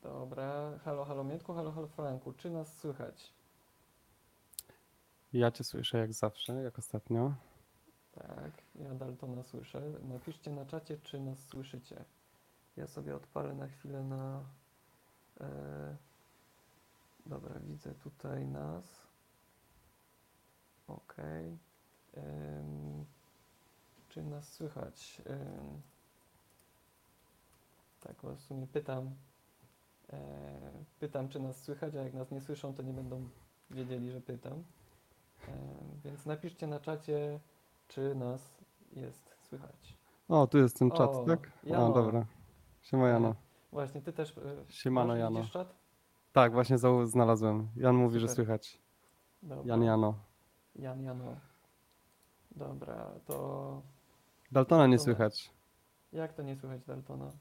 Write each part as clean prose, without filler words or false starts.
Dobra, halo, halo Mietku, halo, halo Franku, czy nas słychać? Ja cię słyszę jak zawsze, jak ostatnio. Tak, ja Daltona słyszę. Napiszcie na czacie, czy nas słyszycie. Ja sobie odpalę na chwilę na... E, dobra, widzę tutaj nas. Okej. Czy nas słychać? Tak, bo w sumie pytam, czy nas słychać, a jak nas nie słyszą, to nie będą wiedzieli, że pytam. Więc napiszcie na czacie, czy nas jest słychać. O, tu jest ten czat, O, tak? O, Jano. dobra. Siema E, Jano. właśnie, ty też Siemano masz, Jano. widzisz czat? Tak, właśnie znalazłem. Jan mówi, że Super, słychać. Jan dobra. Jano. Jano. Dobra, to Daltona nie Daltona. słychać. Jak to nie słychać Daltona?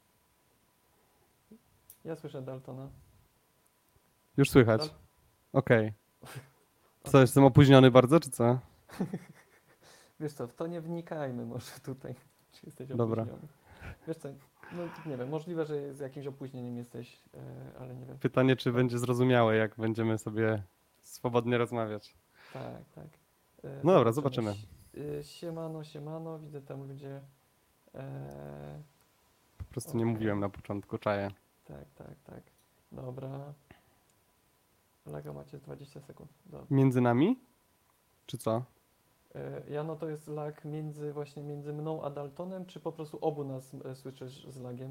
Ja słyszę Daltona. Już Dal... słychać. Okej. Co, Okej. jestem opóźniony bardzo, czy co? Wiesz co, w to nie wnikajmy może tutaj, czy jesteś Dobra. opóźniony. Wiesz co, no nie wiem, możliwe, że z jakimś opóźnieniem jesteś, ale nie wiem. Pytanie, czy Dobra, będzie zrozumiałe, jak będziemy sobie swobodnie rozmawiać. tak, tak. No dobra, Zobaczymy. zobaczymy. Siemano, siemano, widzę tam ludzie. E, Po prostu nie Okej, mówiłem na początku, czaję. tak, tak, tak. Dobra. Laga macie 20 sekund. Dobra. Między nami? Czy co? Jano, to jest lag właśnie między mną a Daltonem, czy po prostu obu nas słyszysz z lagiem?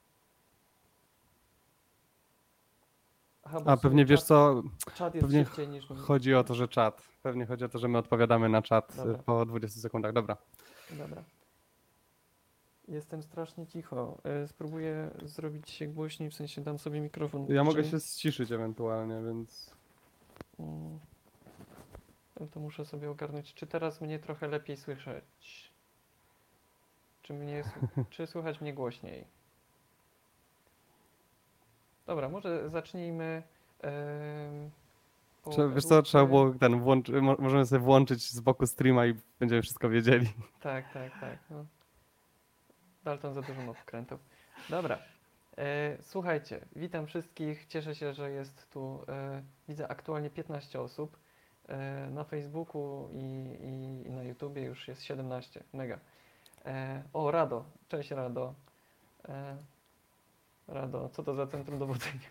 Aha, bo A w sumie pewnie wiesz co? czat jest Pewnie szybciej niż my. chodzi o to, że czat. Pewnie chodzi o to, że my odpowiadamy na czat Dobra, po 20 sekundach. Dobra. dobra. Jestem strasznie cicho. Spróbuję zrobić się głośniej, w sensie dam sobie mikrofon Ja mogę bliżej. się ściszyć ewentualnie, więc. Mm, to muszę sobie ogarnąć. Czy teraz mnie trochę lepiej słyszeć? Czy słychać mnie głośniej? Dobra, może zacznijmy po Wiesz co, trzeba Ewówce. było możemy sobie włączyć z boku streama i będziemy wszystko wiedzieli. Tak, tak, tak. No. Dalton za dużo ma pokrętów. Dobra. Słuchajcie, witam wszystkich. Cieszę się, że jest tu, widzę aktualnie 15 osób. Na Facebooku i na YouTubie już jest 17. Mega. O, Rado. Cześć, Rado. E, Rado, co to za centrum dowodzenia?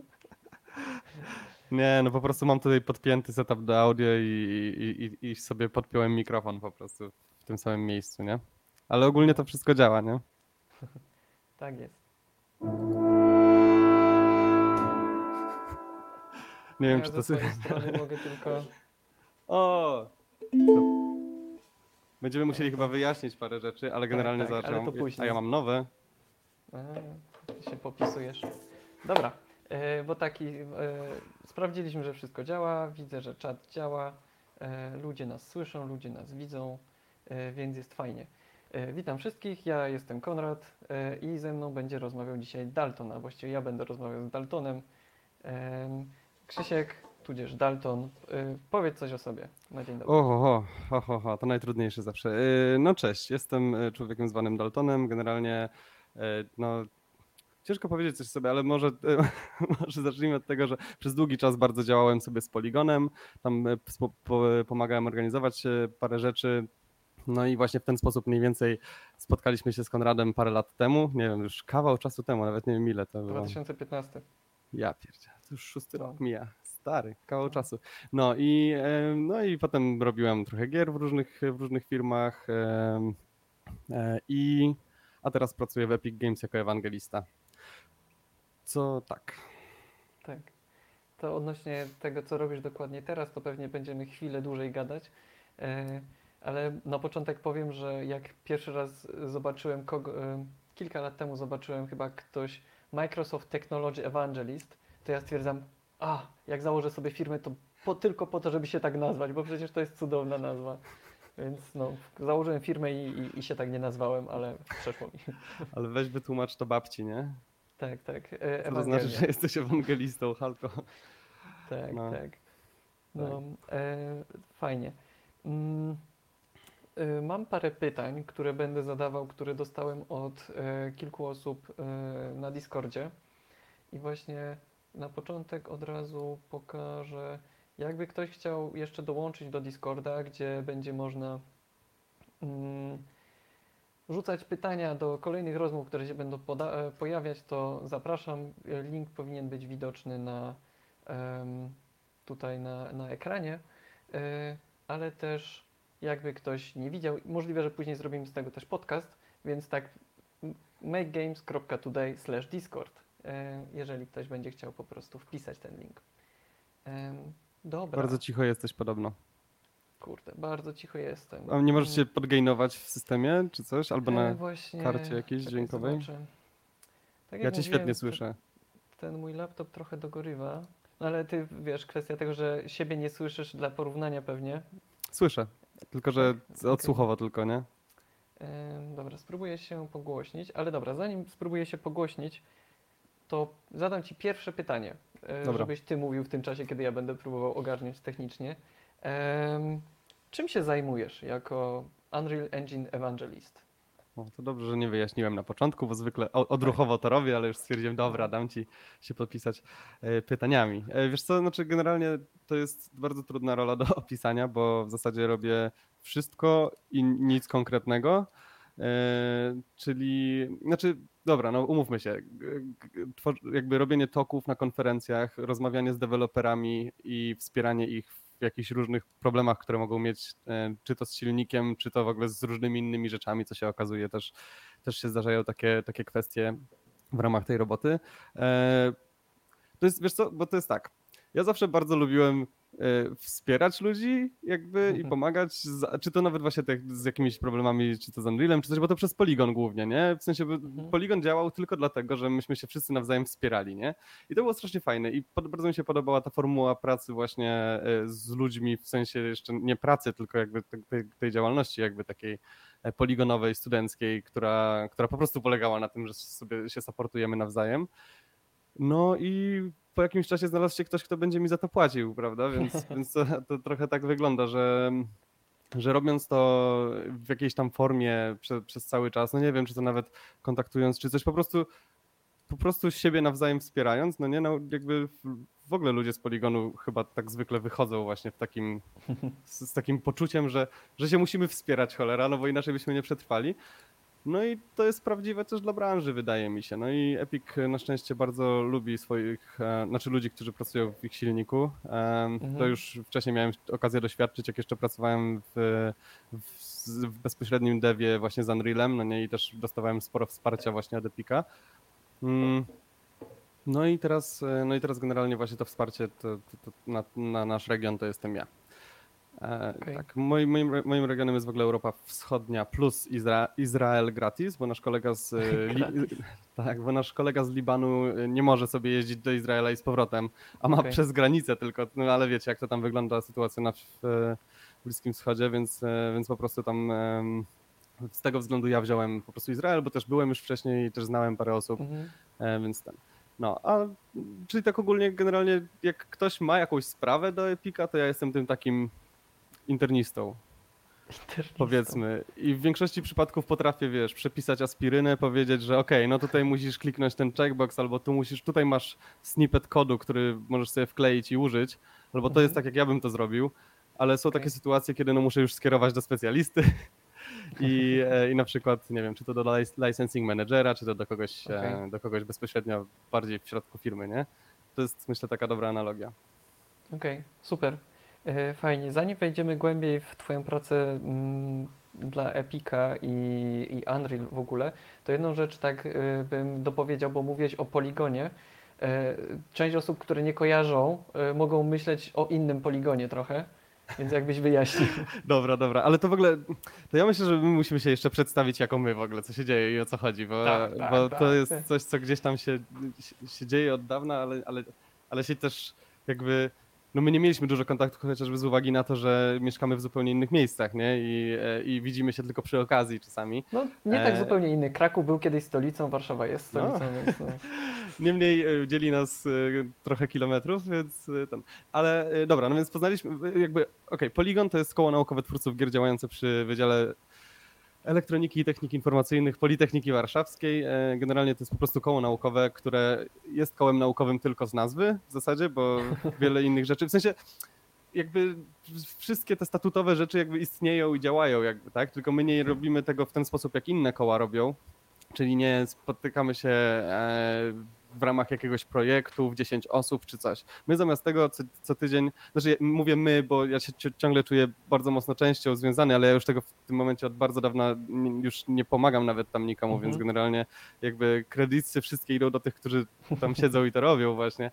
Nie, no po prostu mam tutaj podpięty setup do audio i sobie podpiąłem mikrofon po prostu w tym samym miejscu, nie? Ale ogólnie to No, wszystko działa, nie? tak jest. Nie No wiem, ja czy ze to swojej słychać. strony mogę tylko... O! To będziemy musieli chyba Okej. wyjaśnić parę rzeczy, ale Tak, generalnie tak, ale to zobaczę. A ja później. mam nowe. Ty się popisujesz. Dobra, bo sprawdziliśmy, że wszystko działa, widzę, że czat działa, ludzie nas słyszą, ludzie nas widzą, więc jest fajnie. Witam wszystkich, ja jestem Konrad i ze mną będzie rozmawiał dzisiaj Dalton, a właściwie ja będę rozmawiał z Daltonem. Krzysiek, tudzież Dalton, powiedz coś o sobie na dzień dobry. To najtrudniejsze zawsze. No cześć, jestem człowiekiem zwanym Daltonem. Generalnie, no ciężko powiedzieć coś sobie, ale może, może zacznijmy od tego, że przez długi czas bardzo działałem sobie z Poligonem. Tam pomagałem organizować parę rzeczy. No i właśnie w ten sposób mniej więcej spotkaliśmy się z Konradem parę lat temu. Nie wiem, już kawał czasu temu, nawet nie wiem ile to było. 2015. Ja pierdzie, to już 6 No, rok mija. Stary, kawał no. czasu. No i potem robiłem trochę gier w różnych firmach i a teraz pracuję w Epic Games jako ewangelista. Co tak. Tak. To odnośnie tego, co robisz dokładnie teraz, to pewnie będziemy chwilę dłużej gadać. Ale na początek powiem, że jak pierwszy raz zobaczyłem kilka lat temu zobaczyłem chyba ktoś Microsoft Technology Evangelist, to ja stwierdzam, jak założę sobie firmę, to tylko po to, żeby się tak nazwać, bo przecież to jest cudowna nazwa. Więc no, założyłem firmę i się tak nie nazwałem, ale przeszło mi. Ale weź wytłumacz to babci, nie? Tak, tak. Co to znaczy, Ewangelia. że jesteś ewangelistą, Halko? Tak, No, tak. tak. No, fajnie. Mm, Mam parę pytań, które będę zadawał, które dostałem od kilku osób na Discordzie I właśnie na początek od razu pokażę, jakby ktoś chciał jeszcze dołączyć do Discorda, gdzie będzie można rzucać pytania do kolejnych rozmów, które się będą pojawiać, to zapraszam. Link powinien być widoczny tutaj na ekranie, ale też jakby ktoś nie widział, możliwe, że później zrobimy z tego też podcast, więc tak makegames.today/discord, jeżeli ktoś będzie chciał po prostu wpisać ten link. Dobra, Bardzo cicho jesteś podobno. kurde, bardzo cicho jestem. A nie możesz się podgainować w systemie czy coś? Albo na właśnie, karcie jakiejś czekaj, dźwiękowej? zobaczę. Tak Ja jak cię mówiłem, świetnie słyszę. ten mój laptop trochę dogorywa, no ale ty wiesz, kwestia tego, że siebie nie słyszysz dla porównania pewnie. Słyszę, tylko że Tak? odsłuchowo tylko, nie? Dobra, spróbuję się pogłośnić, ale dobra, zanim spróbuję się pogłośnić, to zadam ci pierwsze pytanie, Dobra. żebyś ty mówił w tym czasie, kiedy ja będę próbował ogarniać technicznie. Czym się zajmujesz jako Unreal Engine Evangelist? O, to dobrze, że nie wyjaśniłem na początku, bo zwykle odruchowo to robię, ale już stwierdziłem, dobra, dam ci się podpisać pytaniami. Wiesz co, znaczy generalnie to jest bardzo trudna rola do opisania, bo w zasadzie robię wszystko i nic konkretnego. Czyli, znaczy, dobra, no umówmy się, jakby robienie toków na konferencjach, rozmawianie z deweloperami i wspieranie ich w jakichś różnych problemach, które mogą mieć, czy to z silnikiem, czy to w ogóle z różnymi innymi rzeczami, co się okazuje, też się zdarzają takie kwestie w ramach tej roboty. To jest, wiesz co, bo to jest tak, ja zawsze bardzo lubiłem wspierać ludzi jakby i pomagać, czy to nawet właśnie z jakimiś problemami, czy to z Unrealem, czy coś, bo to przez Polygon głównie, nie? W sensie Polygon działał tylko dlatego, że myśmy się wszyscy nawzajem wspierali, nie? I to było strasznie fajne i bardzo mi się podobała ta formuła pracy właśnie z ludźmi, w sensie jeszcze nie pracy, tylko jakby tej działalności jakby takiej poligonowej, studenckiej, która po prostu polegała na tym, że sobie się supportujemy nawzajem. No i po jakimś czasie znalazł się ktoś, kto będzie mi za to płacił, prawda? Więc to trochę tak wygląda, że robiąc to w jakiejś tam formie przez cały czas, no nie wiem, czy to nawet kontaktując, czy coś, po prostu siebie nawzajem wspierając, no nie, no jakby w ogóle ludzie z Poligonu chyba tak zwykle wychodzą właśnie z takim poczuciem, że się musimy wspierać, cholera, no bo inaczej byśmy nie przetrwali. No i to jest prawdziwe też dla branży, wydaje mi się. No i Epic na szczęście bardzo lubi znaczy ludzi, którzy pracują w ich silniku. To już wcześniej miałem okazję doświadczyć, jak jeszcze pracowałem w bezpośrednim devie właśnie z Unrealem, no nie, i też dostawałem sporo wsparcia właśnie od Epica. No i teraz generalnie właśnie to wsparcie na nasz region to jestem ja. Okay. Tak, moim regionem jest w ogóle Europa Wschodnia plus Izrael gratis, bo nasz kolega bo nasz kolega z Libanu nie może sobie jeździć do Izraela i z powrotem, a ma przez granicę tylko, no ale wiecie jak to tam wygląda sytuacja w Bliskim Wschodzie, więc po prostu tam z tego względu ja wziąłem po prostu Izrael, bo też byłem już wcześniej i też znałem parę osób, więc ten. No, czyli tak ogólnie generalnie jak ktoś ma jakąś sprawę do Epica, to ja jestem tym takim internistą, powiedzmy. I w większości przypadków potrafię, wiesz, przepisać aspirynę, powiedzieć, że okej, no tutaj musisz kliknąć ten checkbox, albo tutaj masz snippet kodu, który możesz sobie wkleić i użyć, albo to jest tak, jak ja bym to zrobił, ale są takie sytuacje, kiedy no muszę już skierować do specjalisty i na przykład, nie wiem, czy to do licensing managera, czy to do kogoś bezpośrednio bardziej w środku firmy, nie? To jest, myślę, taka dobra analogia. Okej, super. Fajnie. Zanim wejdziemy głębiej w Twoją pracę dla Epica i Unreal w ogóle, to jedną rzecz tak bym dopowiedział, bo mówiłeś o Poligonie. Część osób, które nie kojarzą, mogą myśleć o innym Poligonie trochę, więc jakbyś wyjaśnił. Dobra, ale to w ogóle, to ja myślę, że my musimy się jeszcze przedstawić jako my w ogóle, co się dzieje i o co chodzi, bo to jest coś, co gdzieś tam się dzieje od dawna, ale się też jakby, no my nie mieliśmy dużo kontaktów chociażby z uwagi na to, że mieszkamy w zupełnie innych miejscach, nie? I widzimy się tylko przy okazji czasami. No nie tak zupełnie inny. Kraków był kiedyś stolicą, Warszawa jest stolicą, więc no. Niemniej dzieli nas trochę kilometrów, więc ten. Ale dobra, no więc poznaliśmy jakby, Polygon to jest koło naukowe twórców gier działające przy Wydziale Elektroniki i Technik Informacyjnych Politechniki Warszawskiej. Generalnie to jest po prostu koło naukowe, które jest kołem naukowym tylko z nazwy w zasadzie, bo wiele innych rzeczy, w sensie jakby wszystkie te statutowe rzeczy jakby istnieją i działają jakby, tak? Tylko my nie robimy tego w ten sposób, jak inne koła robią, czyli nie spotykamy się w ramach jakiegoś projektu w 10 osób czy coś. My zamiast tego co tydzień, znaczy mówię my, bo ja się ciągle czuję bardzo mocno częścią związany, ale ja już tego w tym momencie od bardzo dawna już nie pomagam nawet tam nikomu, więc generalnie jakby kredyty wszystkie idą do tych, którzy tam siedzą i to robią właśnie.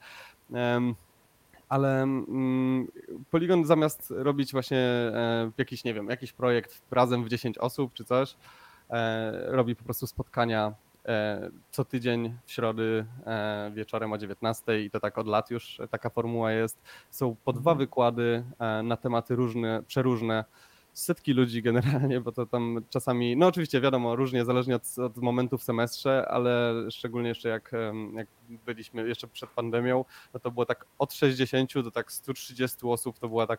Ale Polygon zamiast robić właśnie jakiś, nie wiem, jakiś projekt razem w 10 osób czy coś, robi po prostu spotkania co tydzień w środy wieczorem o 19 i to tak od lat już taka formuła jest. Są po 2 wykłady na tematy różne, przeróżne. Setki ludzi generalnie, bo to tam czasami, no oczywiście wiadomo, różnie, zależnie od momentu w semestrze, ale szczególnie jeszcze jak byliśmy jeszcze przed pandemią, no to było tak od 60 do tak 130 osób, to była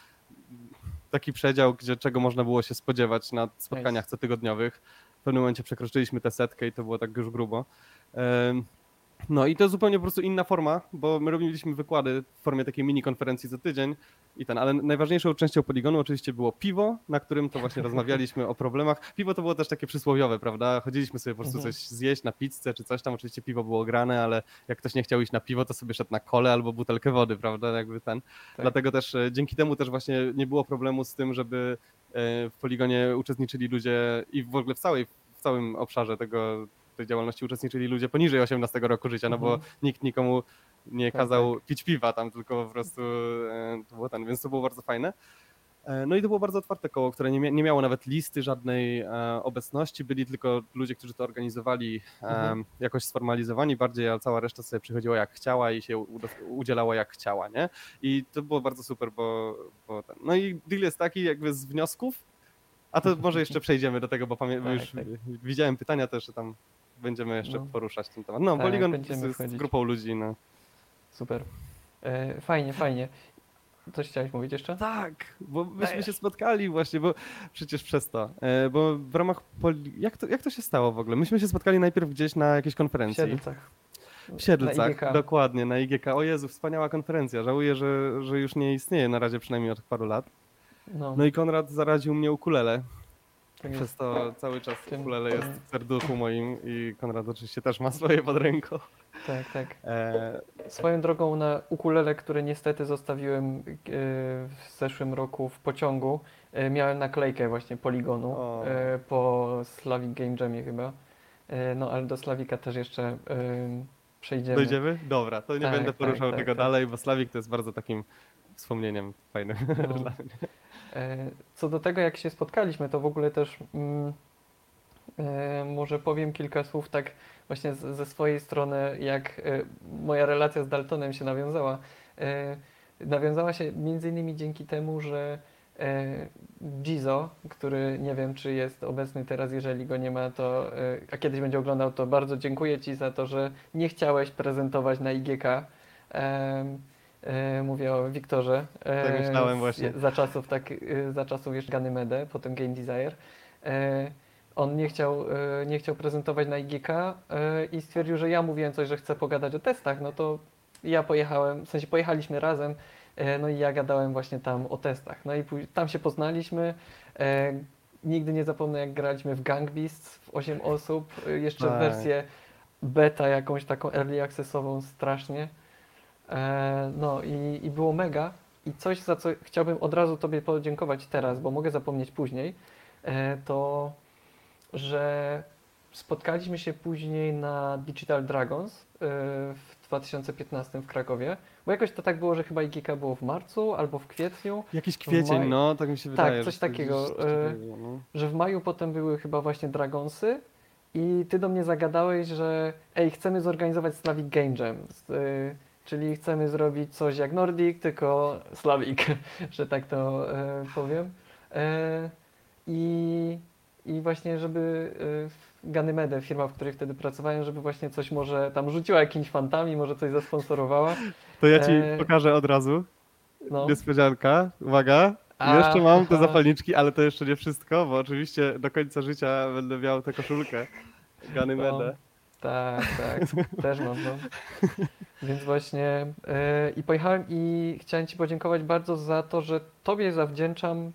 taki przedział, czego można było się spodziewać na spotkaniach cotygodniowych. W pewnym momencie przekroczyliśmy tę 100 i to było tak już grubo. No i to zupełnie po prostu inna forma, bo my robiliśmy wykłady w formie takiej mini konferencji co tydzień ale najważniejszą częścią Polygonu oczywiście było piwo, na którym to właśnie rozmawialiśmy o problemach. Piwo to było też takie przysłowiowe, prawda? Chodziliśmy sobie po prostu coś zjeść na pizzę czy coś tam, oczywiście piwo było grane, ale jak ktoś nie chciał iść na piwo, to sobie szedł na kolę albo butelkę wody, prawda? Jakby Tak. Dlatego też dzięki temu też właśnie nie było problemu z tym, żeby w Polygonie uczestniczyli ludzie i w ogóle w całym obszarze tej działalności uczestniczyli ludzie poniżej 18 roku życia, no bo nikt nikomu nie kazał pić piwa tam, tylko po prostu to było więc to było bardzo fajne. No i to było bardzo otwarte koło, które nie miało nawet listy żadnej obecności, byli tylko ludzie, którzy to organizowali jakoś sformalizowani bardziej, a cała reszta sobie przychodziła jak chciała i się udzielała jak chciała, nie? I to było bardzo super, bo no i deal jest taki jakby z wniosków, a to może jeszcze przejdziemy do tego, bo już widziałem pytania też, że tam będziemy jeszcze poruszać ten temat. No, Polygon z grupą ludzi. No. Super. Fajnie, fajnie. Coś chciałeś mówić jeszcze? Tak, bo myśmy się spotkali właśnie, bo przecież przez to. Bo w ramach jak to się stało w ogóle? Myśmy się spotkali najpierw gdzieś na jakiejś konferencji. W Siedlcach. W Siedlcach, dokładnie, na IGK. O Jezu, wspaniała konferencja. Żałuję, że już nie istnieje na razie przynajmniej od paru lat. No i Konrad zaraził mnie ukulele. Przez to cały czas ukulele jest w serduchu moim i Konrad oczywiście też ma swoje pod ręką. Tak, tak. Swoją drogą na ukulele, które niestety zostawiłem w zeszłym roku w pociągu, miałem naklejkę właśnie Polygonu po Slavic Game Jamie chyba. No ale do Slavika też jeszcze przejdziemy. Dojdziemy? Dobra, to nie będę poruszał tego dalej, bo Slavic to jest bardzo takim wspomnieniem fajnym dla mnie. Co do tego, jak się spotkaliśmy, to w ogóle też może powiem kilka słów tak właśnie ze swojej strony, jak moja relacja z Daltonem się nawiązała. Nawiązała się między innymi dzięki temu, że Gizo, który nie wiem, czy jest obecny teraz, jeżeli go nie ma, to a kiedyś będzie oglądał, to bardzo dziękuję Ci za to, że nie chciałeś prezentować na IGK. Mówię o Wiktorze. Tak myślałem właśnie. Za czasów jeszcze Ganymedę, potem Game Desire. On nie chciał prezentować na IGK i stwierdził, że ja mówiłem coś, że chcę pogadać o testach, no to ja pojechałem, w sensie pojechaliśmy razem, no i ja gadałem właśnie tam o testach. No i tam się poznaliśmy. Nigdy nie zapomnę, jak graliśmy w Gang Beasts w 8 osób, jeszcze w wersję beta jakąś taką early accessową strasznie. No i było mega. I coś, za co chciałbym od razu Tobie podziękować teraz, bo mogę zapomnieć później, to że spotkaliśmy się później na Digital Dragons w 2015 w Krakowie, bo jakoś to tak było, że chyba IGK było w marcu albo w kwietniu. Jakiś kwiecień, no, tak mi się wydaje. Tak, coś takiego, że w maju potem były chyba właśnie Dragonsy i Ty do mnie zagadałeś, że chcemy zorganizować Slavic Game Jam, czyli chcemy zrobić coś jak Nordic, tylko Slavic, że tak to powiem. I właśnie, żeby Ganymedę, firma, w której wtedy pracowałem, żeby właśnie coś może tam rzuciła jakimiś fantami, może coś zasponsorowała. To ja Ci pokażę od razu. No. Niespodzianka. Uwaga. Jeszcze mam te aha, zapalniczki, ale to jeszcze nie wszystko, bo oczywiście do końca życia będę miał tę koszulkę no, Ganymedę. tak, tak, też mam, no. Więc właśnie i pojechałem i chciałem Ci podziękować bardzo za to, że Tobie zawdzięczam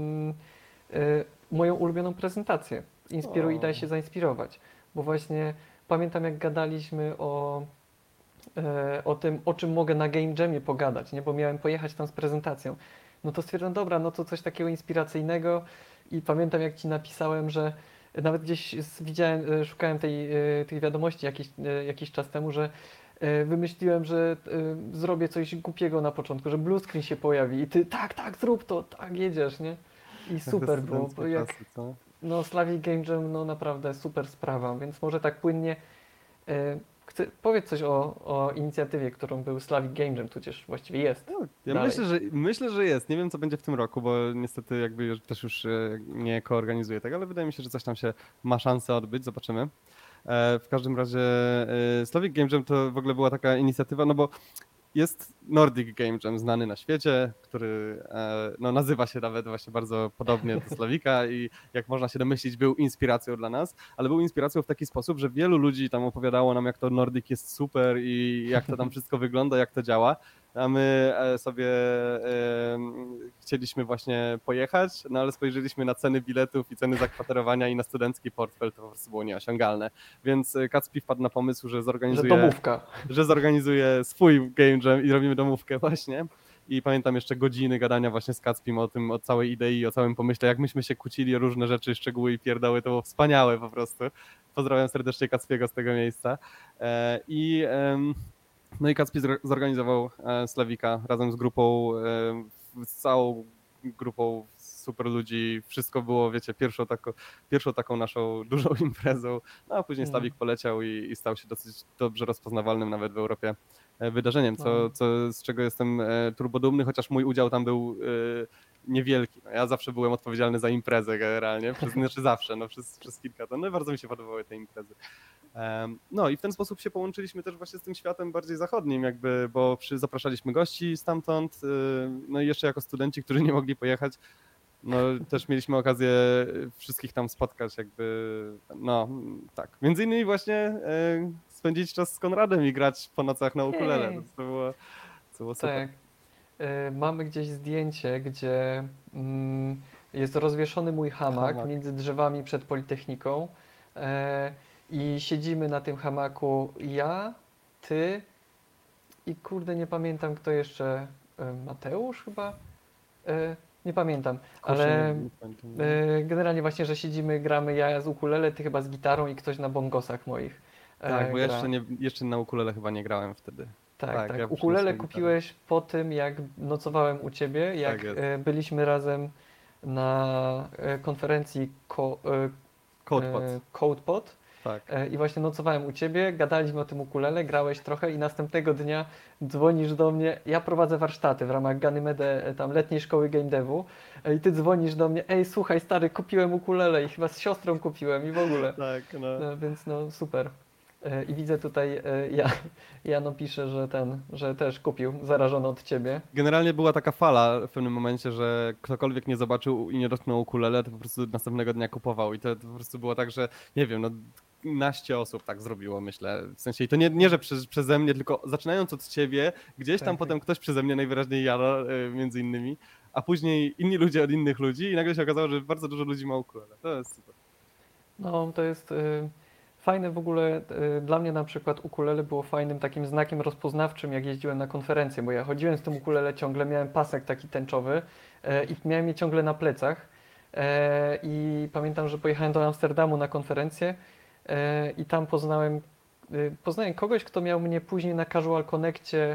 moją ulubioną prezentację. Inspiruj i daj się O, zainspirować. Bo właśnie pamiętam, jak gadaliśmy o tym, o czym mogę na Game Jamie pogadać, nie? Bo miałem pojechać tam z prezentacją. No to stwierdziłem, dobra, no to coś takiego inspiracyjnego i pamiętam, jak Ci napisałem, że nawet gdzieś widziałem, szukałem tych wiadomości jakiś czas temu, że wymyśliłem, że zrobię coś głupiego na początku, że blue screen się pojawi i Ty, tak, tak, zrób to, tak, jedziesz, nie? I jak te super było, bo studenckie jak, czasy, co? no Slavic Game Jam, no naprawdę super sprawa, więc może tak płynnie powiedz coś o inicjatywie, którą był Slavic Game Jam, tudzież właściwie jest No, ja dalej. myślę, że jest. Nie wiem, co będzie w tym roku, bo niestety jakby też już nie koorganizuję tego, ale wydaje mi się, że coś tam się ma szansę odbyć. Zobaczymy. W każdym razie Slavic Game Jam to w ogóle była taka inicjatywa, no bo jest Nordic Game Jam znany na świecie, który no, nazywa się nawet właśnie bardzo podobnie do Slawika i jak można się domyślić był inspiracją dla nas, ale był inspiracją w taki sposób, że wielu ludzi tam opowiadało nam, jak to Nordic jest super i jak to tam wszystko wygląda, jak to działa. A my sobie chcieliśmy właśnie pojechać, no ale spojrzeliśmy na ceny biletów i ceny zakwaterowania i na studencki portfel, to po prostu było nieosiągalne. Więc Kacpi wpadł na pomysł, że Że domówka. zorganizuje swój game jam i robimy domówkę właśnie. I pamiętam jeszcze godziny gadania właśnie z Kacpim o tym, o całej idei, o całym pomyśle, jak myśmy się kłócili o różne rzeczy, szczegóły i pierdoły, to było wspaniałe po prostu. Pozdrawiam serdecznie Kacpiego z tego miejsca. No i Kacpi zorganizował Slawika razem z grupą, z całą grupą super ludzi. Wszystko było, wiecie, pierwszą taką naszą dużą imprezą. No a później No, Slawik poleciał i stał się dosyć dobrze rozpoznawalnym nawet w Europie wydarzeniem, no, z czego jestem turbodumny, chociaż mój udział tam był niewielki. No, ja zawsze byłem odpowiedzialny za imprezę generalnie, znaczy zawsze, no, przez kilka lat. No i bardzo mi się podobały te imprezy. No i w ten sposób się połączyliśmy też właśnie z tym światem bardziej zachodnim, jakby, bo zapraszaliśmy gości stamtąd, no i jeszcze jako studenci, którzy nie mogli pojechać, no też mieliśmy okazję wszystkich tam spotkać, jakby, no tak. Między innymi właśnie spędzić czas z Konradem i grać po nocach na ukulele, jej, to było super. tak. Mamy gdzieś zdjęcie, gdzie jest rozwieszony mój hamak Hamak. między drzewami przed Politechniką i siedzimy na tym hamaku ja, ty i kurde nie pamiętam kto jeszcze, Mateusz chyba? Nie pamiętam, Kurczę, ale nie pamiętam. No. generalnie właśnie, że siedzimy, gramy ja z ukulele, ty chyba z gitarą i ktoś na bongosach moich Tak, bo ja gra. jeszcze na ukulele chyba nie grałem wtedy. Tak, Tak, ja tak. Ukulele przyniosłem gitarę. kupiłeś po tym, jak nocowałem u ciebie, Tak jak jest. byliśmy razem na konferencji CodePod. CodePod Tak. i właśnie nocowałem u ciebie, gadaliśmy o tym ukulele, grałeś trochę i następnego dnia dzwonisz do mnie, ja prowadzę warsztaty w ramach Ganymede, tam letniej szkoły game devu i ty dzwonisz do mnie, ej słuchaj stary, kupiłem ukulele i chyba z siostrą kupiłem i w ogóle. Tak, no. No, więc no super. I widzę tutaj, Jano pisze, że też kupił, zarażony od ciebie. Generalnie była taka fala w pewnym momencie, że ktokolwiek nie zobaczył i nie dotknął ukulele, to po prostu następnego dnia kupował. I to po prostu było tak, że nie wiem, no naście osób tak zrobiło, myślę. W sensie, i to nie że przeze mnie, tylko zaczynając od ciebie, gdzieś tam Tak, tak. potem ktoś przeze mnie, najwyraźniej Jano między innymi, a później inni ludzie od innych ludzi i nagle się okazało, że bardzo dużo ludzi ma ukulele. To jest super. No, to jest fajne w ogóle. Dla mnie na przykład ukulele było fajnym takim znakiem rozpoznawczym, jak jeździłem na konferencje, bo ja chodziłem z tym ukulele ciągle, miałem pasek taki tęczowy i miałem je ciągle na plecach. I pamiętam, że pojechałem do Amsterdamu na konferencję i tam poznałem kogoś, kto miał mnie później na Casual Connectie,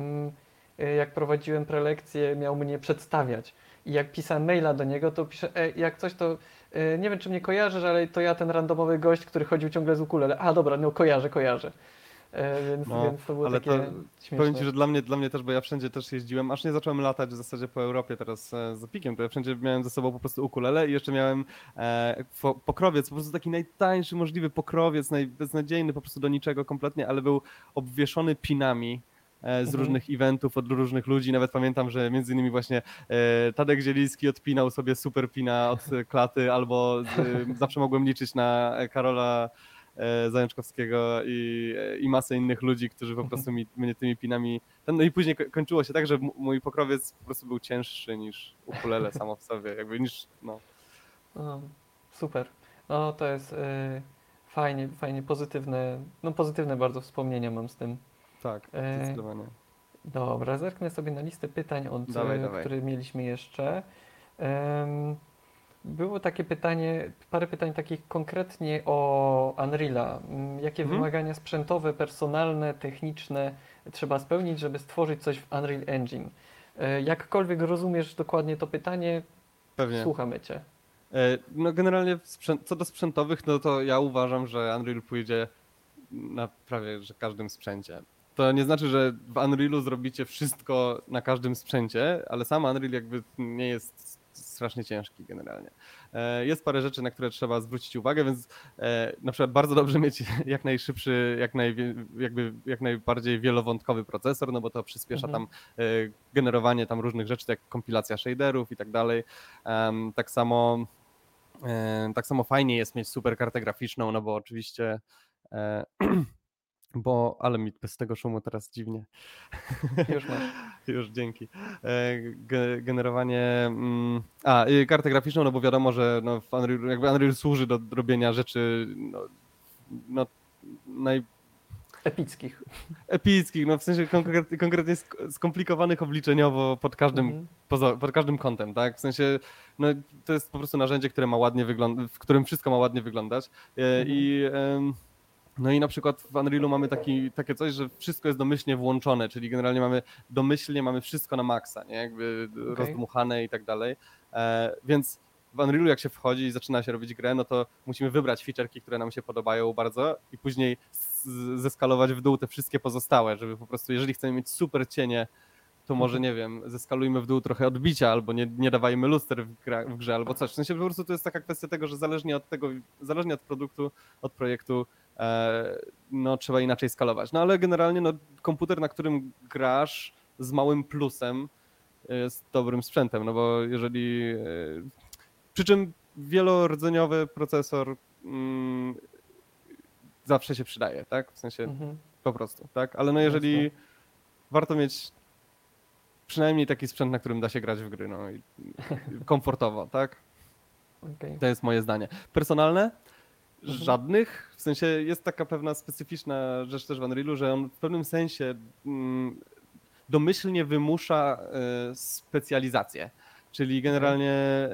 jak prowadziłem prelekcje, miał mnie przedstawiać. I jak pisałem maila do niego, to pisze, jak coś to nie wiem, czy mnie kojarzysz, ale to ja ten randomowy gość, który chodził ciągle z ukulele. A dobra, no kojarzę. No, Więc to było ale to takie powiem ci, śmieszne. że dla mnie też, bo ja wszędzie też jeździłem, aż nie zacząłem latać w zasadzie po Europie teraz z Opikiem, to ja wszędzie miałem ze sobą po prostu ukulele i jeszcze miałem pokrowiec, po prostu taki najtańszy możliwy pokrowiec, beznadziejny po prostu do niczego kompletnie, ale był obwieszony pinami z różnych eventów, od różnych ludzi. Nawet pamiętam, że między innymi właśnie Tadek Zieliński odpinał sobie super pina od klaty, albo zawsze mogłem liczyć na Karola Zajączkowskiego i masę innych ludzi, którzy po prostu mnie tymi pinami... No i później kończyło się tak, że mój pokrowiec po prostu był cięższy niż ukulele samo w sobie, jakby niż... No. O, super. No to jest fajnie, fajnie, pozytywne, no pozytywne bardzo wspomnienia mam z tym. Tak, E, zdecydowanie. Dobra, zerknę sobie na listę pytań, Dawaj. które mieliśmy jeszcze. Było takie pytanie, parę pytań takich konkretnie o Unreala. Jakie wymagania sprzętowe, personalne, techniczne trzeba spełnić, żeby stworzyć coś w Unreal Engine? Jakkolwiek rozumiesz dokładnie to pytanie, Pewnie. słuchamy Cię. No generalnie co do sprzętowych, no to ja uważam, że Unreal pójdzie na prawie że każdym sprzęcie. To nie znaczy, że w Unrealu zrobicie wszystko na każdym sprzęcie, ale sam Unreal jakby nie jest strasznie ciężki generalnie. Jest parę rzeczy, na które trzeba zwrócić uwagę, więc na przykład bardzo dobrze mieć jak najszybszy, jak najbardziej wielowątkowy procesor, no bo to przyspiesza tam generowanie tam różnych rzeczy, tak jak kompilacja shaderów i tak dalej. Tak samo fajnie jest mieć super kartę graficzną, no bo oczywiście ale mi bez tego szumu teraz dziwnie. Już masz. Już, dzięki. Generowanie... kartę graficzną, no bo wiadomo, że no w Unreal służy do robienia rzeczy Epickich. Epickich, no w sensie konkretnie skomplikowanych obliczeniowo pod każdym kątem, tak? W sensie, no to jest po prostu narzędzie, które ma ładnie wyglądać, w którym wszystko ma ładnie wyglądać no i na przykład w Unrealu mamy takie coś, że wszystko jest domyślnie włączone, czyli generalnie domyślnie mamy wszystko na maksa, nie? Jakby rozdmuchane i tak dalej. Więc w Unrealu jak się wchodzi i zaczyna się robić grę, no to musimy wybrać feature'ki, które nam się podobają bardzo i później zeskalować w dół te wszystkie pozostałe, żeby po prostu, jeżeli chcemy mieć super cienie, to może, nie wiem, zeskalujmy w dół trochę odbicia, albo nie dawajmy luster w grze, albo coś. W sensie po prostu to jest taka kwestia tego, że zależnie od produktu, od projektu, no trzeba inaczej skalować. No ale generalnie no, komputer, na którym grasz z małym plusem jest dobrym sprzętem, no bo jeżeli... Przy czym wielordzeniowy procesor zawsze się przydaje, tak? W sensie po prostu, tak? Ale no jeżeli warto mieć przynajmniej taki sprzęt, na którym da się grać w gry, no i komfortowo, tak? To jest moje zdanie. Personalne? Żadnych. W sensie jest taka pewna specyficzna rzecz też w Unrealu, że on w pewnym sensie domyślnie wymusza specjalizację. Czyli generalnie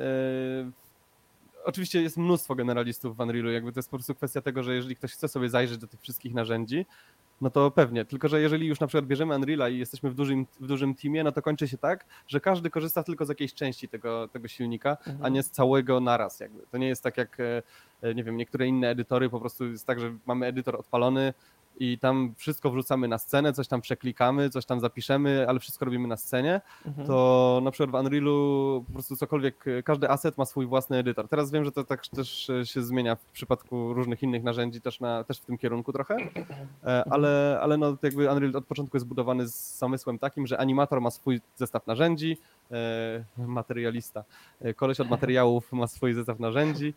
oczywiście jest mnóstwo generalistów w Unrealu, jakby to jest po prostu kwestia tego, że jeżeli ktoś chce sobie zajrzeć do tych wszystkich narzędzi, no to pewnie, tylko że jeżeli już na przykład bierzemy Unreala i jesteśmy w dużym teamie, no to kończy się tak, że każdy korzysta tylko z jakiejś części tego silnika, a nie z całego naraz jakby. To nie jest tak jak, nie wiem, niektóre inne edytory, po prostu jest tak, że mamy edytor odpalony i tam wszystko wrzucamy na scenę, coś tam przeklikamy, coś tam zapiszemy, ale wszystko robimy na scenie, to na przykład w Unrealu po prostu cokolwiek, każdy asset ma swój własny edytor. Teraz wiem, że to tak też się zmienia w przypadku różnych innych narzędzi, też w tym kierunku trochę, ale no jakby Unreal od początku jest budowany z zamysłem takim, że animator ma swój zestaw narzędzi, materialista, koleś od materiałów ma swój zestaw narzędzi,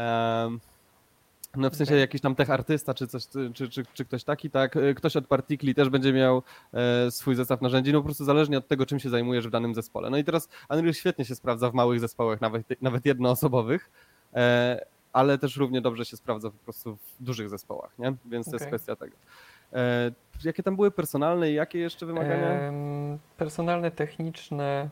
no w sensie jakiś tam tech artysta czy coś, czy ktoś taki, tak. Ktoś od partikli też będzie miał swój zestaw narzędzi, no po prostu zależnie od tego, czym się zajmujesz w danym zespole. No i teraz Unreal świetnie się sprawdza w małych zespołach, nawet jednoosobowych, ale też równie dobrze się sprawdza po prostu w dużych zespołach, nie? Więc to jest kwestia tego. Jakie tam były personalne i jakie jeszcze wymagania? Personalne, techniczne.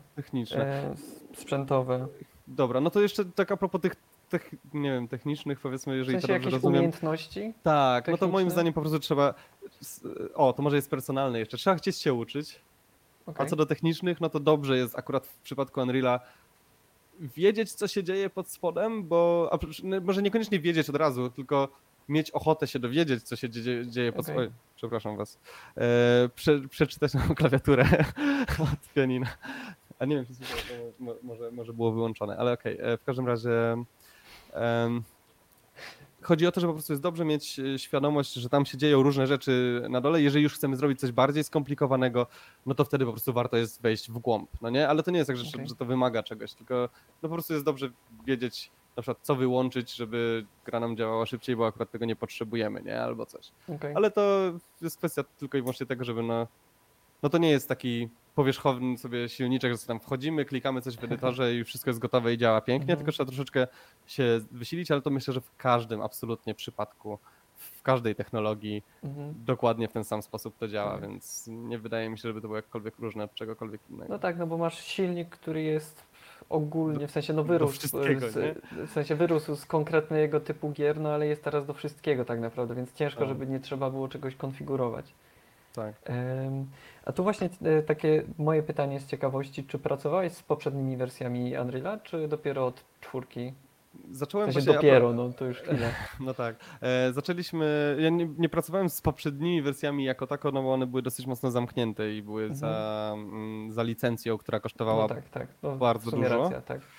Sprzętowe. Dobra, no to jeszcze tak a propos tych nie wiem, technicznych, powiedzmy, jeżeli w sensie to dobrze jakieś rozumiem. umiejętności? Tak, techniczne? No to moim zdaniem po prostu trzeba, to może jest personalne jeszcze, trzeba chcieć się uczyć, a co do technicznych, no to dobrze jest akurat w przypadku Unreala wiedzieć, co się dzieje pod spodem, bo może niekoniecznie wiedzieć od razu, tylko mieć ochotę się dowiedzieć, co się dzieje pod spodem. Przepraszam was. Przeczytać na klawiaturę od pianina. A nie wiem, czy może było wyłączone, ale okej. W każdym razie chodzi o to, że po prostu jest dobrze mieć świadomość, że tam się dzieją różne rzeczy na dole. Jeżeli już chcemy zrobić coś bardziej skomplikowanego, no to wtedy po prostu warto jest wejść w głąb, no nie? Ale to nie jest tak, Okej. że to wymaga czegoś, tylko no po prostu jest dobrze wiedzieć na przykład co wyłączyć, żeby gra nam działała szybciej, bo akurat tego nie potrzebujemy, nie? Albo coś. Okej. Ale to jest kwestia tylko i wyłącznie tego, żeby no to nie jest taki powierzchowny sobie silniczek, że sobie tam wchodzimy, klikamy coś w edytorze i wszystko jest gotowe i działa pięknie, Mhm. tylko trzeba troszeczkę się wysilić, ale to myślę, że w każdym absolutnie przypadku, w każdej technologii Mhm. dokładnie w ten sam sposób to działa, Tak. więc nie wydaje mi się, żeby to było jakkolwiek różne od czegokolwiek innego. No tak, no bo masz silnik, który jest ogólnie, w sensie no Do wyrósł, wszystkiego, nie? w sensie wyrósł z konkretnego typu gier, no ale jest teraz do wszystkiego tak naprawdę, więc ciężko, Tak. żeby nie trzeba było czegoś konfigurować. Tak. A tu właśnie takie moje pytanie z ciekawości, czy pracowałeś z poprzednimi wersjami Unreal'a, czy dopiero od czwórki? W Zacząłem sensie właśnie... dopiero, no to już chwilę. No tak. Zaczęliśmy. Ja nie pracowałem z poprzednimi wersjami jako tako, no bo one były dosyć mocno zamknięte i były Mhm. za licencją, która No kosztowała tak, tak, no w bardzo sumie dużo. racja, tak.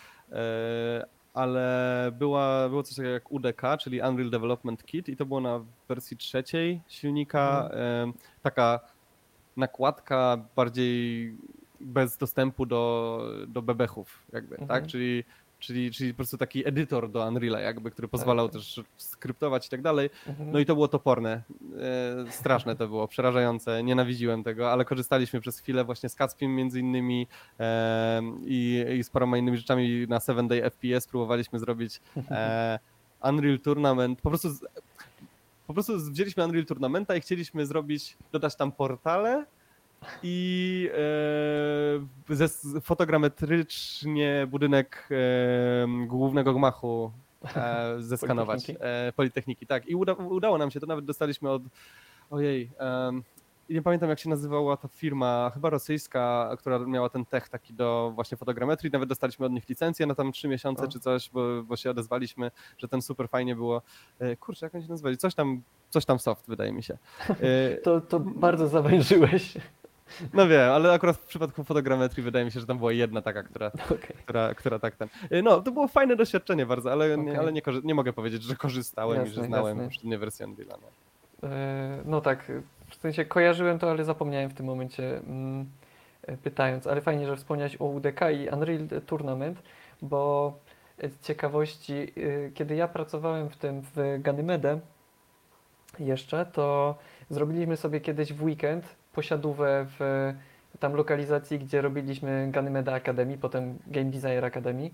Ale było coś takiego jak UDK, czyli Unreal Development Kit, i to było na wersji trzeciej silnika. Taka nakładka bardziej bez dostępu do bebechów, jakby, tak? Mhm. Czyli po prostu taki edytor do Unreala, jakby, który Tak, pozwalał tak. też skryptować i tak dalej. Mhm. No i to było toporne. Straszne to było, przerażające, nienawidziłem tego, ale korzystaliśmy przez chwilę właśnie z Kacpiem między innymi i z paroma innymi rzeczami. Na 7 Day FPS próbowaliśmy zrobić Unreal Tournament. Po prostu wzięliśmy Unreal Tournamenta i chcieliśmy dodać tam portale i fotogrametrycznie budynek głównego gmachu zeskanować. Politechniki? Politechniki, tak. I udało nam się, to nawet dostaliśmy ojej, i nie pamiętam jak się nazywała ta firma, chyba rosyjska, która miała ten tech taki do właśnie fotogrametrii, nawet dostaliśmy od nich licencję na tam 3 miesiące O. czy coś, bo się odezwaliśmy, że ten super fajnie było. Kurczę, jak oni się nazywali? Coś tam soft, wydaje mi się. To bardzo zawężyłeś. No wiem, ale akurat w przypadku fotogrametrii wydaje mi się, że tam była jedna taka, Okej. która tak ten. No, to było fajne doświadczenie bardzo, ale, Okej. ale nie mogę powiedzieć, że korzystałem i że Jasne, znałem jasne. poprzednie wersje Unreal'a. Nie. No tak, w sensie kojarzyłem to, ale zapomniałem w tym momencie pytając, ale fajnie, że wspomniałeś o UDK i Unreal Tournament, bo z ciekawości, kiedy ja pracowałem w Ganymede jeszcze, to zrobiliśmy sobie kiedyś w weekend posiadówę w tam lokalizacji, gdzie robiliśmy Ganymede Academy, potem Game Designer Academy.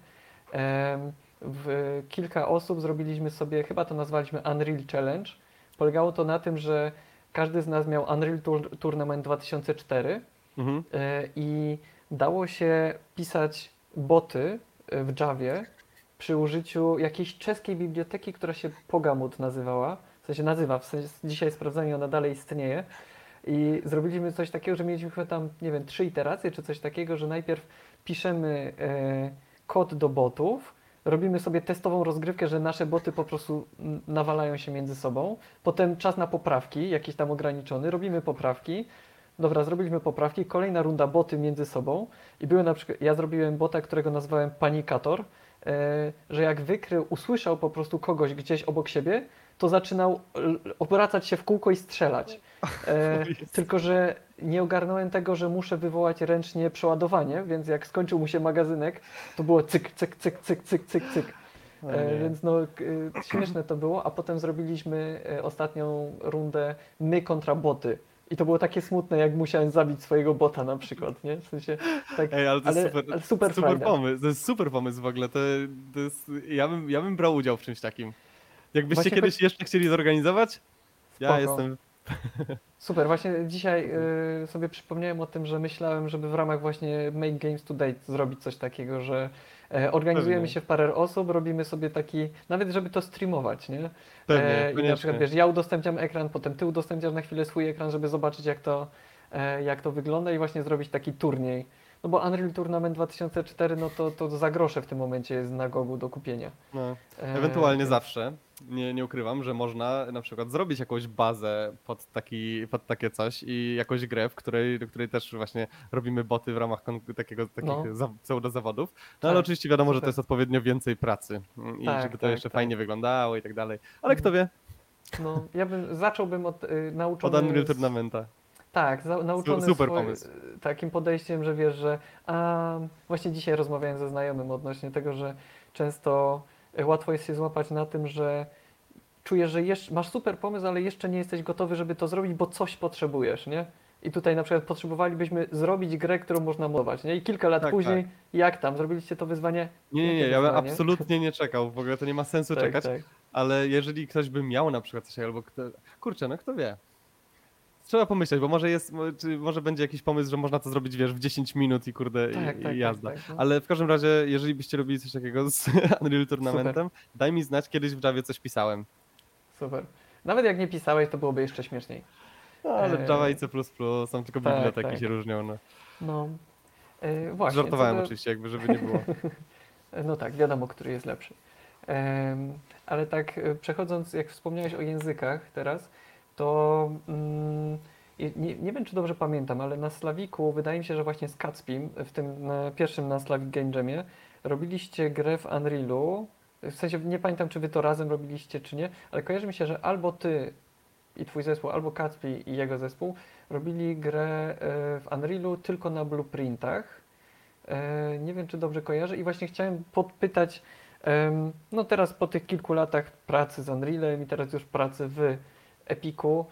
W kilka osób zrobiliśmy sobie, chyba to nazwaliśmy Unreal Challenge. Polegało to na tym, że każdy z nas miał Unreal Tournament 2004 Mhm. i dało się pisać boty w Javie przy użyciu jakiejś czeskiej biblioteki, która się Pogamut nazywała. W sensie dzisiaj sprawdzanie, ona dalej istnieje. I zrobiliśmy coś takiego, że mieliśmy chyba tam, nie wiem, 3 iteracje czy coś takiego, że najpierw piszemy kod do botów, robimy sobie testową rozgrywkę, że nasze boty po prostu nawalają się między sobą. Potem czas na poprawki, jakiś tam ograniczony, robimy poprawki. Dobra, zrobiliśmy poprawki, kolejna runda boty między sobą i były na przykład, ja zrobiłem bota, którego nazwałem Panikator, że jak wykrył, usłyszał po prostu kogoś gdzieś obok siebie, to zaczynał obracać się w kółko i strzelać. Tylko, że nie ogarnąłem tego, że muszę wywołać ręcznie przeładowanie, więc jak skończył mu się magazynek, to było cyk, cyk, cyk, cyk, cyk, cyk, cyk. O nie. Więc no, śmieszne to było, a potem zrobiliśmy ostatnią rundę my kontra boty. I to było takie smutne, jak musiałem zabić swojego bota na przykład, nie? W sensie, tak, Ej, ale to jest ale super frajda. pomysł. To jest super pomysł w ogóle. To jest, ja bym brał udział w czymś takim. Jakbyście Właśnie kiedyś jeszcze chcieli zorganizować, ja Spoko. jestem. Super, właśnie dzisiaj sobie przypomniałem o tym, że myślałem, żeby w ramach właśnie Make Games to Date zrobić coś takiego, że organizujemy Pewnie. się w parę osób, robimy sobie taki, nawet żeby to streamować, nie? Pewnie, I na przykład koniecznie. wiesz, ja udostępniam ekran, potem ty udostępniasz na chwilę swój ekran, żeby zobaczyć jak to wygląda i właśnie zrobić taki turniej. No bo Unreal Tournament 2004, no to za grosze w tym momencie jest na Gogu do kupienia. No. Ewentualnie Więc- zawsze, nie ukrywam, że można na przykład zrobić jakąś bazę pod takie coś i jakąś grę, do której też właśnie robimy boty w ramach takich No. pseudozawodów. No ale Tak, oczywiście wiadomo, że to super. jest odpowiednio więcej pracy i Tak, żeby to tak, jeszcze tak. fajnie wyglądało i tak dalej. Ale kto wie, No, zacząłbym od nauczony... od Unreal Tournamenta. Tak, nauczony Super pomysł. takim podejściem, że wiesz, że właśnie dzisiaj rozmawiałem ze znajomym odnośnie tego, że często łatwo jest się złapać na tym, że czujesz, że masz super pomysł, ale jeszcze nie jesteś gotowy, żeby to zrobić, bo coś potrzebujesz, nie? I tutaj na przykład potrzebowalibyśmy zrobić grę, którą można modować, nie? I kilka lat Tak, później, jak tam? Zrobiliście to wyzwanie? Nie, Jakie ja bym wyzwanie? absolutnie nie czekał, w ogóle to nie ma sensu Tak, czekać, tak. ale jeżeli ktoś by miał na przykład coś albo kurczę, no kto wie. Trzeba pomyśleć, bo może będzie jakiś pomysł, że można to zrobić, wiesz, w 10 minut i kurde, Tak, tak, i jazda. tak, no. Ale w każdym razie, jeżeli byście robili coś takiego z Unreal Tournamentem, daj mi znać, kiedyś w Javie coś pisałem. Super. Nawet jak nie pisałeś, to byłoby jeszcze śmieszniej. No, ale Java i C++ są tylko tak, biblioteki tak. się różnią. No. No, właśnie. Żartowałem oczywiście, jakby żeby nie było. No tak, wiadomo, który jest lepszy. Ale tak przechodząc, jak wspomniałeś o językach teraz, to nie wiem, czy dobrze pamiętam, ale na Slaviku wydaje mi się, że właśnie z Kacpim, w tym pierwszym na Slavic Game Jamie, robiliście grę w Unrealu. W sensie nie pamiętam, czy wy to razem robiliście, czy nie, ale kojarzy mi się, że albo ty i twój zespół, albo Kacpi i jego zespół robili grę w Unrealu tylko na blueprintach. Nie wiem, czy dobrze kojarzę i właśnie chciałem podpytać, no teraz po tych kilku latach pracy z Unrealem i teraz już pracy w Epiku,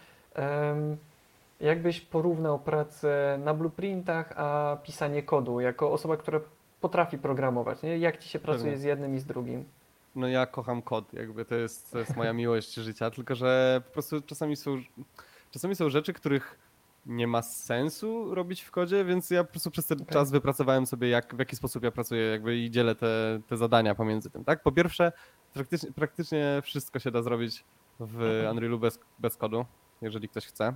jakbyś porównał pracę na blueprintach, a pisanie kodu, jako osoba, która potrafi programować, nie? Jak ci się pracuje Pewnie. z jednym i z drugim? No ja kocham kod, jakby to jest moja miłość życia, tylko że po prostu czasami są rzeczy, których nie ma sensu robić w kodzie, więc ja po prostu przez ten czas wypracowałem sobie, w jaki sposób ja pracuję jakby i dzielę te zadania pomiędzy tym, tak? Po pierwsze, praktycznie wszystko się da zrobić w Unrealu bez kodu, jeżeli ktoś chce.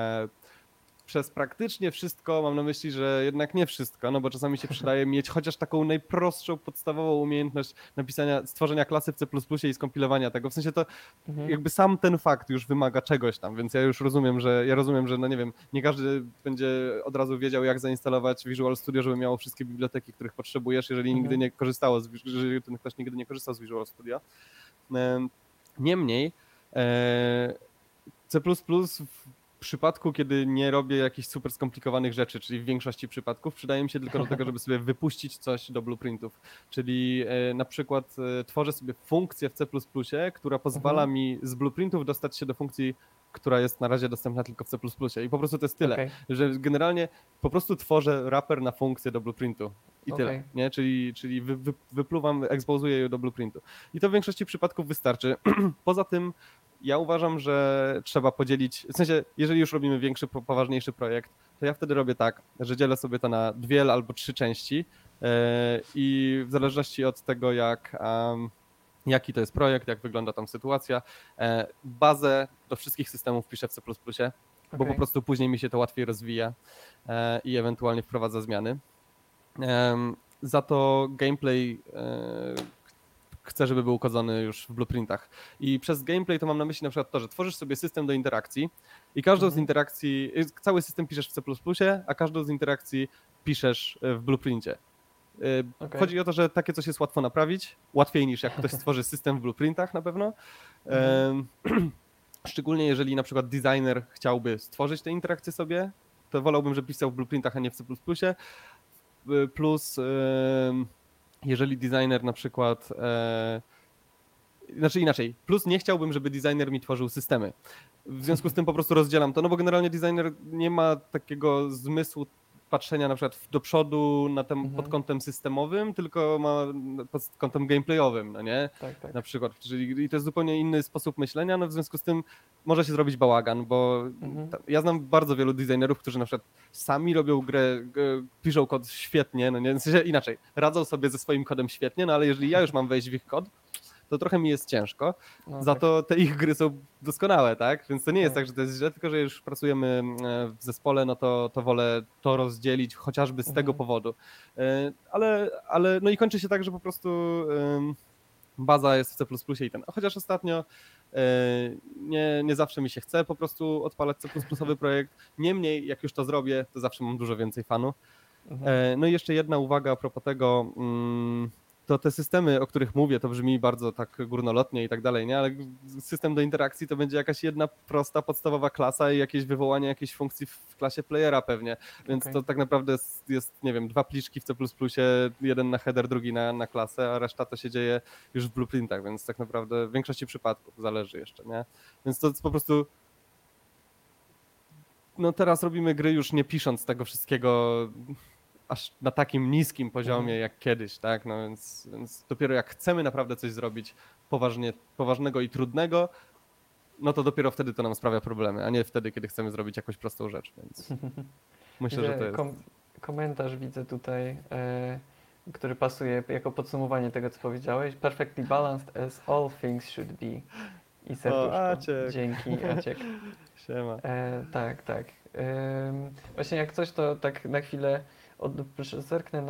Przez praktycznie wszystko mam na myśli, że jednak nie wszystko, no bo czasami się przydaje mieć chociaż taką najprostszą, podstawową umiejętność stworzenia klasy w C++ i skompilowania tego. W sensie to jakby sam ten fakt już wymaga czegoś tam, więc ja już rozumiem, że no nie wiem, nie każdy będzie od razu wiedział, jak zainstalować Visual Studio, żeby miało wszystkie biblioteki, których potrzebujesz, jeżeli nigdy nie korzystało, jeżeli ten ktoś nigdy nie korzystał z Visual Studio. Niemniej C++ w przypadku, kiedy nie robię jakichś super skomplikowanych rzeczy, czyli w większości przypadków, przydaje mi się tylko do tego, żeby sobie wypuścić coś do blueprintów. Czyli na przykład tworzę sobie funkcję w C++, która pozwala mi z blueprintów dostać się do funkcji, która jest na razie dostępna tylko w C++. I po prostu to jest tyle, że generalnie po prostu tworzę wrapper na funkcję do blueprintu. I tyle, nie? Czyli wypluwam, ekspozuję ją do blueprintu. I to w większości przypadków wystarczy. Poza tym ja uważam, że trzeba podzielić, w sensie, jeżeli już robimy większy, poważniejszy projekt, to ja wtedy robię tak, że dzielę sobie to na 2 albo 3 części i w zależności od tego, jaki to jest projekt, jak wygląda tam sytuacja, bazę do wszystkich systemów piszę w C++, bo po prostu później mi się to łatwiej rozwija i ewentualnie wprowadza zmiany. Za to gameplay chcę, żeby był ukodzony już w blueprintach. I przez gameplay to mam na myśli na przykład to, że tworzysz sobie system do interakcji i każdą z interakcji, cały system piszesz w C++, a każdą z interakcji piszesz w blueprincie. Chodzi o to, że takie coś jest łatwo naprawić, łatwiej niż jak ktoś stworzy system w blueprintach na pewno. Szczególnie jeżeli na przykład designer chciałby stworzyć te interakcje sobie, to wolałbym, żeby pisał w blueprintach, a nie w C++. Plus jeżeli designer na przykład, znaczy inaczej, plus nie chciałbym, żeby designer mi tworzył systemy. W związku z tym po prostu rozdzielam to, no bo generalnie designer nie ma takiego zmysłu patrzenia na przykład do przodu pod kątem systemowym, tylko ma pod kątem gameplayowym, no nie? Tak. Na przykład, czyli to jest zupełnie inny sposób myślenia, no w związku z tym może się zrobić bałagan, bo ja znam bardzo wielu designerów, którzy na przykład sami robią grę, piszą kod świetnie, no nie? W sensie inaczej, radzą sobie ze swoim kodem świetnie, no ale jeżeli ja już mam wejść w ich kod, to trochę mi jest ciężko. No Za tak. to te ich gry są doskonałe, tak? Więc to nie jest Tak. tak, że to jest źle, tylko że już pracujemy w zespole, no to wolę to rozdzielić chociażby z tego powodu. Ale no i kończy się tak, że po prostu baza jest w C++ i ten. Chociaż ostatnio nie zawsze mi się chce po prostu odpalać C++ projekt. Niemniej, jak już to zrobię, to zawsze mam dużo więcej fanu. No i jeszcze jedna uwaga a propos tego, to te systemy, o których mówię, to brzmi bardzo tak górnolotnie i tak dalej, nie? Ale system do interakcji to będzie jakaś jedna prosta, podstawowa klasa i jakieś wywołanie jakiejś funkcji w klasie playera pewnie, więc Okej. to tak naprawdę jest, nie wiem, 2 pliczki w C++, jeden na header, drugi na klasę, a reszta to się dzieje już w blueprintach, więc tak naprawdę w większości przypadków zależy jeszcze, nie? Więc to jest po prostu no teraz robimy gry już nie pisząc tego wszystkiego aż na takim niskim poziomie jak kiedyś, tak? No więc dopiero jak chcemy naprawdę coś zrobić poważnego i trudnego, no to dopiero wtedy to nam sprawia problemy, a nie wtedy, kiedy chcemy zrobić jakąś prostą rzecz, więc myślę, że to jest... Komentarz widzę tutaj, który pasuje jako podsumowanie tego, co powiedziałeś. Perfectly balanced as all things should be. I serduszko. Aciek. Dzięki, Aciek. Siema. Tak, tak. Właśnie jak coś, to tak na chwilę zerknę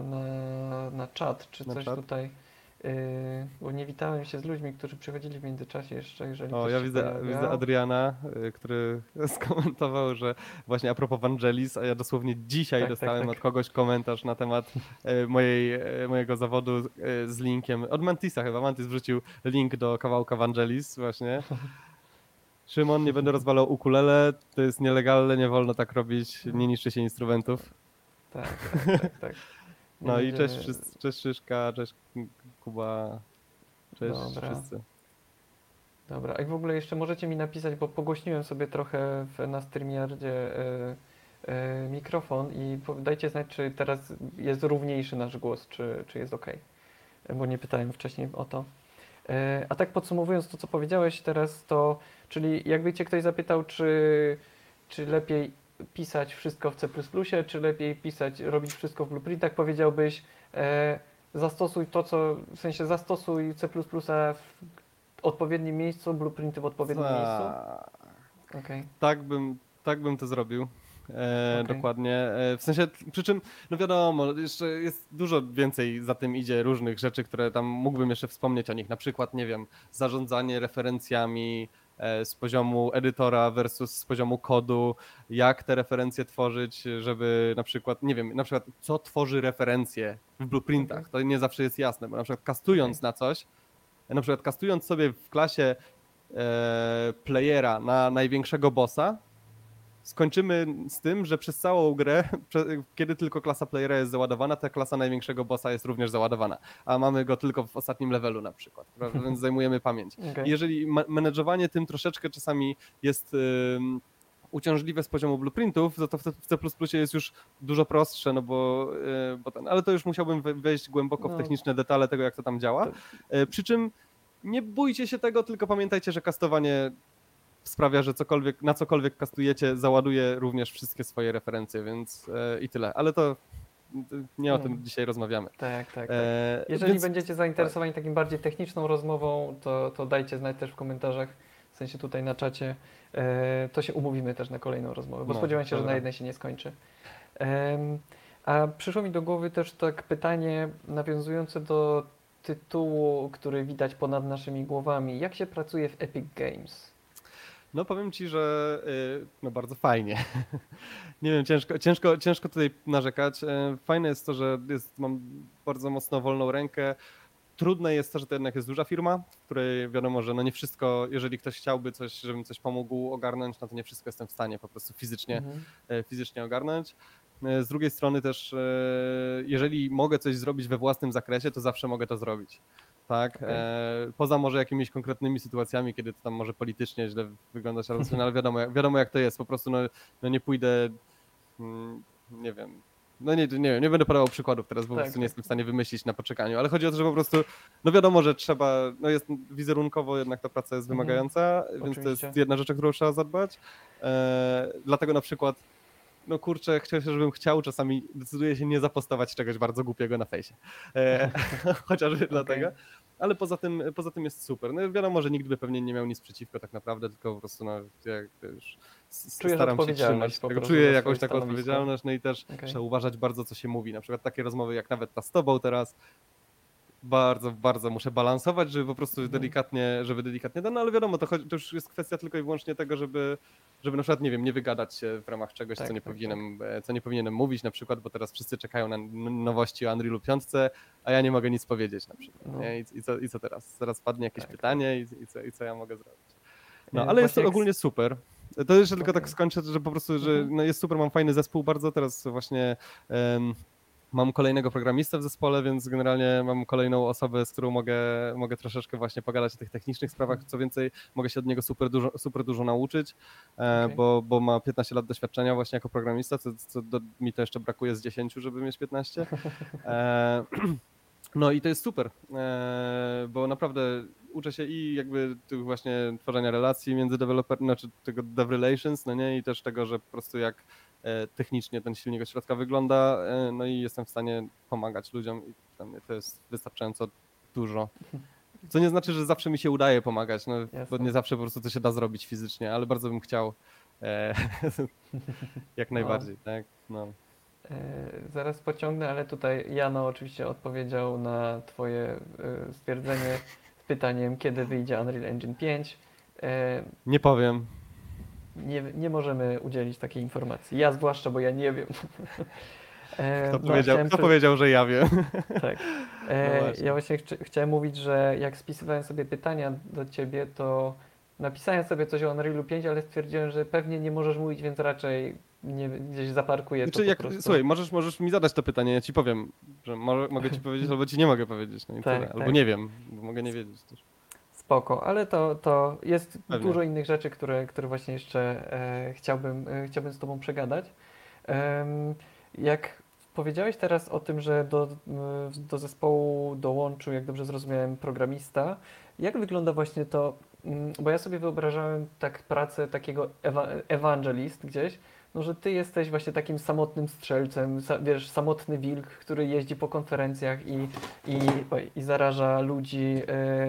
na czat, czy Na coś czat? tutaj, bo nie witałem się z ludźmi, którzy przychodzili w międzyczasie jeszcze, jeżeli O, ktoś ja się widzę pojawiał. Adriana, który skomentował, że właśnie a propos Vangelis, a ja dosłownie dzisiaj Tak, dostałem tak, od tak. kogoś komentarz na temat mojego zawodu z linkiem, od Mantisa chyba, Mantis wrzucił link do kawałka Vangelis właśnie. Szymon, nie będę rozwalał ukulele, to jest nielegalne, nie wolno tak robić, nie niszczy się instrumentów. Tak. Nie No i będziemy... cześć Szyszka, cześć Kuba, cześć Dobra. wszyscy. Dobra, a i w ogóle jeszcze możecie mi napisać, bo pogłośniłem sobie trochę na StreamYardzie mikrofon i dajcie znać, czy teraz jest równiejszy nasz głos, czy jest ok. Bo nie pytałem wcześniej o to. A tak podsumowując to, co powiedziałeś teraz, to czyli jakby cię ktoś zapytał, czy lepiej pisać wszystko w C++, czy lepiej robić wszystko w blueprintach, powiedziałbyś zastosuj to, w sensie zastosuj C++ w odpowiednim miejscu, blueprinty w odpowiednim miejscu? Okej. Tak bym to zrobił. Okej. Dokładnie. W sensie, przy czym, no wiadomo, jeszcze jest dużo więcej za tym idzie różnych rzeczy, które tam mógłbym jeszcze wspomnieć o nich. Na przykład, nie wiem, zarządzanie referencjami z poziomu edytora versus z poziomu kodu, jak te referencje tworzyć, żeby na przykład, nie wiem, na przykład co tworzy referencje w blueprintach. Okej. To nie zawsze jest jasne, bo na przykład kastując na coś, na przykład kastując sobie w klasie playera na największego bossa, skończymy z tym, że przez całą grę, kiedy tylko klasa playera jest załadowana, ta klasa największego bossa jest również załadowana, a mamy go tylko w ostatnim levelu na przykład, prawda? Więc zajmujemy pamięć. Okej. Jeżeli menedżowanie tym troszeczkę czasami jest uciążliwe z poziomu blueprintów, to w C++ jest już dużo prostsze, no bo ale to już musiałbym wejść głęboko w No. techniczne detale tego, jak to tam działa. Przy czym nie bójcie się tego, tylko pamiętajcie, że kastowanie sprawia, że na cokolwiek kastujecie, załaduje również wszystkie swoje referencje, więc i tyle. Ale to nie o tym dzisiaj rozmawiamy. Tak. Jeżeli Więc będziecie zainteresowani takim bardziej techniczną rozmową, to dajcie znać też w komentarzach, w sensie tutaj na czacie. To się umówimy też na kolejną rozmowę, bo No, spodziewam się, że dobra. na jednej się nie skończy. A przyszło mi do głowy też tak pytanie nawiązujące do tytułu, który widać ponad naszymi głowami. Jak się pracuje w Epic Games? No powiem ci, że no bardzo fajnie. Nie wiem, ciężko tutaj narzekać. Fajne jest to, że mam bardzo mocno wolną rękę. Trudne jest to, że to jednak jest duża firma, w której wiadomo, że no nie wszystko, jeżeli ktoś chciałby coś, żebym coś pomógł ogarnąć, no to nie wszystko jestem w stanie po prostu fizycznie ogarnąć. Z drugiej strony też, jeżeli mogę coś zrobić we własnym zakresie, to zawsze mogę to zrobić. Tak, Okej. poza może jakimiś konkretnymi sytuacjami, kiedy to tam może politycznie źle wyglądać, ale wiadomo jak to jest, po prostu no nie pójdę, nie wiem, no nie wiem, nie będę podawał przykładów teraz, bo po prostu nie jestem w stanie wymyślić na poczekaniu, ale chodzi o to, że po prostu, no wiadomo, że trzeba, no jest wizerunkowo jednak ta praca jest wymagająca, więc to Oczywiście. jest jedna rzecz, o którą trzeba zadbać, dlatego na przykład no kurczę, żebym chciał, czasami decyduję się nie zapostować czegoś bardzo głupiego na fejsie. Chociażby dlatego. ale poza tym jest super. No wiadomo, że nikt by pewnie nie miał nic przeciwko tak naprawdę, tylko po prostu no, ja już Czujesz staram się odpowiedzialność trzymać po tego, prostu czuję za jakąś swoje taką stanowisko. odpowiedzialność, no i też Okej. trzeba uważać bardzo, co się mówi. Na przykład takie rozmowy jak nawet ta z tobą teraz, bardzo, bardzo muszę balansować, żeby po prostu Mhm. żeby delikatnie, no ale wiadomo, to już jest kwestia tylko i wyłącznie tego, żeby na przykład, nie wiem, nie wygadać się w ramach czegoś, Tak, tak, tak. co nie powinienem mówić na przykład, bo teraz wszyscy czekają na nowości o Unrealu 5, a ja nie mogę nic powiedzieć na przykład, No, nie? I co teraz? Zaraz padnie jakieś tak, tak. pytanie i co ja mogę zrobić? No, ale jest Właśnie to jak... ogólnie super. To jeszcze tylko tak Okej. skończę, że po prostu, że Mhm. no jest super, mam fajny zespół bardzo, teraz właśnie mam kolejnego programistę w zespole, więc generalnie mam kolejną osobę, z którą mogę troszeczkę właśnie pogadać o tych technicznych sprawach. Co więcej, mogę się od niego super dużo nauczyć, Okej. bo ma 15 lat doświadczenia właśnie jako programista, mi to jeszcze brakuje z 10, żeby mieć 15. E, No i to jest super, bo naprawdę uczę się i jakby tych właśnie tworzenia relacji między deweloperami, znaczy tego dev relations, no nie, i też tego, że po prostu jak technicznie ten silnik od środka wygląda, no i jestem w stanie pomagać ludziom i dla mnie to jest wystarczająco dużo. Co nie znaczy, że zawsze mi się udaje pomagać, no bo Jasne. nie zawsze po prostu to się da zrobić fizycznie, ale bardzo bym chciał, e, jak No, najbardziej, tak, no. zaraz pociągnę, ale tutaj Jano oczywiście odpowiedział na twoje stwierdzenie z pytaniem, kiedy wyjdzie Unreal Engine 5. Nie powiem. Nie możemy udzielić takiej informacji. Ja zwłaszcza, bo ja nie wiem. No, Kto powiedział, że ja wiem? Tak. No Ja właśnie. właśnie chciałem mówić, że jak spisywałem sobie pytania do ciebie, to napisałem sobie coś o Unrealu 5, ale stwierdziłem, że pewnie nie możesz mówić, więc raczej nie, gdzieś zaparkuję to Znaczy, po prostu. słuchaj, możesz mi zadać to pytanie, ja ci powiem, że mogę ci powiedzieć, albo ci nie mogę powiedzieć, no i tyle. Tak, Albo tak. nie wiem, bo mogę nie wiedzieć też. Spoko, ale to jest Pewnie. dużo innych rzeczy, które właśnie jeszcze chciałbym z Tobą przegadać. Jak powiedziałeś teraz o tym, że do zespołu dołączył, jak dobrze zrozumiałem, programista, jak wygląda właśnie to, bo ja sobie wyobrażałem tak pracę takiego ewangelist gdzieś, no że ty jesteś właśnie takim samotnym strzelcem, wiesz, samotny wilk, który jeździ po konferencjach i zaraża ludzi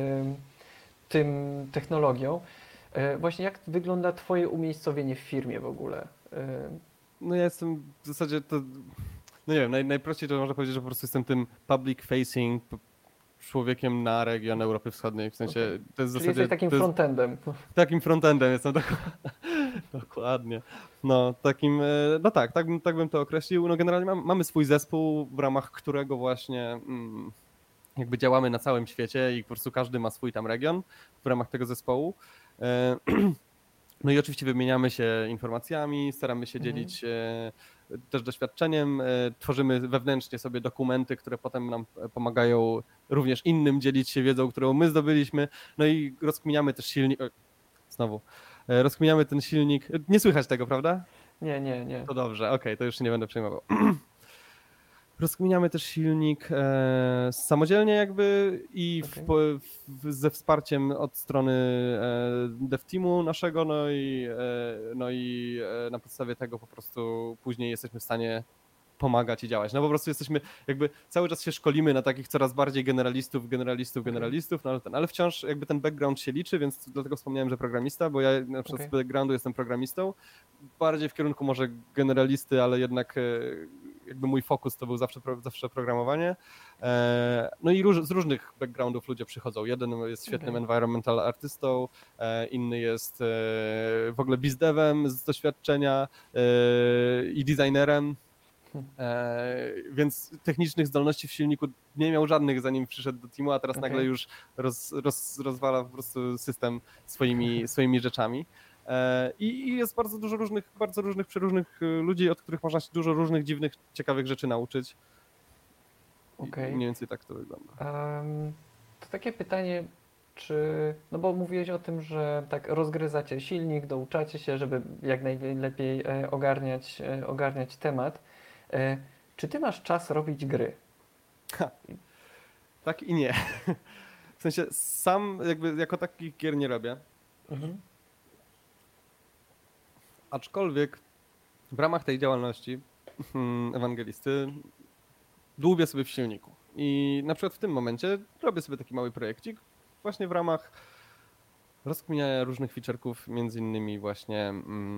tym technologią. Właśnie jak wygląda Twoje umiejscowienie w firmie w ogóle? No ja jestem w zasadzie to, no nie wiem, najprościej to można powiedzieć, że po prostu jestem tym public facing człowiekiem na region Europy Wschodniej, w sensie Okej. to jest w Czyli zasadzie, jesteś takim to jest frontendem. takim frontendem jestem, dokładnie. No, takim, no tak bym to określił. No generalnie mamy swój zespół, w ramach którego właśnie jakby działamy na całym świecie i po prostu każdy ma swój tam region w ramach tego zespołu. No i oczywiście wymieniamy się informacjami, staramy się Mhm. dzielić też doświadczeniem, tworzymy wewnętrznie sobie dokumenty, które potem nam pomagają również innym dzielić się wiedzą, którą my zdobyliśmy. No i rozkminiamy też silnik. Znowu. Rozkminiamy ten silnik. Nie słychać tego, prawda? Nie. To dobrze, okej, to już się nie będę przejmował. Rozkminiamy też silnik samodzielnie jakby i Okej. ze wsparciem od strony dev teamu naszego, no i na podstawie tego po prostu później jesteśmy w stanie pomagać i działać. No po prostu jesteśmy jakby cały czas się szkolimy na takich coraz bardziej generalistów, no ale wciąż jakby ten background się liczy, więc dlatego wspomniałem, że programista, bo ja na przykład z Okej. backgroundu jestem programistą, bardziej w kierunku może generalisty, ale jednak jakby mój fokus to był zawsze programowanie. No i z różnych backgroundów ludzie przychodzą. Jeden jest świetnym Okej. environmental artystą, inny jest w ogóle bizdevem z doświadczenia i designerem. Hm. Więc technicznych zdolności w silniku nie miał żadnych, zanim przyszedł do teamu, a teraz nagle Okej. już rozwala po prostu system swoimi rzeczami. I jest bardzo różnych, przeróżnych ludzi, od których można się dużo różnych dziwnych, ciekawych rzeczy nauczyć. I Okej. mniej więcej tak to wygląda. To takie pytanie, no bo mówiłeś o tym, że tak rozgryzacie silnik, douczacie się, żeby jak najlepiej ogarniać temat. Czy ty masz czas robić gry? Tak i nie. W sensie sam jakby jako takich gier nie robię, Mhm. aczkolwiek w ramach tej działalności ewangelisty dłubię sobie w silniku. I na przykład w tym momencie robię sobie taki mały projekcik właśnie w ramach rozkminiania różnych feature'ków, między innymi właśnie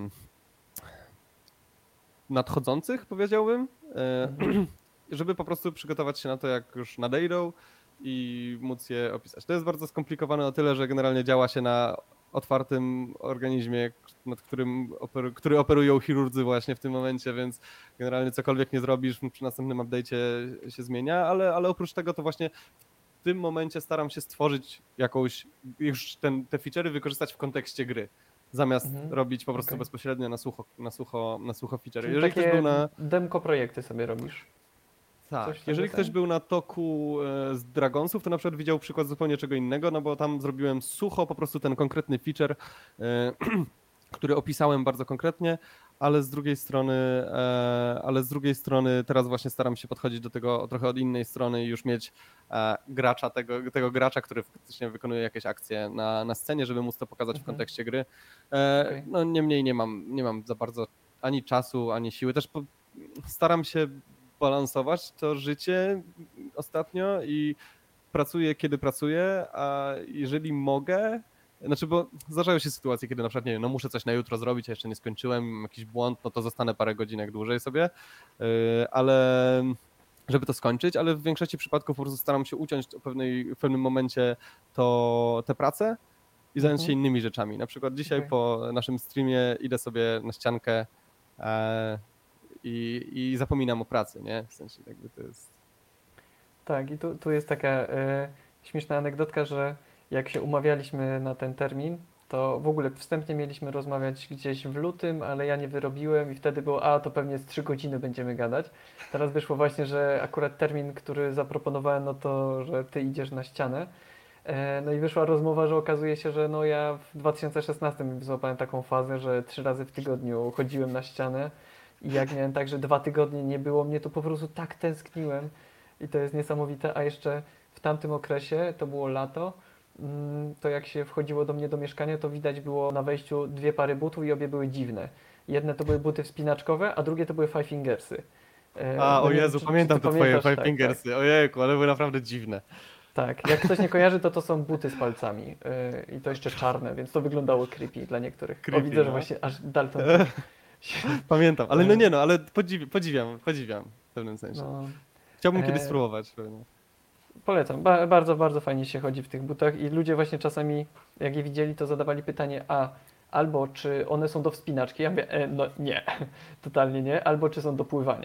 nadchodzących, powiedziałbym, Mhm. żeby po prostu przygotować się na to, jak już nadejdą i móc je opisać. To jest bardzo skomplikowane o tyle, że generalnie działa się na otwartym organizmie, nad który operują chirurdzy właśnie w tym momencie, więc generalnie cokolwiek nie zrobisz, przy następnym update'cie się zmienia, ale oprócz tego to właśnie w tym momencie staram się stworzyć jakąś, już te feature'y wykorzystać w kontekście gry, zamiast Mhm. robić po prostu Okej. bezpośrednio na sucho feature'y. Czyli Jeżeli ktoś był takie na... demko projekty sobie robisz. Coś w Tak, ten jeżeli ktoś deseń? był na toku z Dragonsów, to na przykład widział przykład zupełnie czego innego, no bo tam zrobiłem sucho po prostu ten konkretny feature, e, który opisałem bardzo konkretnie, ale z drugiej strony teraz właśnie staram się podchodzić do tego trochę od innej strony i już mieć gracza, tego gracza, który faktycznie wykonuje jakieś akcje na scenie, żeby móc to pokazać w Mhm. kontekście gry. Okej. No niemniej nie mam za bardzo ani czasu, ani siły. Też staram się balansować to życie ostatnio i pracuję, kiedy pracuję, a jeżeli mogę, znaczy, bo zdarzają się sytuacje, kiedy na przykład, nie wiem, no muszę coś na jutro zrobić, a jeszcze nie skończyłem, mam jakiś błąd, no to zostanę parę godzinek dłużej sobie, ale żeby to skończyć, ale w większości przypadków po prostu staram się uciąć w pewnym momencie tę pracę i zająć się Mhm. innymi rzeczami. Na przykład dzisiaj Okej. po naszym streamie idę sobie na ściankę i zapominam o pracy, nie? W sensie jakby to jest... Tak, i tu jest taka śmieszna anegdotka, że jak się umawialiśmy na ten termin, to w ogóle wstępnie mieliśmy rozmawiać gdzieś w lutym, ale ja nie wyrobiłem i wtedy było, to pewnie z 3 godziny będziemy gadać. Teraz wyszło właśnie, że akurat termin, który zaproponowałem, no to, że ty idziesz na ścianę. No i wyszła rozmowa, że okazuje się, że no ja w 2016 złapałem taką fazę, że 3 razy w tygodniu chodziłem na ścianę i jak miałem tak, że 2 tygodnie nie było mnie, to po prostu tak tęskniłem i to jest niesamowite, a jeszcze w tamtym okresie, to było lato, to jak się wchodziło do mnie do mieszkania, to widać było na wejściu 2 pary butów i obie były dziwne. Jedne to były buty wspinaczkowe, a drugie to były Five Fingersy. A, No o nie wiem, Jezu, czy pamiętam ty te twoje pamiętasz? Five Tak, tak. Fingersy, ojejku, one były naprawdę dziwne. Tak, jak ktoś nie kojarzy, to są buty z palcami i to jeszcze czarne, więc to wyglądało creepy dla niektórych. O, widzę, Creepy, że no. właśnie aż Dalton tak się, Pamiętam, ale no e, nie no, ale podziwiam w pewnym sensie. no, Chciałbym kiedyś e, spróbować pewnie. polecam. Bardzo, bardzo fajnie się chodzi w tych butach i ludzie właśnie czasami, jak je widzieli, to zadawali pytanie, albo czy one są do wspinaczki? Ja mówię, no nie, totalnie nie, albo czy są do pływania.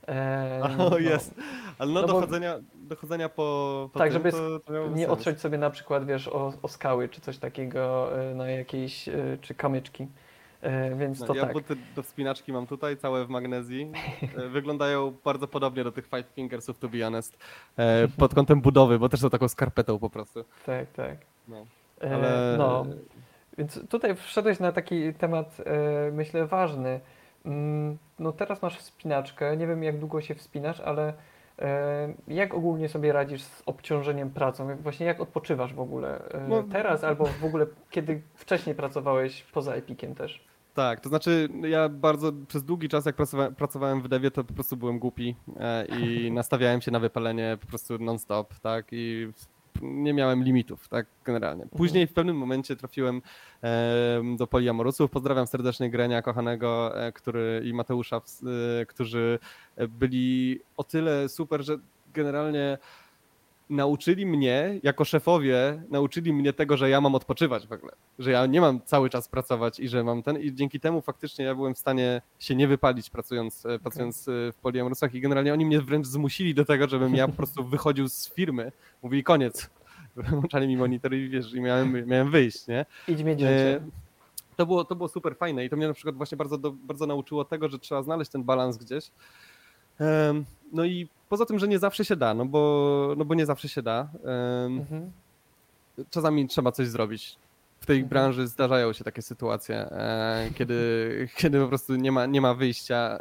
O No, jest, ale no no bo dochodzenia po tak, tym żeby to miałoby nie sens. otrzeć sobie na przykład, wiesz, o skały czy coś takiego na jakieś, czy kamyczki. Więc No, to ja tak. buty do wspinaczki mam tutaj, całe w magnezji. Wyglądają bardzo podobnie do tych Five Fingersów, to be honest. Pod kątem budowy, bo też są taką skarpetą po prostu. Tak, tak. No, ale No, więc tutaj wszedłeś na taki temat, myślę, ważny. No teraz masz wspinaczkę, nie wiem jak długo się wspinasz, ale jak ogólnie sobie radzisz z obciążeniem pracą? Właśnie jak odpoczywasz w ogóle no, teraz albo w ogóle kiedy wcześniej pracowałeś poza Epiciem też? tak, to znaczy ja bardzo przez długi czas jak pracowałem w devie, to po prostu byłem głupi i nastawiałem się na wypalenie po prostu non-stop, tak, i nie miałem limitów, tak, generalnie. Mhm. Później w pewnym momencie trafiłem do Poliamorusów. Pozdrawiam serdecznie Grenia, kochanego, i Mateusza, którzy byli o tyle super, że generalnie nauczyli mnie, jako szefowie, nauczyli mnie tego, że ja mam odpoczywać w ogóle, że ja nie mam cały czas pracować i że mam i dzięki temu faktycznie ja byłem w stanie się nie wypalić pracując w Poliamorusach i generalnie oni mnie wręc zmusili do tego, żebym ja po prostu wychodził z firmy, mówili koniec, włączali mi monitor i wiesz, i miałem wyjść, nie? Idź mieć E, życie. To było super fajne i to mnie na przykład właśnie bardzo nauczyło tego, że trzeba znaleźć ten balans gdzieś. No i poza tym, że nie zawsze się da, no bo nie zawsze się da. Mhm. Czasami trzeba coś zrobić. W tej Mhm. branży zdarzają się takie sytuacje, kiedy po prostu nie ma wyjścia.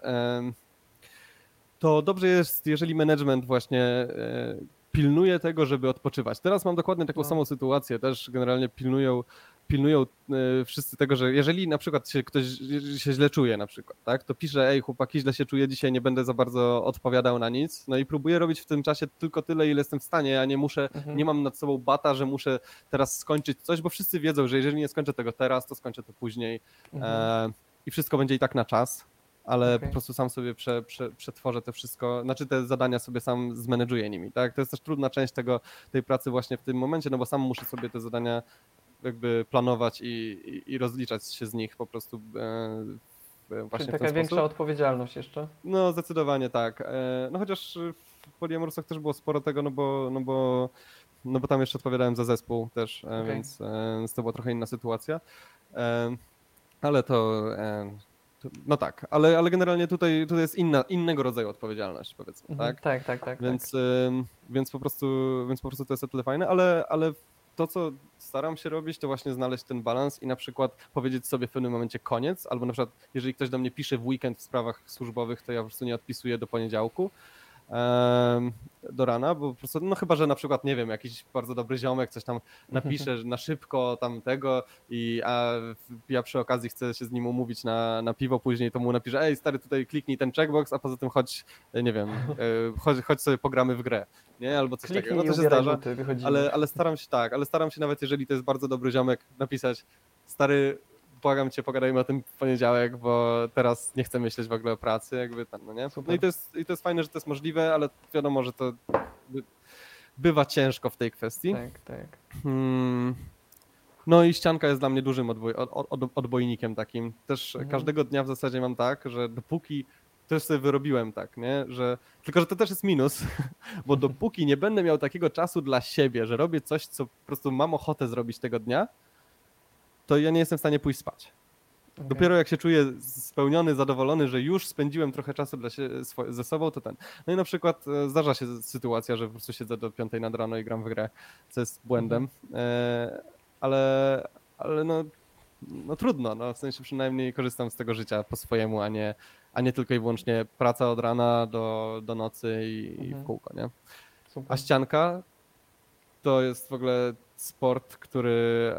To dobrze jest, jeżeli management właśnie pilnuje tego, żeby odpoczywać. Teraz mam dokładnie taką No. samą sytuację. Też generalnie pilnują pilnują wszyscy tego, że jeżeli na przykład ktoś się źle czuje na przykład, tak, to pisze, ej chłopaki, źle się czuję, dzisiaj nie będę za bardzo odpowiadał na nic, no i próbuję robić w tym czasie tylko tyle, ile jestem w stanie, a nie muszę, Mhm. nie mam nad sobą bata, że muszę teraz skończyć coś, bo wszyscy wiedzą, że jeżeli nie skończę tego teraz, to skończę to później i wszystko będzie i tak na czas, ale po Okej. prostu sam sobie przetworzę to wszystko, znaczy te zadania sobie sam zmenedżuję nimi, tak? To jest też trudna część tej pracy właśnie w tym momencie, no bo sam muszę sobie te zadania jakby planować i rozliczać się z nich po prostu Czyli właśnie w ten taka większa sposób. odpowiedzialność jeszcze? No zdecydowanie tak. No chociaż w Polyamorusach też było sporo tego, no bo tam jeszcze odpowiadałem za zespół też, Okej. więc to była trochę inna sytuacja. Ale no tak, ale generalnie tutaj jest innego rodzaju odpowiedzialność, powiedzmy, tak? Tak. Więc po prostu to jest o tyle fajne, ale to, co staram się robić, to właśnie znaleźć ten balans i na przykład powiedzieć sobie w pewnym momencie koniec, albo na przykład jeżeli ktoś do mnie pisze w weekend w sprawach służbowych, to ja po prostu nie odpisuję do poniedziałku, do rana, bo po prostu, no chyba, że na przykład, nie wiem, jakiś bardzo dobry ziomek coś tam napisze że na szybko tamtego a ja przy okazji chcę się z nim umówić na piwo później, to mu napiszę, ej stary, tutaj kliknij ten checkbox, a poza tym chodź, nie wiem, chodź sobie pogramy w grę, nie? Albo coś takiego. Kliknij No i to się ubieraj zdarza, buty, wychodzimy. ale staram się nawet, jeżeli to jest bardzo dobry ziomek, napisać, stary, błagam cię, pogadajmy o tym w poniedziałek, bo teraz nie chcę myśleć w ogóle o pracy, jakby tam, no nie? No Super. i to jest fajne, że to jest możliwe, ale wiadomo, że to bywa ciężko w tej kwestii. Tak. No i ścianka jest dla mnie dużym odbojnikiem takim. Też każdego dnia w zasadzie mam tak, że dopóki też sobie wyrobiłem tak, nie? Tylko, że to też jest minus, bo dopóki nie będę miał takiego czasu dla siebie, że robię coś, co po prostu mam ochotę zrobić tego dnia, to ja nie jestem w stanie pójść spać. Okej. Dopiero jak się czuję spełniony, zadowolony, że już spędziłem trochę czasu ze sobą, to ten. No i na przykład zdarza się sytuacja, że po prostu siedzę do 5 nad rano i gram w grę, co jest błędem, ale no trudno, no w sensie przynajmniej korzystam z tego życia po swojemu, a nie tylko i wyłącznie praca od rana do nocy i w kółko, nie? Super. A ścianka to jest w ogóle sport, który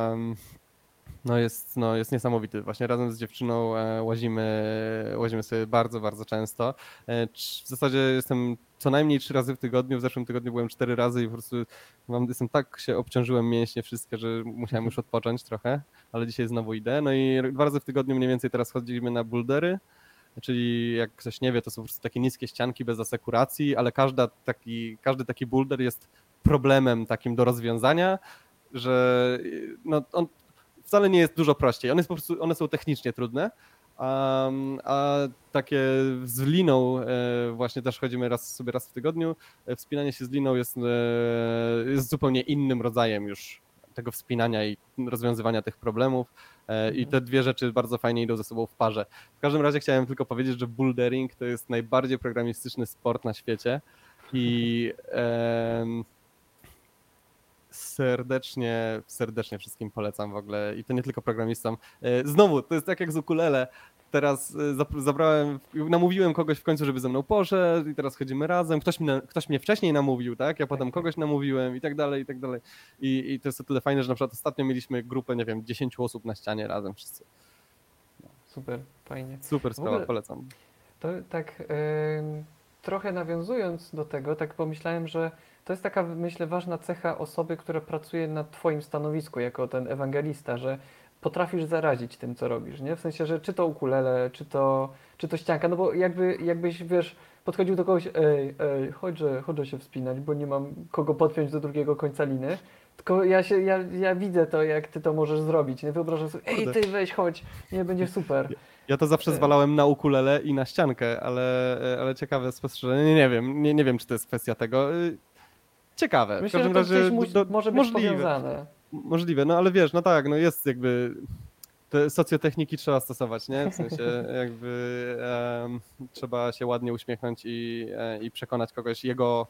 jest niesamowity. Właśnie razem z dziewczyną łazimy sobie bardzo, bardzo często. W zasadzie jestem co najmniej 3 razy w tygodniu, w zeszłym tygodniu byłem 4 razy i po prostu tak się obciążyłem mięśnie wszystkie, że musiałem już odpocząć trochę, ale dzisiaj znowu idę. No i 2 razy w tygodniu mniej więcej teraz chodzimy na bouldery, czyli jak ktoś nie wie, to są po prostu takie niskie ścianki bez asekuracji, ale każdy taki boulder jest problemem takim do rozwiązania, że no, on wcale nie jest dużo prościej. One są technicznie trudne, a takie z liną właśnie też chodzimy raz w tygodniu. Wspinanie się z liną jest zupełnie innym rodzajem już tego wspinania i rozwiązywania tych problemów i te dwie rzeczy bardzo fajnie idą ze sobą w parze. W każdym razie chciałem tylko powiedzieć, że bouldering to jest najbardziej programistyczny sport na świecie i serdecznie wszystkim polecam w ogóle i to nie tylko programistom. Znowu, to jest tak jak z ukulele. Teraz namówiłem kogoś w końcu, żeby ze mną poszedł i teraz chodzimy razem. Ktoś mnie wcześniej namówił, tak? Ja potem kogoś namówiłem i tak dalej, i tak dalej. I to jest o tyle fajne, że na przykład ostatnio mieliśmy grupę, nie wiem, 10 osób na ścianie razem wszyscy. Super, fajnie. Super W ogóle sprawa, polecam. to tak trochę nawiązując do tego, tak pomyślałem, że to jest taka, myślę, ważna cecha osoby, która pracuje na twoim stanowisku jako ten ewangelista, że potrafisz zarazić tym, co robisz, nie? W sensie, że czy to ukulele, czy to ścianka, no bo jakbyś, wiesz, podchodził do kogoś, chodź się wspinać, bo nie mam kogo podpiąć do drugiego końca liny, tylko ja widzę to, jak ty to możesz zrobić, nie? Wyobrażam sobie, Kurde. ty weź, chodź, nie, będzie super. Ja to zawsze zwalałem na ukulele i na ściankę, ale ciekawe spostrzeżenie. Nie wiem, czy to jest kwestia tego. Ciekawe. W Myślę, że każdym to razie gdzieś może być powiązane. Możliwe, no ale wiesz, no tak, no jest jakby te socjotechniki trzeba stosować, nie? W sensie jakby trzeba się ładnie uśmiechnąć i przekonać kogoś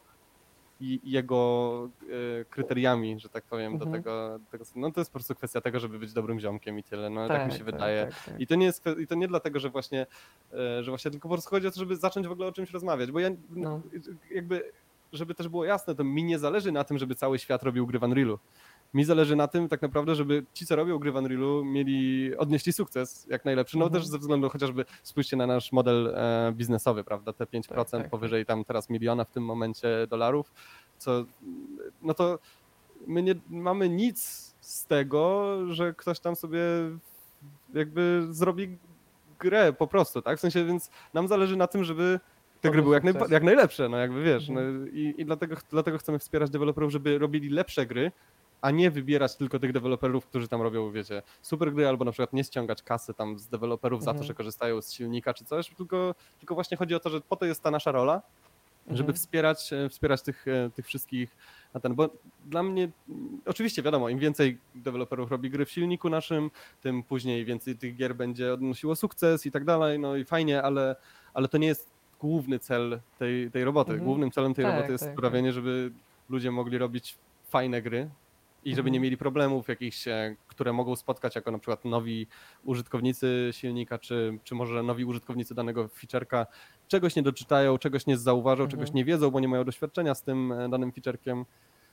jego kryteriami, że tak powiem, do tego. No to jest po prostu kwestia tego, żeby być dobrym ziomkiem i tyle. No tak mi się wydaje. Tak. I to nie dlatego, że właśnie tylko po prostu chodzi o to, żeby zacząć w ogóle o czymś rozmawiać, bo ja jakby, żeby też było jasne, to mi nie zależy na tym, żeby cały świat robił gry w Unrealu. mi zależy na tym tak naprawdę, żeby ci, co robią gry w Unrealu, odnieśli sukces jak najlepszy, no też ze względu chociażby, spójrzcie na nasz model biznesowy, prawda, te 5% Tak. powyżej tam teraz miliona w tym momencie dolarów, co, no to my nie mamy nic z tego, że ktoś tam sobie jakby zrobi grę po prostu, tak? W sensie, więc nam zależy na tym, żeby te gry były jak najlepsze, no jakby wiesz. No, i dlatego chcemy wspierać deweloperów, żeby robili lepsze gry, a nie wybierać tylko tych deweloperów, którzy tam robią, wiecie, super gry, albo na przykład nie ściągać kasy tam z deweloperów za to, że korzystają z silnika czy coś, tylko właśnie chodzi o to, że po to jest ta nasza rola, żeby wspierać tych wszystkich na ten, bo dla mnie oczywiście wiadomo, im więcej deweloperów robi gry w silniku naszym, tym później więcej tych gier będzie odnosiło sukces i tak dalej, no i fajnie, ale to nie jest główny cel tej roboty. Głównym celem tej roboty jest sprawienie, żeby ludzie mogli robić fajne gry i żeby nie mieli problemów jakichś, które mogą spotkać jako na przykład nowi użytkownicy silnika, czy może nowi użytkownicy danego feature'ka czegoś nie doczytają, czegoś nie zauważą, czegoś nie wiedzą, bo nie mają doświadczenia z tym danym feature'kiem.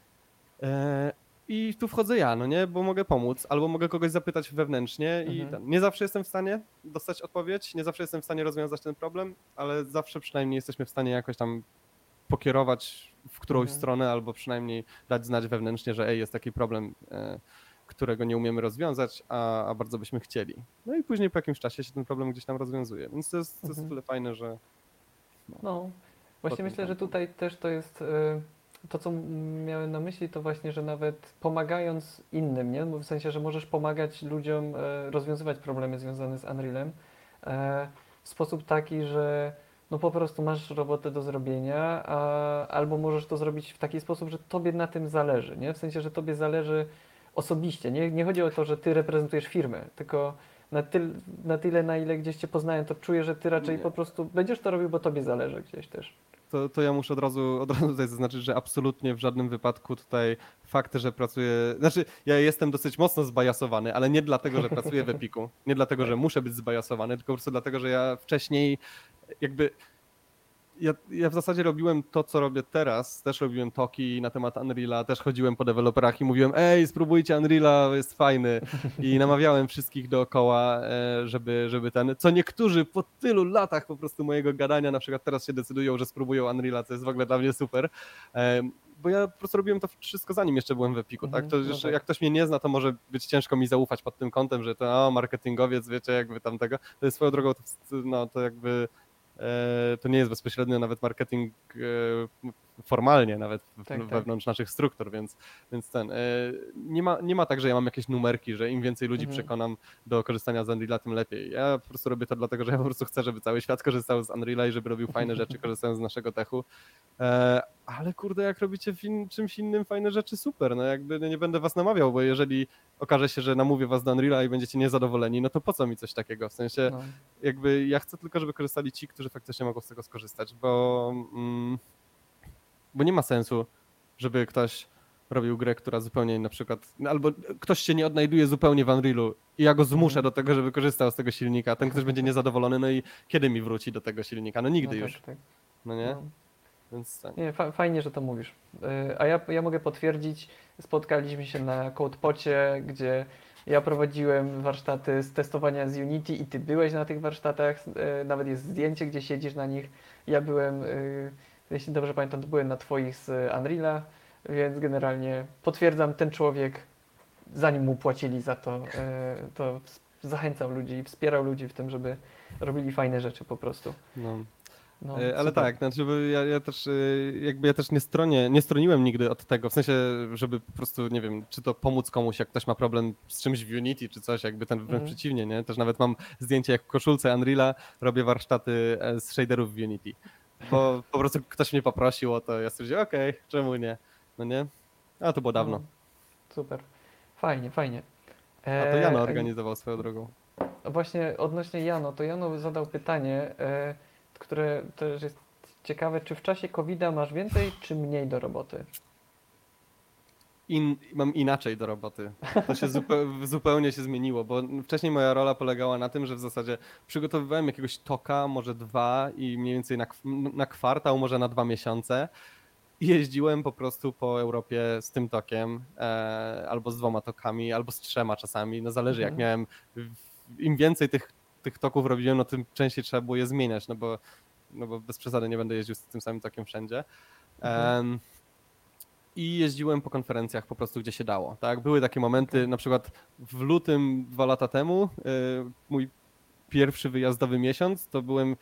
I tu wchodzę ja, no nie, bo mogę pomóc, albo mogę kogoś zapytać wewnętrznie i nie zawsze jestem w stanie dostać odpowiedź, nie zawsze jestem w stanie rozwiązać ten problem, ale zawsze przynajmniej jesteśmy w stanie jakoś tam pokierować w którąś stronę, albo przynajmniej dać znać wewnętrznie, że jest taki problem, którego nie umiemy rozwiązać, a bardzo byśmy chcieli. No i później po jakimś czasie się ten problem gdzieś tam rozwiązuje, więc to jest tyle fajne, że... No, właśnie myślę, że tutaj też to jest to, co miałem na myśli, to właśnie, że nawet pomagając innym, nie? Bo w sensie, że możesz pomagać ludziom rozwiązywać problemy związane z Unrealem w sposób taki, że no po prostu masz robotę do zrobienia, albo możesz to zrobić w taki sposób, że tobie na tym zależy, nie? W sensie, że tobie zależy osobiście. Nie chodzi o to, że ty reprezentujesz firmę, tylko na tyle, na ile gdzieś cię poznają, to czuję, że ty raczej po prostu będziesz to robił, bo tobie zależy gdzieś też. To ja muszę od razu tutaj zaznaczyć, że absolutnie w żadnym wypadku tutaj fakt, że pracuję... Znaczy, ja jestem dosyć mocno zbajasowany, ale nie dlatego, że pracuję w Epiku, nie dlatego, że muszę być zbajasowany, tylko po prostu dlatego, że ja wcześniej jakby... Ja w zasadzie robiłem to, co robię teraz. Też robiłem talki na temat Unreala, też chodziłem po deweloperach i mówiłem: ej, spróbujcie Unreala, jest fajny. I namawiałem wszystkich dookoła, żeby co niektórzy po tylu latach po prostu mojego gadania na przykład teraz się decydują, że spróbują Unreala, co jest w ogóle dla mnie super. Bo ja po prostu robiłem to wszystko zanim jeszcze byłem w Epiku, tak? To jeszcze, jak ktoś mnie nie zna, to może być ciężko mi zaufać pod tym kątem, że to marketingowiec, wiecie, jakby tamtego. To jest swoją drogą, to jakby... To nie jest bezpośrednio nawet marketing formalnie, nawet wewnątrz naszych struktur, więc nie ma tak, że ja mam jakieś numerki, że im więcej ludzi przekonam do korzystania z Unreala, tym lepiej. Ja po prostu robię to dlatego, że ja po prostu chcę, żeby cały świat korzystał z Unreala i żeby robił fajne rzeczy, korzystając z naszego techu. Ale kurde, jak robicie czymś innym fajne rzeczy, super, no jakby nie będę was namawiał, bo jeżeli okaże się, że namówię was do Unreala i będziecie niezadowoleni, no to po co mi coś takiego, w sensie jakby ja chcę tylko, żeby korzystali ci, którzy faktycznie mogą z tego skorzystać, bo nie ma sensu, żeby ktoś robił grę, która zupełnie na przykład, albo ktoś się nie odnajduje zupełnie w Unrealu i ja go zmuszę do tego, żeby korzystał z tego silnika, ten ktoś będzie niezadowolony, no i kiedy mi wróci do tego silnika? No nigdy już. No nie? Więc tak. Nie, fajnie, że to mówisz. A ja mogę potwierdzić, spotkaliśmy się na CodePocie, gdzie ja prowadziłem warsztaty z testowania z Unity i ty byłeś na tych warsztatach, nawet jest zdjęcie, gdzie siedzisz na nich. Ja byłem, jeśli dobrze pamiętam, to byłem na twoich z Unreala, więc generalnie potwierdzam, ten człowiek, zanim mu płacili za to, to zachęcał ludzi i wspierał ludzi w tym, żeby robili fajne rzeczy po prostu. No, ale super. Tak, znaczy ja też nie stroniłem nigdy od tego, w sensie, żeby po prostu, nie wiem, czy to pomóc komuś, jak ktoś ma problem z czymś w Unity, czy coś, jakby wręcz przeciwnie, nie? Też nawet mam zdjęcie, jak w koszulce Unreala robię warsztaty z shaderów w Unity, bo po prostu ktoś mnie poprosił o to, ja stwierdziłem, okej, czemu nie, no nie? A to było dawno. No, super, fajnie. A to Jano organizował swoją drogą. Właśnie odnośnie Jano, to Jano zadał pytanie, które też jest ciekawe, czy w czasie COVID-a masz więcej, czy mniej do roboty? Mam inaczej do roboty. To się zupełnie się zmieniło, bo wcześniej moja rola polegała na tym, że w zasadzie przygotowywałem jakiegoś toka, może 2 i mniej więcej na kwartał, może na 2 miesiące. i jeździłem po prostu po Europie z tym tokiem, albo z 2 tokami, albo z 3 czasami, no zależy jak Mhm. miałem, im więcej tych toków robiłem, no tym częściej trzeba było je zmieniać, no bo bez przesady nie będę jeździł z tym samym tokiem wszędzie. Mhm. I jeździłem po konferencjach po prostu, gdzie się dało, tak? Były takie momenty, Okej. na przykład w lutym 2 lata temu, mój pierwszy wyjazdowy miesiąc, to byłem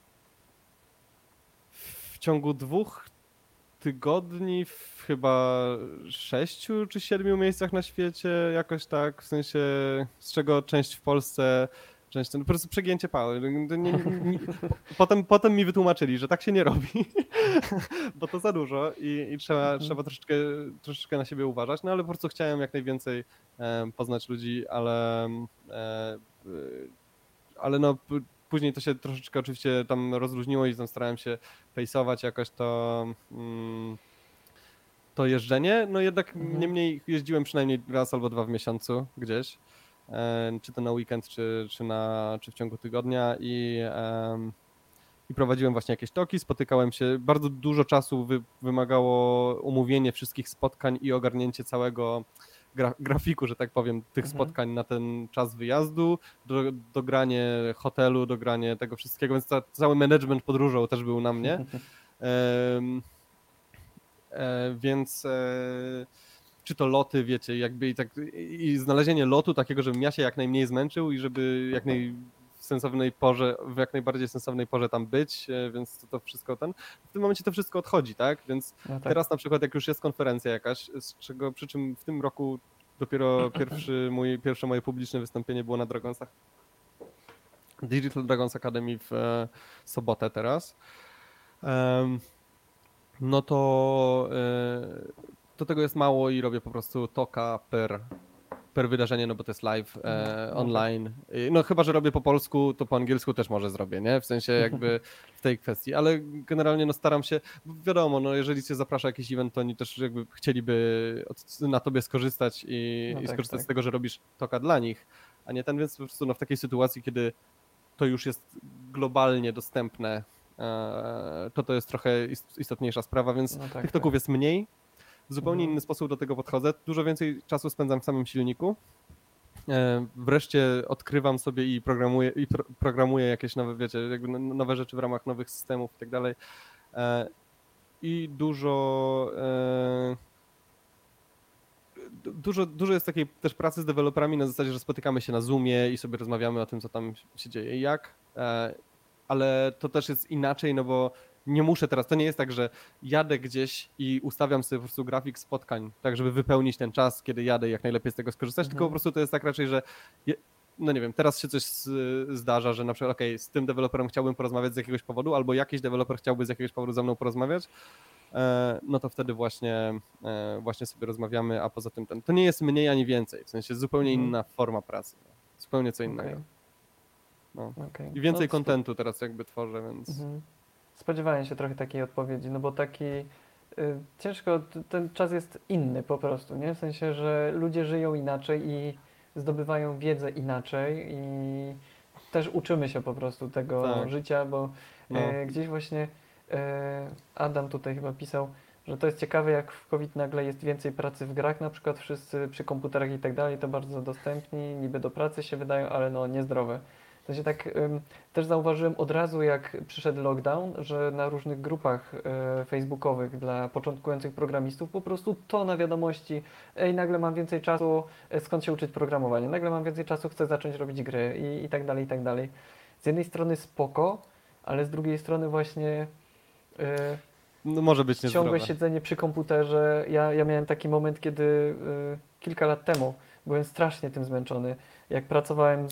w ciągu 2 tygodni w chyba 6 czy 7 miejscach na świecie, jakoś tak, w sensie, z czego część w Polsce, część, no po prostu przegięcie pały. Potem mi wytłumaczyli, że tak się nie robi, bo to za dużo i Mhm. trzeba troszeczkę na siebie uważać, no ale po prostu chciałem jak najwięcej poznać ludzi, e, ale no później to się troszeczkę oczywiście tam rozluźniło i tam starałem się pejsować jakoś to jeżdżenie, no jednak Mhm. niemniej jeździłem przynajmniej raz albo 2 w miesiącu gdzieś, czy to na weekend, czy w ciągu tygodnia i prowadziłem właśnie jakieś toki, spotykałem się, bardzo dużo czasu wymagało umówienie wszystkich spotkań i ogarnięcie całego grafiku, że tak powiem, tych Mhm. spotkań na ten czas wyjazdu, dogranie hotelu, dogranie tego wszystkiego, więc cały management podróżą też był na mnie. Em, więc czy to loty, wiecie, jakby i znalezienie lotu takiego, żebym ja się jak najmniej zmęczył i żeby w jak najbardziej sensownej porze tam być, więc to wszystko w tym momencie to wszystko odchodzi, tak? Więc No tak. teraz na przykład jak już jest konferencja jakaś, przy czym w tym roku dopiero pierwsze moje publiczne wystąpienie było na Dragonsach, Digital Dragons Academy w sobotę teraz. No to do tego jest mało i robię po prostu toka per wydarzenie, no bo to jest live, No tak. online. No chyba, że robię po polsku, to po angielsku też może zrobię, nie? W sensie jakby w tej kwestii, ale generalnie no staram się, bo wiadomo, no jeżeli cię zaprasza jakiś event, to oni też jakby chcieliby na tobie skorzystać No i tak, skorzystać tak. z tego, że robisz toka dla nich, a nie ten, więc po prostu no w takiej sytuacji, kiedy to już jest globalnie dostępne, to jest trochę istotniejsza sprawa, więc No tak, tych tak. toków jest mniej. W zupełnie Mhm. inny sposób do tego podchodzę. Dużo więcej czasu spędzam w samym silniku. Wreszcie odkrywam sobie i programuję jakieś nowe, wiecie, jakby nowe rzeczy w ramach nowych systemów i tak dalej. I dużo jest takiej też pracy z deweloperami na zasadzie, że spotykamy się na Zoomie i sobie rozmawiamy o tym, co tam się dzieje i jak. Ale to też jest inaczej, no bo nie muszę teraz, to nie jest tak, że jadę gdzieś i ustawiam sobie po prostu grafik spotkań, tak żeby wypełnić ten czas, kiedy jadę i jak najlepiej z tego skorzystać, tylko po Mhm. prostu to jest tak raczej, że no nie wiem, teraz się coś zdarza, że na przykład okej, z tym deweloperem chciałbym porozmawiać z jakiegoś powodu, albo jakiś deweloper chciałby z jakiegoś powodu ze mną porozmawiać, no to wtedy właśnie sobie rozmawiamy, a poza tym to nie jest mniej ani więcej, w sensie zupełnie Mhm. inna forma pracy, zupełnie co Okej. innego. No. Okej. I No, więcej kontentu teraz jakby tworzę, więc mhm. Spodziewałem się trochę takiej odpowiedzi, no bo taki ciężko, ten czas jest inny po prostu, nie? W sensie, że ludzie żyją inaczej i zdobywają wiedzę inaczej i też uczymy się po prostu tego tak, życia, bo no, gdzieś właśnie Adam tutaj chyba pisał, że to jest ciekawe, jak w COVID nagle jest więcej pracy w grach, na przykład wszyscy przy komputerach i tak dalej, to bardzo dostępni, niby do pracy się wydają, ale no niezdrowe. W sensie tak też zauważyłem od razu, jak przyszedł lockdown, że na różnych grupach facebookowych dla początkujących programistów po prostu to na wiadomości, ej, nagle mam więcej czasu, skąd się uczyć programowania, nagle mam więcej czasu, chcę zacząć robić gry i tak dalej, i tak dalej. Z jednej strony spoko, ale z drugiej strony właśnie no może być ciągłe niezdrowe. siedzenie przy komputerze. Ja miałem taki moment, kiedy kilka lat temu byłem strasznie tym zmęczony. Jak pracowałem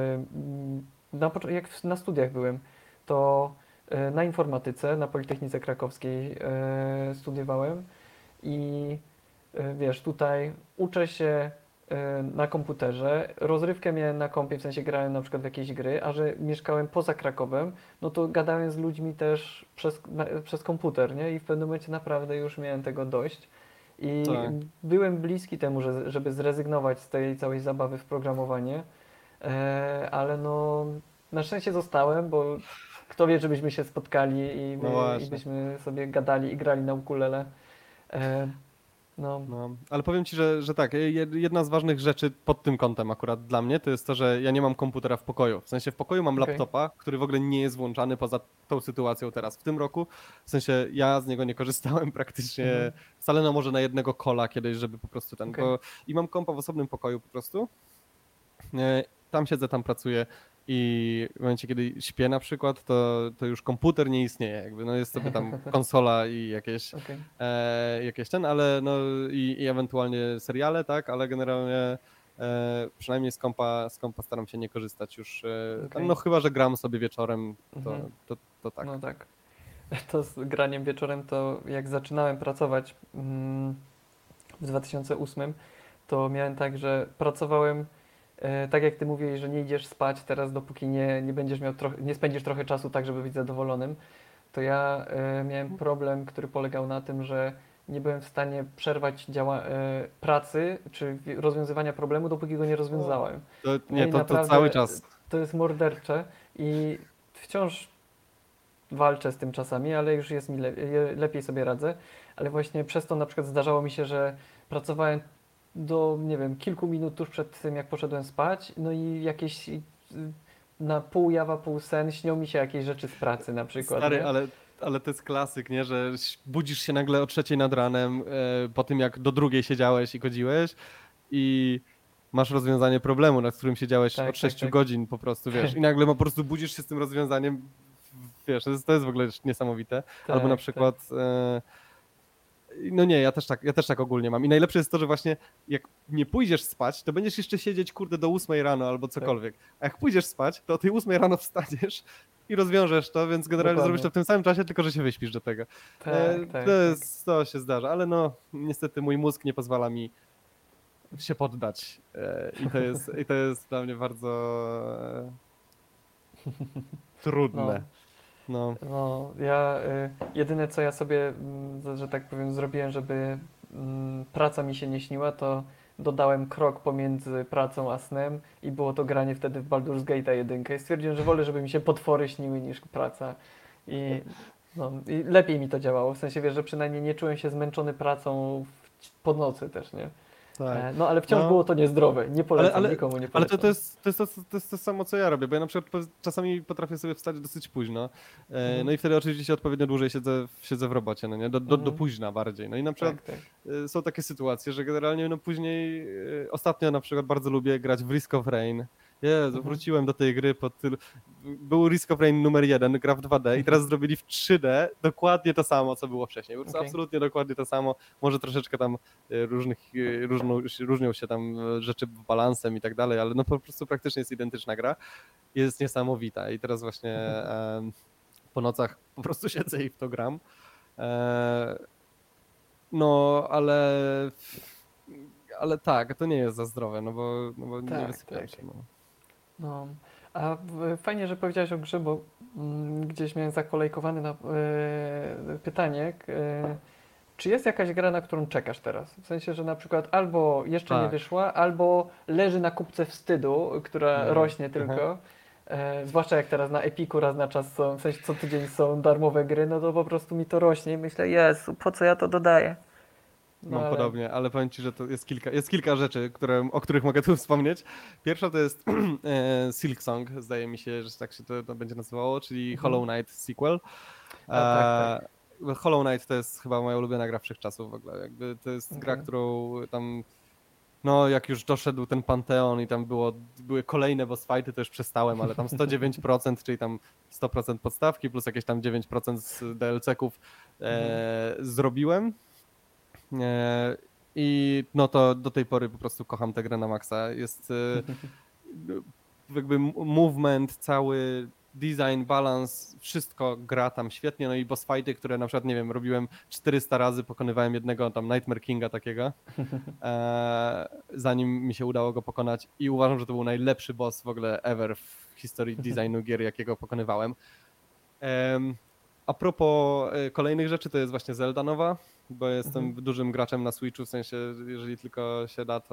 jak na studiach byłem, to na informatyce, na Politechnice Krakowskiej studiowałem i wiesz, tutaj uczę się na komputerze, rozrywkę miałem na kompie, w sensie grałem na przykład w jakieś gry, a że mieszkałem poza Krakowem, no to gadałem z ludźmi też przez komputer, nie? I w pewnym momencie naprawdę już miałem tego dość. I Tak. byłem bliski temu, żeby zrezygnować z tej całej zabawy w programowanie, ale no na szczęście zostałem, bo kto wie, czy byśmy się spotkali No i właśnie. byśmy sobie gadali i grali na ukulele. E, no, No, ale powiem ci, że tak, jedna z ważnych rzeczy pod tym kątem akurat dla mnie to jest to, że ja nie mam komputera w pokoju. W sensie w pokoju mam okej. laptopa, który w ogóle nie jest włączany poza tą sytuacją teraz. W tym roku, w sensie ja z niego nie korzystałem praktycznie Mhm. wcale, no może na jednego kola kiedyś, żeby po prostu Okej. i mam kompa w osobnym pokoju po prostu. Tam siedzę, tam pracuję i w momencie, kiedy śpię na przykład, to już komputer nie istnieje, jakby, no jest sobie tam konsola i Okej. jakieś ale no i ewentualnie seriale, tak, ale generalnie przynajmniej z kompa staram się nie korzystać już, tam, no Okej. chyba, że gram sobie wieczorem, Mhm. to tak. No tak. To z graniem wieczorem to jak zaczynałem pracować w 2008, to miałem tak, że pracowałem tak jak ty mówiłeś, że nie idziesz spać teraz, dopóki nie będziesz miał nie spędzisz trochę czasu tak, żeby być zadowolonym, to ja miałem problem, który polegał na tym, że nie byłem w stanie przerwać pracy czy rozwiązywania problemu, dopóki go nie rozwiązałem. No Nie, i to cały naprawdę czas. to jest mordercze i wciąż walczę z tym czasami, ale już jest mi lepiej sobie radzę. Ale właśnie przez to na przykład zdarzało mi się, że pracowałem do, nie wiem, kilku minut tuż przed tym, jak poszedłem spać, no i jakieś na pół jawa, pół sen śnią mi się jakieś rzeczy z pracy na przykład, Stary, nie? ale to jest klasyk, nie? Że budzisz się nagle o 3 nad ranem, po tym jak do 2 siedziałeś i godziłeś i masz rozwiązanie problemu, nad którym siedziałeś od Tak, tak, 6 tak. godzin po prostu, wiesz, i nagle po prostu budzisz się z tym rozwiązaniem, wiesz, to jest w ogóle niesamowite. Albo na Tak, tak, przykład, no nie, ja też tak ogólnie mam. I najlepsze jest to, że właśnie jak nie pójdziesz spać, to będziesz jeszcze siedzieć, kurde, do 8 rano albo tak. cokolwiek. A jak pójdziesz spać, to o tej 8 rano wstaniesz i rozwiążesz to, więc generalnie zrobisz Dokładnie. to w tym samym czasie, tylko że się wyśpisz do tego. Tak, To tak, tak. jest, to się zdarza, ale no niestety mój mózg nie pozwala mi się poddać. I to jest dla mnie bardzo No. trudne. No. No, ja jedyne co ja sobie, że tak powiem, zrobiłem, żeby praca mi się nie śniła, to dodałem krok pomiędzy pracą a snem i było to granie wtedy w Baldur's Gate 1. I stwierdziłem, że wolę, żeby mi się potwory śniły niż praca. I, no, i lepiej mi to działało, w sensie wiesz, że przynajmniej nie czułem się zmęczony pracą po nocy też, nie? Tak. No ale wciąż No, było to niezdrowe. Nie Ale, polecam, ale, nikomu nie ale to, to, polecam. jest, to, jest to, to jest to samo, co ja robię, bo ja na przykład czasami potrafię sobie wstać dosyć późno, Mhm, no i wtedy oczywiście odpowiednio dłużej siedzę w robocie, no nie, do mhm, późna bardziej. No i na przykład tak, tak. są takie sytuacje, że generalnie no później, ostatnio na przykład bardzo lubię grać w Risk of Rain. Jezu, Mhm. wróciłem do tej gry po tylu... Był Risk of Rain numer 1, gra w 2D i teraz zrobili w 3D dokładnie to samo, co było wcześniej. Po prostu Okej. absolutnie dokładnie to samo. Może troszeczkę tam różnią się tam rzeczy balansem i tak dalej, ale no po prostu praktycznie jest identyczna gra. Jest niesamowita i teraz właśnie po nocach po prostu siedzę i w to gram. No, ale tak, to nie jest za zdrowe, no bo nie Tak, wysypiam tak. się. No. No, a fajnie, że powiedziałeś o grze, bo gdzieś miałem zakolejkowane pytanie. Czy jest jakaś gra, na którą czekasz teraz? W sensie, że na przykład albo jeszcze nie Tak. wyszła, albo leży na kupce wstydu, która rośnie Aha. tylko. Zwłaszcza jak teraz na Epiku raz na czas są, w sensie co tydzień są darmowe gry, no to po prostu mi to rośnie i myślę, Jezu, po co ja to dodaję? No Mam ale... podobnie, ale powiem ci, że to jest kilka rzeczy, o których mogę tu wspomnieć. Pierwsza to jest Silksong, zdaje mi się, że tak się to będzie nazywało, czyli Mhm. Hollow Knight sequel. A tak, tak. Hollow Knight to jest chyba moja ulubiona gra wszechczasów w ogóle. Jakby to jest gra, Okej. którą tam, no jak już doszedł ten Panteon i tam były kolejne boss fighty, to już przestałem, ale tam 109%, czyli tam 100% podstawki plus jakieś tam 9% z DLC-ków Mhm. zrobiłem. I no to do tej pory po prostu kocham tę grę na maksa. Jest jakby movement, cały design, balans, wszystko gra tam świetnie. No i boss fighty, które na przykład, nie wiem, robiłem 400 razy, pokonywałem jednego tam Nightmare Kinga takiego, zanim mi się udało go pokonać i uważam, że to był najlepszy boss w ogóle ever w historii designu gier, jakiego pokonywałem. A propos kolejnych rzeczy, to jest właśnie Zelda nowa, bo jestem Mhm. dużym graczem na Switchu, w sensie jeżeli tylko się da,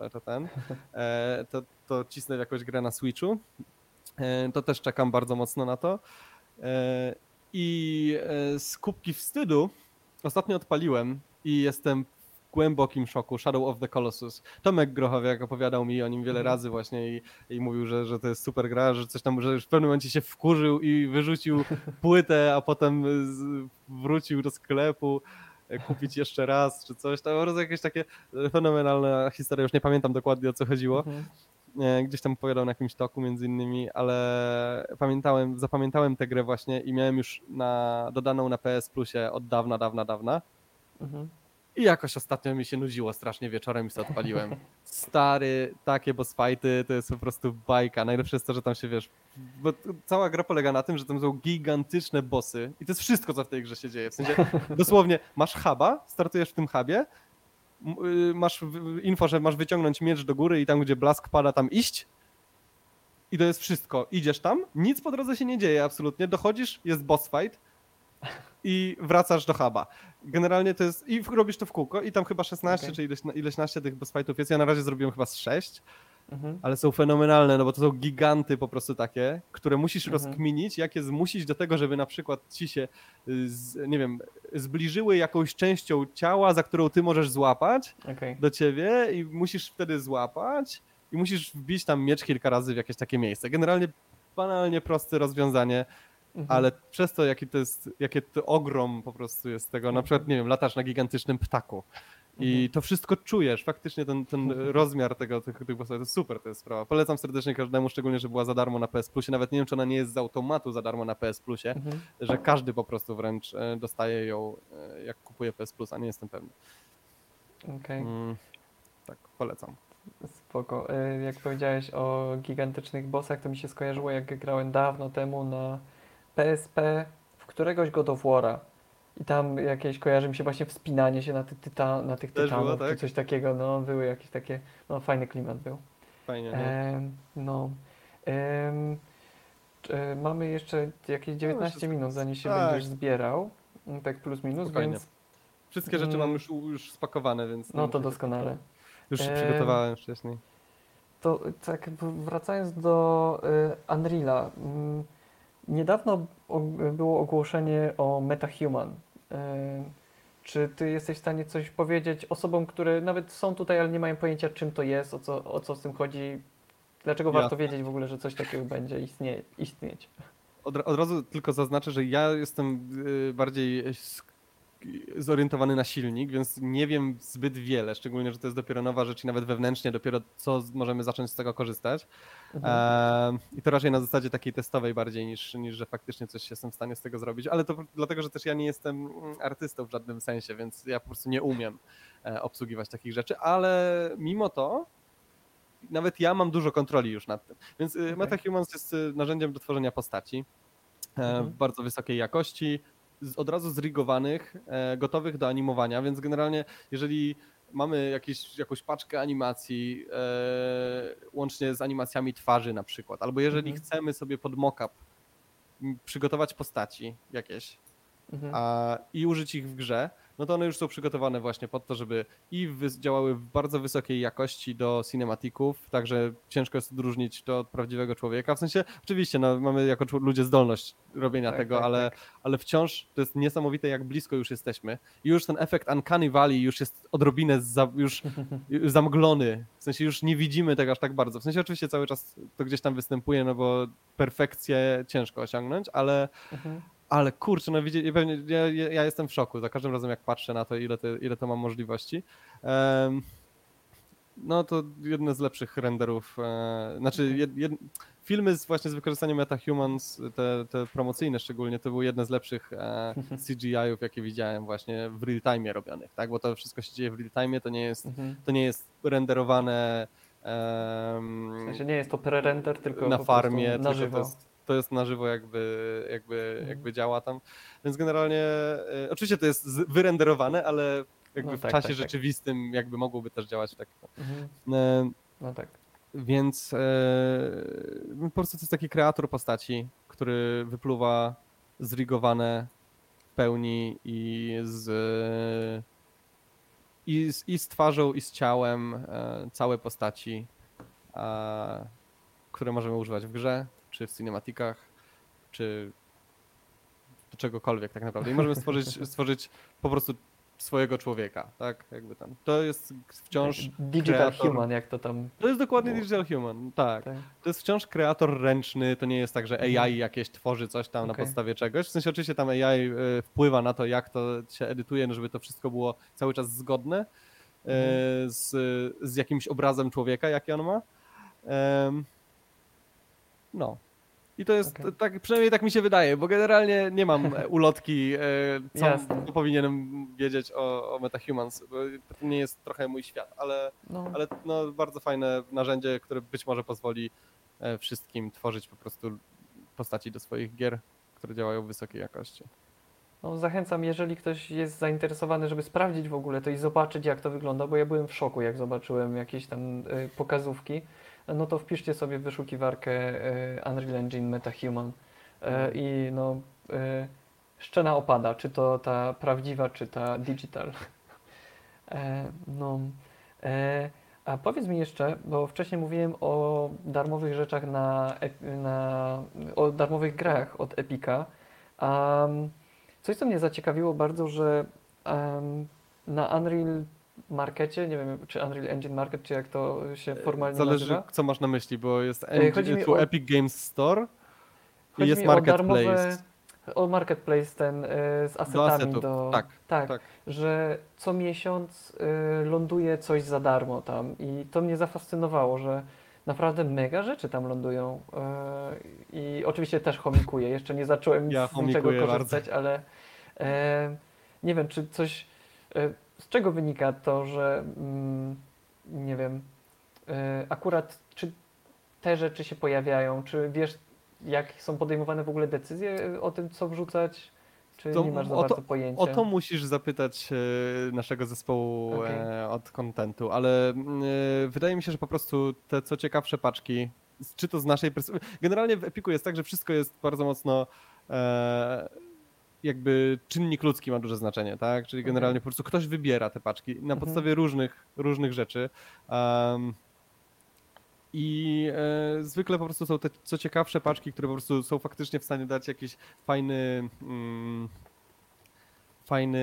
to cisnę w jakąś grę na Switchu. To też czekam bardzo mocno na to. I z kubki wstydu ostatnio odpaliłem i jestem w głębokim szoku. Shadow of the Colossus. Tomek Grochowiak opowiadał mi o nim wiele razy właśnie i mówił, że to jest super gra, że coś tam, że już w pewnym momencie się wkurzył i wyrzucił płytę, a potem wrócił do sklepu kupić jeszcze raz, czy coś. To po prostu jakieś takie fenomenalna historia, już nie pamiętam dokładnie o co chodziło. Gdzieś tam opowiadał na jakimś toku między innymi, ale zapamiętałem tę grę właśnie i miałem już dodaną na PS Plusie od dawna. I jakoś ostatnio mi się nudziło strasznie wieczorem i sobie odpaliłem. Stary, takie boss fighty, to jest po prostu bajka. Najlepsze jest to, że tam się, wiesz, bo cała gra polega na tym, że tam są gigantyczne bossy i to jest wszystko, co w tej grze się dzieje. W sensie, dosłownie, masz huba, startujesz w tym hubie, masz info, że masz wyciągnąć miecz do góry i tam, gdzie blask pada, tam iść. I to jest wszystko. Idziesz tam, nic po drodze się nie dzieje absolutnie, dochodzisz, jest boss fight i wracasz do huba. Generalnie to jest, i robisz to w kółko i tam chyba 16 czy ileśnaście tych boss fightów jest. Ja na razie zrobiłem chyba z 6, ale są fenomenalne, no bo to są giganty po prostu takie, które musisz rozkminić, jak je zmusić do tego, żeby na przykład ci się, nie wiem, zbliżyły jakąś częścią ciała, za którą ty możesz złapać do ciebie i musisz wtedy złapać i musisz wbić tam miecz kilka razy w jakieś takie miejsce. Generalnie banalnie proste rozwiązanie, ale przez to, jakie to ogrom po prostu jest tego, na przykład, nie wiem, latasz na gigantycznym ptaku i to wszystko czujesz, faktycznie ten rozmiar tych bossów, to jest super, to jest sprawa. Polecam serdecznie każdemu, szczególnie, że była za darmo na PS Plusie, nawet nie wiem, czy ona nie jest z automatu za darmo na PS Plusie, że każdy po prostu wręcz dostaje ją, jak kupuje PS Plus, a nie jestem pewny. Tak, polecam. Spoko. Jak powiedziałeś o gigantycznych bossach, to mi się skojarzyło, jak grałem dawno temu na PSP w któregoś God of War'a. I tam jakieś kojarzy mi się właśnie wspinanie się na tych Też tytanów, było, tak? czy coś takiego. No, były jakieś takie, no fajny klimat był. Fajnie, nie? No. Mamy jeszcze jakieś 19 minut, zanim się będziesz zbierał. Tak plus minus, Spokojnie. więc Wszystkie rzeczy mam już spakowane, więc... no to doskonale. Już się przygotowałem wcześniej. To tak wracając do Unreal'a. Niedawno było ogłoszenie o MetaHuman. Czy ty jesteś w stanie coś powiedzieć osobom, które nawet są tutaj, ale nie mają pojęcia, czym to jest, o co z tym chodzi? Dlaczego warto wiedzieć w ogóle, że coś takiego będzie istnieć? Od razu tylko zaznaczę, że ja jestem bardziej zorientowany na silnik, więc nie wiem zbyt wiele, szczególnie, że to jest dopiero nowa rzecz i nawet wewnętrznie dopiero możemy zacząć z tego korzystać. I to raczej na zasadzie takiej testowej bardziej niż że faktycznie coś jestem w stanie z tego zrobić, ale to dlatego, że też ja nie jestem artystą w żadnym sensie, więc ja po prostu nie umiem obsługiwać takich rzeczy, ale mimo to nawet ja mam dużo kontroli już nad tym. Więc MetaHumans jest narzędziem do tworzenia postaci w bardzo wysokiej jakości, od razu zrigowanych, gotowych do animowania, więc generalnie jeżeli mamy jakąś paczkę animacji, łącznie z animacjami twarzy na przykład, albo jeżeli chcemy sobie pod mock-up przygotować postaci jakieś i użyć ich w grze, no to one już są przygotowane właśnie pod to, żeby działały w bardzo wysokiej jakości do cinematików, także ciężko jest odróżnić to od prawdziwego człowieka. W sensie, oczywiście, no, mamy jako ludzie zdolność robienia tego, ale wciąż to jest niesamowite, jak blisko już jesteśmy. I już ten efekt Uncanny Valley już jest odrobinę już zamglony. W sensie już nie widzimy tego aż tak bardzo. W sensie oczywiście cały czas to gdzieś tam występuje, no bo perfekcję ciężko osiągnąć, ale kurczę, no pewnie ja jestem w szoku za każdym razem, jak patrzę na to, ile to mam możliwości. No to jedne z lepszych renderów, filmy właśnie z wykorzystaniem MetaHumans, te promocyjne szczególnie, to były jedne z lepszych CGI-ów, jakie widziałem właśnie w real time robionych, tak? Bo to wszystko się dzieje w real time, to nie jest renderowane w sensie nie jest to pre-render, tylko na po farmie, prostu na tylko żywo. to jest na żywo jakby działa tam. Więc generalnie oczywiście to jest wyrenderowane, ale jakby w czasie rzeczywistym jakby mogłoby też działać tak. No tak. Więc po prostu to jest taki kreator postaci, który wypluwa zrigowane w pełni i z twarzą, i z ciałem całe postaci, które możemy używać w grze, czy w cinematikach, czy do czegokolwiek tak naprawdę. I możemy stworzyć po prostu swojego człowieka, tak? Jakby tam. To jest wciąż Digital kreator. human, jak to tam To jest dokładnie było. digital human, tak. Tak. To jest wciąż kreator ręczny, to nie jest tak, że AI Mhm. jakieś tworzy coś tam na Okej. podstawie czegoś. W sensie oczywiście tam AI wpływa na to, jak to się edytuje, no żeby to wszystko było cały czas zgodne z, z jakimś obrazem człowieka, jaki on ma. No. I to jest Okej. tak, przynajmniej tak mi się wydaje, bo generalnie nie mam ulotki, Jasne. co powinienem wiedzieć o MetaHumans, bo to nie jest trochę mój świat, No, ale no, bardzo fajne narzędzie, które być może pozwoli wszystkim tworzyć po prostu postaci do swoich gier, które działają w wysokiej jakości. no, zachęcam, jeżeli ktoś jest zainteresowany, żeby sprawdzić w ogóle to i zobaczyć, jak to wygląda, bo ja byłem w szoku, jak zobaczyłem jakieś tam pokazówki, no to wpiszcie sobie w wyszukiwarkę Unreal Engine MetaHuman i no, szczena opada, czy to ta prawdziwa, czy ta digital. No, e, a powiedz mi jeszcze, bo wcześniej mówiłem o darmowych rzeczach o darmowych grach od Epica. Coś, co mnie zaciekawiło bardzo, że na Unreal Markecie, nie wiem, czy Unreal Engine Market, czy jak to się formalnie Zależy, nazywa, co masz na myśli, bo jest chodzi mi tu o, Epic Games Store i chodzi jest mi o darmowe, Marketplace o Marketplace ten z do asetami asetów. do, Tak, tak, tak. że co miesiąc ląduje coś za darmo tam i to mnie zafascynowało, że naprawdę mega rzeczy tam lądują i oczywiście też chomikuję, jeszcze nie zacząłem Ja z niczego chomikuję bardzo. korzystać, ale nie wiem, czy coś, z czego wynika to, że nie wiem, akurat czy te rzeczy się pojawiają, czy wiesz, jak są podejmowane w ogóle decyzje o tym, co wrzucać, czy To, nie masz za o, bardzo to, o pojęcia? to musisz zapytać naszego zespołu Okej. od contentu, ale wydaje mi się, że po prostu te co ciekawsze paczki, czy to z naszej perspektywy. Generalnie w Epiku jest tak, że wszystko jest bardzo mocno jakby czynnik ludzki ma duże znaczenie, tak? Czyli Okej. generalnie po prostu ktoś wybiera te paczki na Mhm. podstawie różnych rzeczy. I zwykle po prostu są te co ciekawsze paczki, które po prostu są faktycznie w stanie dać jakiś fajny, fajny,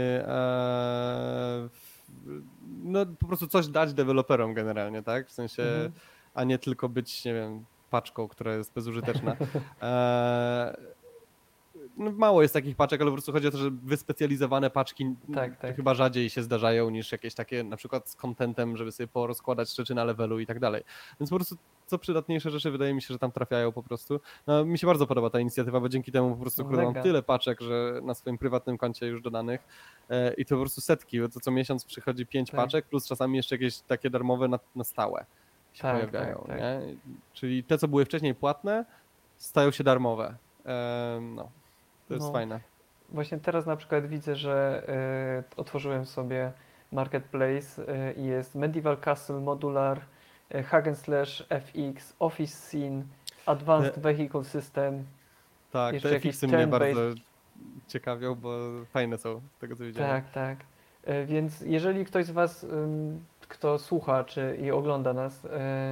no po prostu coś dać deweloperom generalnie, tak? W sensie, Mhm. a nie tylko być, nie wiem, paczką, która jest bezużyteczna. E, no mało jest takich paczek, ale po prostu chodzi o to, że wyspecjalizowane paczki Tak, to tak. chyba rzadziej się zdarzają niż jakieś takie na przykład z contentem, żeby sobie porozkładać rzeczy na levelu i tak dalej. Więc po prostu co przydatniejsze rzeczy wydaje mi się, że tam trafiają po prostu. No, mi się bardzo podoba ta inicjatywa, bo dzięki temu po prostu kurde, mam Mega. tyle paczek, że na swoim prywatnym koncie już dodanych i to po prostu setki, bo to co miesiąc przychodzi 5 Tak. paczek, plus czasami jeszcze jakieś takie darmowe na stałe się Tak, pojawiają, tak. nie? Czyli te, co były wcześniej płatne, stają się darmowe. No. To jest No, fajne. właśnie teraz na przykład widzę, że otworzyłem sobie Marketplace i jest Medieval Castle Modular, Hack and Slash FX, Office Scene, Advanced Te, Vehicle System, tak, te jeszcze jakiś FX-y mnie bardzo turn-based. ciekawią, bo fajne są z tego co widziałem. Tak, tak. Więc jeżeli ktoś z Was, kto słucha czy i ogląda nas,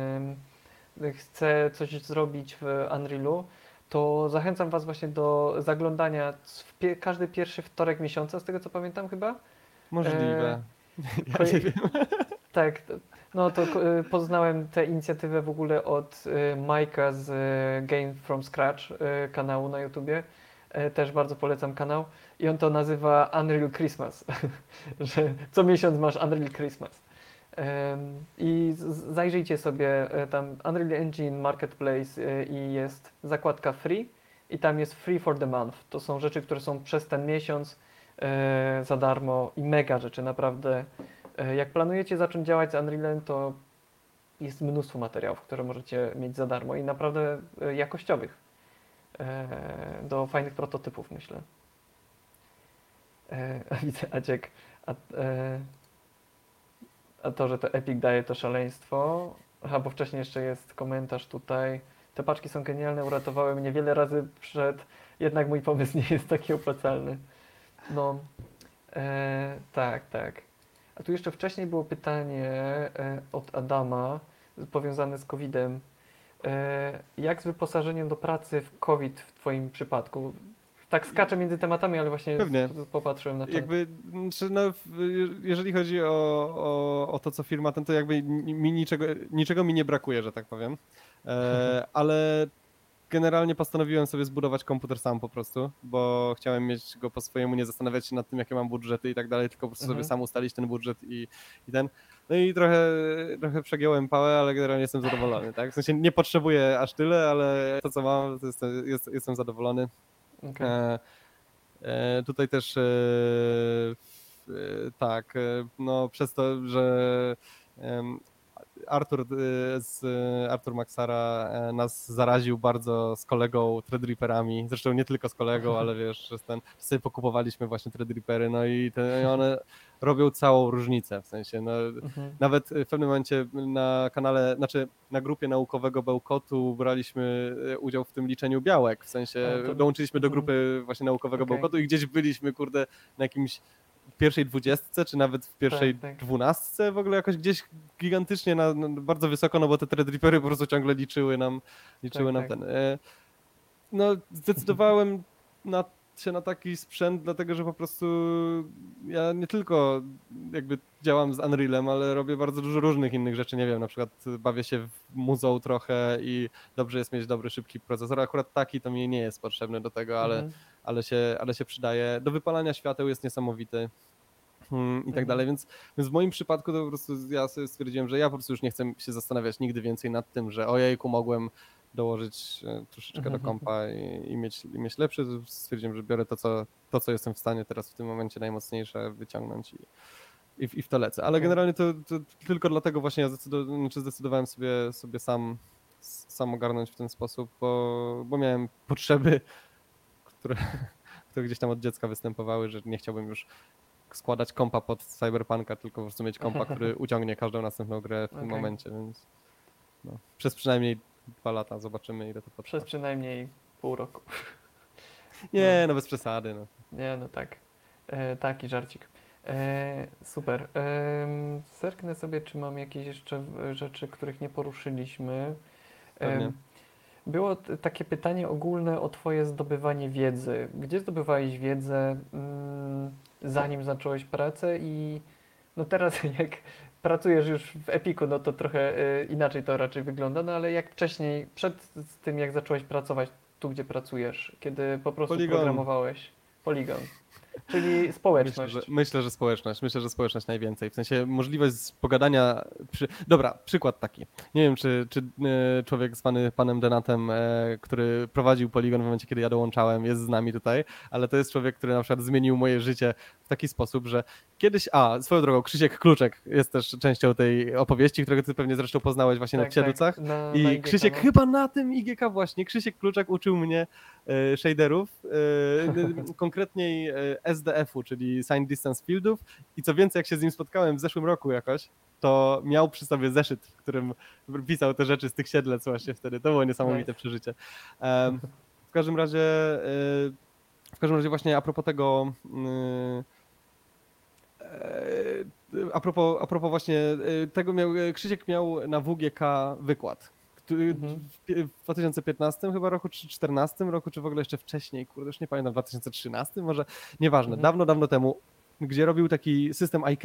chce coś zrobić w Unrealu, to zachęcam Was właśnie do zaglądania każdy pierwszy wtorek miesiąca, z tego co pamiętam chyba. E, Możliwe. Ja ko- nie wiem. tak, no to poznałem tę inicjatywę w ogóle od Majka z Game from Scratch kanału na YouTubie. Też bardzo polecam kanał. I on to nazywa Unreal Christmas, że co miesiąc masz Unreal Christmas. I zajrzyjcie sobie tam Unreal Engine Marketplace i jest zakładka free i tam jest free for the month. To są rzeczy, które są przez ten miesiąc za darmo i mega rzeczy, naprawdę. Jak planujecie zacząć działać z Unrealem, to jest mnóstwo materiałów, które możecie mieć za darmo i naprawdę jakościowych do fajnych prototypów, myślę. A widzę, Aciek, a, a to, że to Epic daje to szaleństwo. Aha, bo wcześniej jeszcze jest komentarz tutaj. Te paczki są genialne, uratowały mnie wiele razy przed. Jednak mój pomysł nie jest taki opłacalny. No, tak, tak. A tu jeszcze wcześniej było pytanie od Adama powiązane z COVID-em. Jak z wyposażeniem do pracy w COVID w Twoim przypadku? tak skaczę między tematami, ale właśnie Pewnie. popatrzyłem na czat. Jakby, jeżeli chodzi o to, co firma, to jakby mi niczego mi nie brakuje, że tak powiem. Ale generalnie postanowiłem sobie zbudować komputer sam po prostu, bo chciałem mieć go po swojemu, nie zastanawiać się nad tym, jakie mam budżety i tak dalej, tylko po prostu sobie sam ustalić ten budżet i ten. No i trochę przegiąłem pałę, ale generalnie jestem zadowolony, tak? W sensie nie potrzebuję aż tyle, ale to, co mam, to jestem zadowolony. Okej. Tutaj też tak, no przez to, że Artur Maxara nas zaraził bardzo z kolegą Threadripperami, zresztą nie tylko z kolegą, ale wiesz, sobie pokupowaliśmy właśnie Threadrippery, no i one robią całą różnicę, w sensie, no nawet w pewnym momencie na kanale, znaczy na grupie naukowego Bełkotu braliśmy udział w tym liczeniu białek, w sensie dołączyliśmy do grupy właśnie naukowego Bełkotu i gdzieś byliśmy, kurde, na jakimś pierwszej 20, czy nawet w pierwszej 12, w ogóle jakoś gdzieś gigantycznie bardzo wysoko, no bo te Threadrippery po prostu ciągle liczyły nam ten. No zdecydowałem się na taki sprzęt, dlatego że po prostu ja nie tylko jakby działam z Unrealem, ale robię bardzo dużo różnych innych rzeczy, nie wiem, na przykład bawię się w muzą trochę i dobrze jest mieć dobry, szybki procesor, akurat taki to mi nie jest potrzebny do tego, ale się przydaje. Do wypalania świateł jest niesamowity i tak dalej, więc w moim przypadku to po prostu ja sobie stwierdziłem, że ja po prostu już nie chcę się zastanawiać nigdy więcej nad tym, że ojejku, mogłem dołożyć troszeczkę do kompa i mieć lepszy. Stwierdziłem, że biorę to, co jestem w stanie teraz w tym momencie najmocniejsze wyciągnąć i w to lecę. Ale generalnie to tylko dlatego właśnie ja zdecydowałem sobie sam ogarnąć w ten sposób, bo miałem potrzeby, które gdzieś tam od dziecka występowały, że nie chciałbym już składać kompa pod Cyberpunka, tylko po prostu mieć kompa, który uciągnie każdą następną grę w tym momencie, więc no, przez przynajmniej 2 lata zobaczymy, ile to potrwa. Przez przynajmniej pół roku. Nie, no bez przesady. No. Nie, no tak. Taki żarcik. Super. Zerknę sobie, czy mam jakieś jeszcze rzeczy, których nie poruszyliśmy. Pewnie. Było takie pytanie ogólne o twoje zdobywanie wiedzy. Gdzie zdobywałeś wiedzę, zanim zacząłeś pracę i no teraz jak pracujesz już w Epiku, no to trochę inaczej to raczej wygląda, no ale jak wcześniej, przed tym jak zacząłeś pracować tu, gdzie pracujesz, kiedy po prostu programowałeś? Polygon. Czyli społeczność. Myślę, że społeczność najwięcej. W sensie możliwość pogadania. Dobra, przykład taki. Nie wiem, czy człowiek zwany panem Denatem, który prowadził Polygon w momencie, kiedy ja dołączałem, jest z nami tutaj, ale to jest człowiek, który na przykład zmienił moje życie w taki sposób, że kiedyś, swoją drogą, Krzysiek Kluczek jest też częścią tej opowieści, którego ty pewnie zresztą poznałeś właśnie na Księżycach. I na IGK, Krzysiek, chyba na tym IGK właśnie, Krzysiek Kluczek uczył mnie shaderów, konkretniej SDF-u, czyli Sign Distance Fieldów i co więcej, jak się z nim spotkałem w zeszłym roku jakoś, to miał przy sobie zeszyt, w którym pisał te rzeczy z tych siedlec właśnie wtedy. To było niesamowite przeżycie. W każdym razie właśnie a propos tego a propos właśnie tego Krzysiek miał na WGK wykład. W 2015 chyba roku, czy 2014 roku, czy w ogóle jeszcze wcześniej, kurde, już nie pamiętam, w 2013 może, nieważne, dawno temu, gdzie robił taki system IK,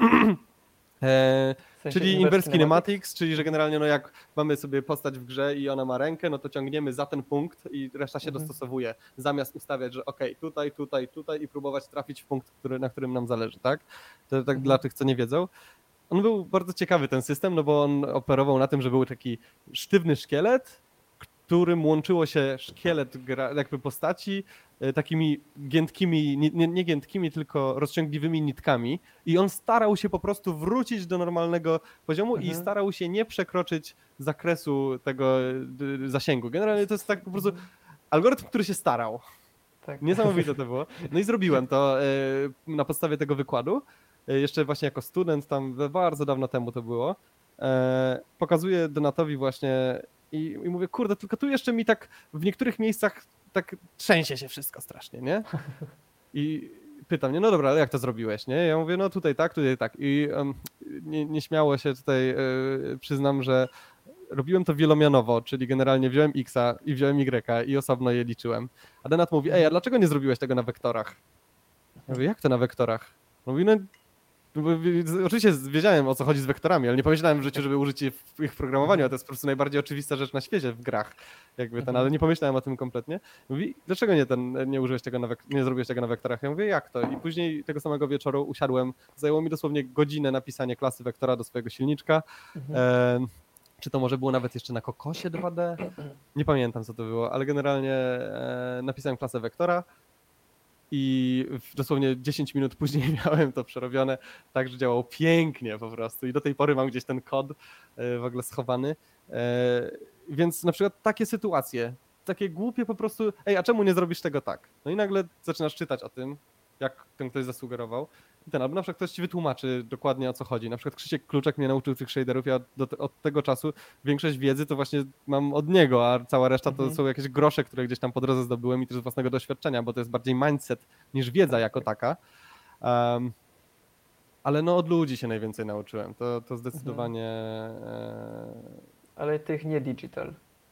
czyli Inverse Kinematics, czyli że generalnie no jak mamy sobie postać w grze i ona ma rękę, no to ciągniemy za ten punkt i reszta się dostosowuje, zamiast ustawiać, że okej, tutaj i próbować trafić w punkt, na którym nam zależy, tak? To tak dla tych, co nie wiedzą. On był bardzo ciekawy ten system, no bo on operował na tym, że był taki sztywny szkielet, którym łączyło się szkielet jakby postaci takimi giętkimi, nie giętkimi, tylko rozciągliwymi nitkami i on starał się po prostu wrócić do normalnego poziomu i starał się nie przekroczyć zakresu tego zasięgu. Generalnie to jest tak po prostu algorytm, który się starał. Tak. Niesamowite to było. No i zrobiłem to na podstawie tego wykładu. Jeszcze właśnie jako student, tam bardzo dawno temu to było. Pokazuję Donatowi właśnie i mówię, kurde, tylko tu jeszcze mi tak w niektórych miejscach tak trzęsie się wszystko strasznie, nie? I pyta mnie, no dobra, ale jak to zrobiłeś, nie? Ja mówię, no tutaj tak. I nieśmiało się tutaj przyznam, że robiłem to wielomianowo, czyli generalnie wziąłem X-a i wziąłem Y i osobno je liczyłem. A Denat mówi, ej, a dlaczego nie zrobiłeś tego na wektorach? Ja mówię, jak to na wektorach? Mówi, no oczywiście wiedziałem, o co chodzi z wektorami, ale nie pomyślałem w życiu, żeby użyć ich w programowaniu, a to jest po prostu najbardziej oczywista rzecz na świecie w grach, ale nie pomyślałem o tym kompletnie. Mówi, dlaczego nie użyłeś tego nie zrobiłeś tego na wektorach? Ja mówię, jak to? I później tego samego wieczoru usiadłem, zajęło mi dosłownie godzinę napisanie klasy wektora do swojego silniczka. Czy to może było nawet jeszcze na Kokosie 2D? Nie pamiętam, co to było, ale generalnie napisałem klasę wektora. I dosłownie 10 minut później miałem to przerobione, tak, że działało pięknie po prostu i do tej pory mam gdzieś ten kod w ogóle schowany. Więc na przykład takie sytuacje, takie głupie po prostu, ej, a czemu nie zrobisz tego tak? No i nagle zaczynasz czytać o tym, jak ten ktoś zasugerował. Albo na przykład ktoś ci wytłumaczy dokładnie, o co chodzi. Na przykład Krzysiek Kluczek mnie nauczył tych shaderów, ja od tego czasu większość wiedzy to właśnie mam od niego, a cała reszta to są jakieś grosze, które gdzieś tam po drodze zdobyłem i też z własnego doświadczenia, bo to jest bardziej mindset niż wiedza jako taka. Ale no od ludzi się najwięcej nauczyłem. To zdecydowanie... Ale tych nie digital.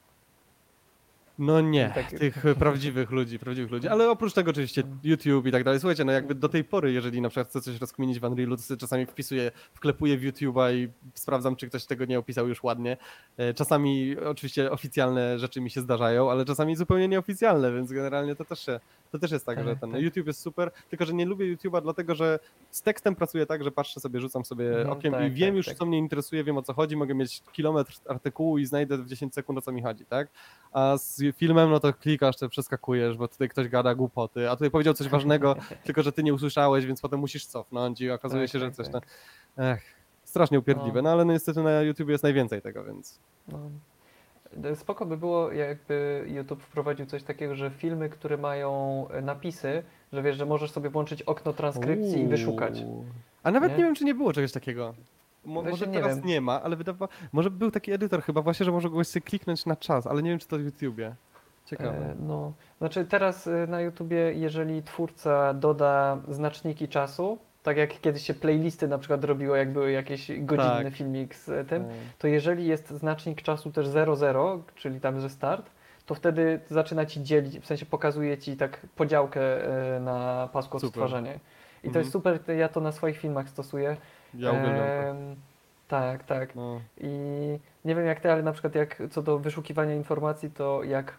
No nie, Tak. tych prawdziwych ludzi, ale oprócz tego oczywiście YouTube i tak dalej. Słuchajcie, no jakby do tej pory, jeżeli na przykład chcę coś rozkminić w Unrealu, to sobie czasami wklepuję w YouTube'a i sprawdzam, czy ktoś tego nie opisał już ładnie. Czasami oczywiście oficjalne rzeczy mi się zdarzają, ale czasami zupełnie nieoficjalne, więc generalnie to też jest tak, że ten YouTube jest super, tylko że nie lubię YouTube'a dlatego, że z tekstem pracuję tak, że patrzę sobie, rzucam sobie okiem i wiem już, co mnie interesuje, wiem, o co chodzi, mogę mieć kilometr artykułu i znajdę w 10 sekund, o co mi chodzi, tak? A z filmem, no to klikasz, to przeskakujesz, bo tutaj ktoś gada głupoty, a tutaj powiedział coś ważnego, tylko że ty nie usłyszałeś, więc potem musisz cofnąć i okazuje się, że coś tam... strasznie upierdliwe, no ale niestety na YouTube jest najwięcej tego, więc... No. Spoko by było, jakby YouTube wprowadził coś takiego, że filmy, które mają napisy, że wiesz, że możesz sobie włączyć okno transkrypcji i wyszukać. A nawet Nie? nie wiem, czy nie było czegoś takiego. Może nie teraz wiem. nie ma, ale może był taki edytor chyba właśnie, że może kogoś sobie kliknąć na czas, ale nie wiem, czy to w YouTubie. Ciekawe. No, znaczy teraz na YouTubie, jeżeli twórca doda znaczniki czasu, tak jak kiedyś się playlisty na przykład robiło, jak były jakieś godzinny filmik z tym, to jeżeli jest znacznik czasu też 00, czyli tam, że start, to wtedy zaczyna ci dzielić, w sensie pokazuje ci tak podziałkę na pasku odtwarzania. I to jest super, ja to na swoich filmach stosuję. Ja uwielbiam to. Tak. No. I nie wiem jak ty, ale na przykład co do wyszukiwania informacji, to jak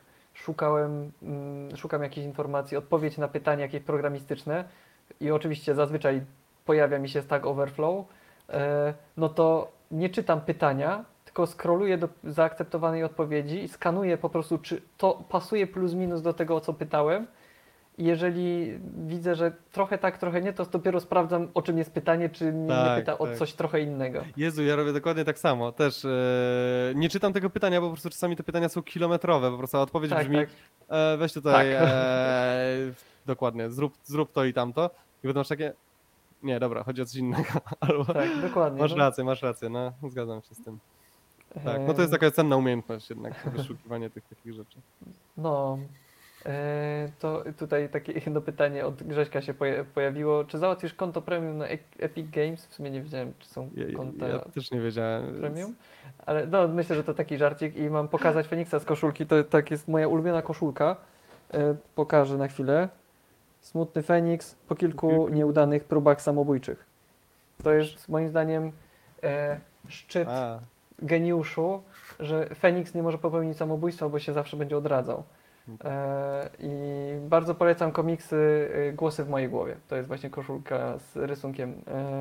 szukam jakiejś informacji, odpowiedź na pytanie jakieś programistyczne i oczywiście zazwyczaj pojawia mi się Stack Overflow, no to nie czytam pytania, tylko scrolluję do zaakceptowanej odpowiedzi i skanuję po prostu, czy to pasuje plus minus do tego, o co pytałem. I jeżeli widzę, że trochę tak, trochę nie, to dopiero sprawdzam, o czym jest pytanie, czy nie pyta o coś trochę innego. Jezu, ja robię dokładnie tak samo. Też nie czytam tego pytania, bo po prostu czasami te pytania są kilometrowe. Po prostu odpowiedź brzmi, weź tutaj, dokładnie, zrób to i tamto. I potem masz takie, nie, dobra, chodzi o coś innego. Albo, Tak, dokładnie. masz rację, no, zgadzam się z tym. Tak, no to jest taka cenna umiejętność jednak, wyszukiwanie tych takich rzeczy. No, to tutaj takie jedno pytanie od Grześka się pojawiło. Czy załatwisz konto premium na Epic Games? W sumie nie wiedziałem, czy są konta Ja też nie wiedziałem. premium, ale no, myślę, że to taki żarcik i mam pokazać Feniksa z koszulki. To tak jest moja ulubiona koszulka. Pokażę na chwilę. Smutny Feniks po kilku nieudanych próbach samobójczych. To jest moim zdaniem szczyt geniuszu, że Feniks nie może popełnić samobójstwa, bo się zawsze będzie odradzał. I bardzo polecam komiksy Głosy w mojej głowie. To jest właśnie koszulka z rysunkiem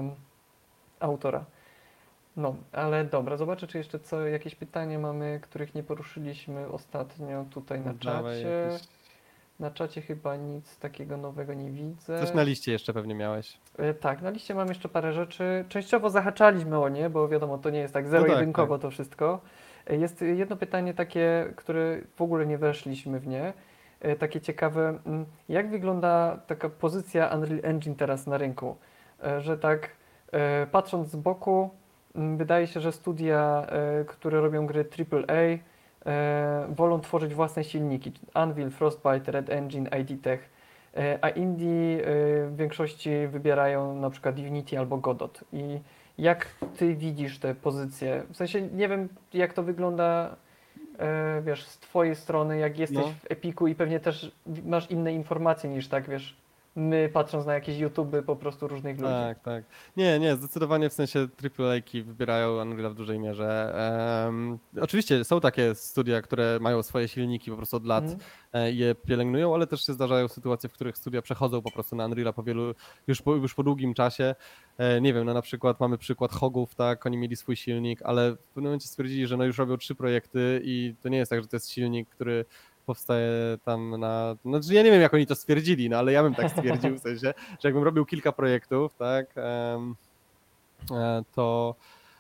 autora. No, ale dobra, zobaczę, czy jeszcze jakieś pytania mamy, których nie poruszyliśmy ostatnio tutaj na czacie. Na czacie chyba nic takiego nowego nie widzę. Coś na liście jeszcze pewnie miałeś. Tak, na liście mam jeszcze parę rzeczy. Częściowo zahaczaliśmy o nie, bo wiadomo, to nie jest tak zero-jedynkowo to wszystko. Jest jedno pytanie takie, które w ogóle nie weszliśmy w nie. Takie ciekawe. Jak wygląda taka pozycja Unreal Engine teraz na rynku? Że tak patrząc z boku, wydaje się, że studia, które robią gry AAA, wolą tworzyć własne silniki. Anvil, Frostbite, Red Engine, ID Tech, a indie w większości wybierają na przykład Unity albo Godot. I Jak ty widzisz te pozycje? W sensie nie wiem, jak to wygląda, wiesz, z twojej strony, jak jesteś No. w Epiku i pewnie też masz inne informacje niż tak, wiesz, my patrząc na jakieś YouTuby po prostu różnych ludzi. Tak, tak. Nie, zdecydowanie w sensie AAA-ki wybierają Unreal w dużej mierze. Oczywiście są takie studia, które mają swoje silniki po prostu od lat Mhm. i je pielęgnują, ale też się zdarzają sytuacje, w których studia przechodzą po prostu na Unreala po wielu, już po długim czasie. Nie wiem, no na przykład mamy przykład Hogów, tak, oni mieli swój silnik, ale w pewnym momencie stwierdzili, że no już robią 3 projekty i to nie jest tak, że to jest silnik, który powstaje tam na... Znaczy ja nie wiem, jak oni to stwierdzili, no ale ja bym tak stwierdził, w sensie, że jakbym robił kilka projektów, tak, to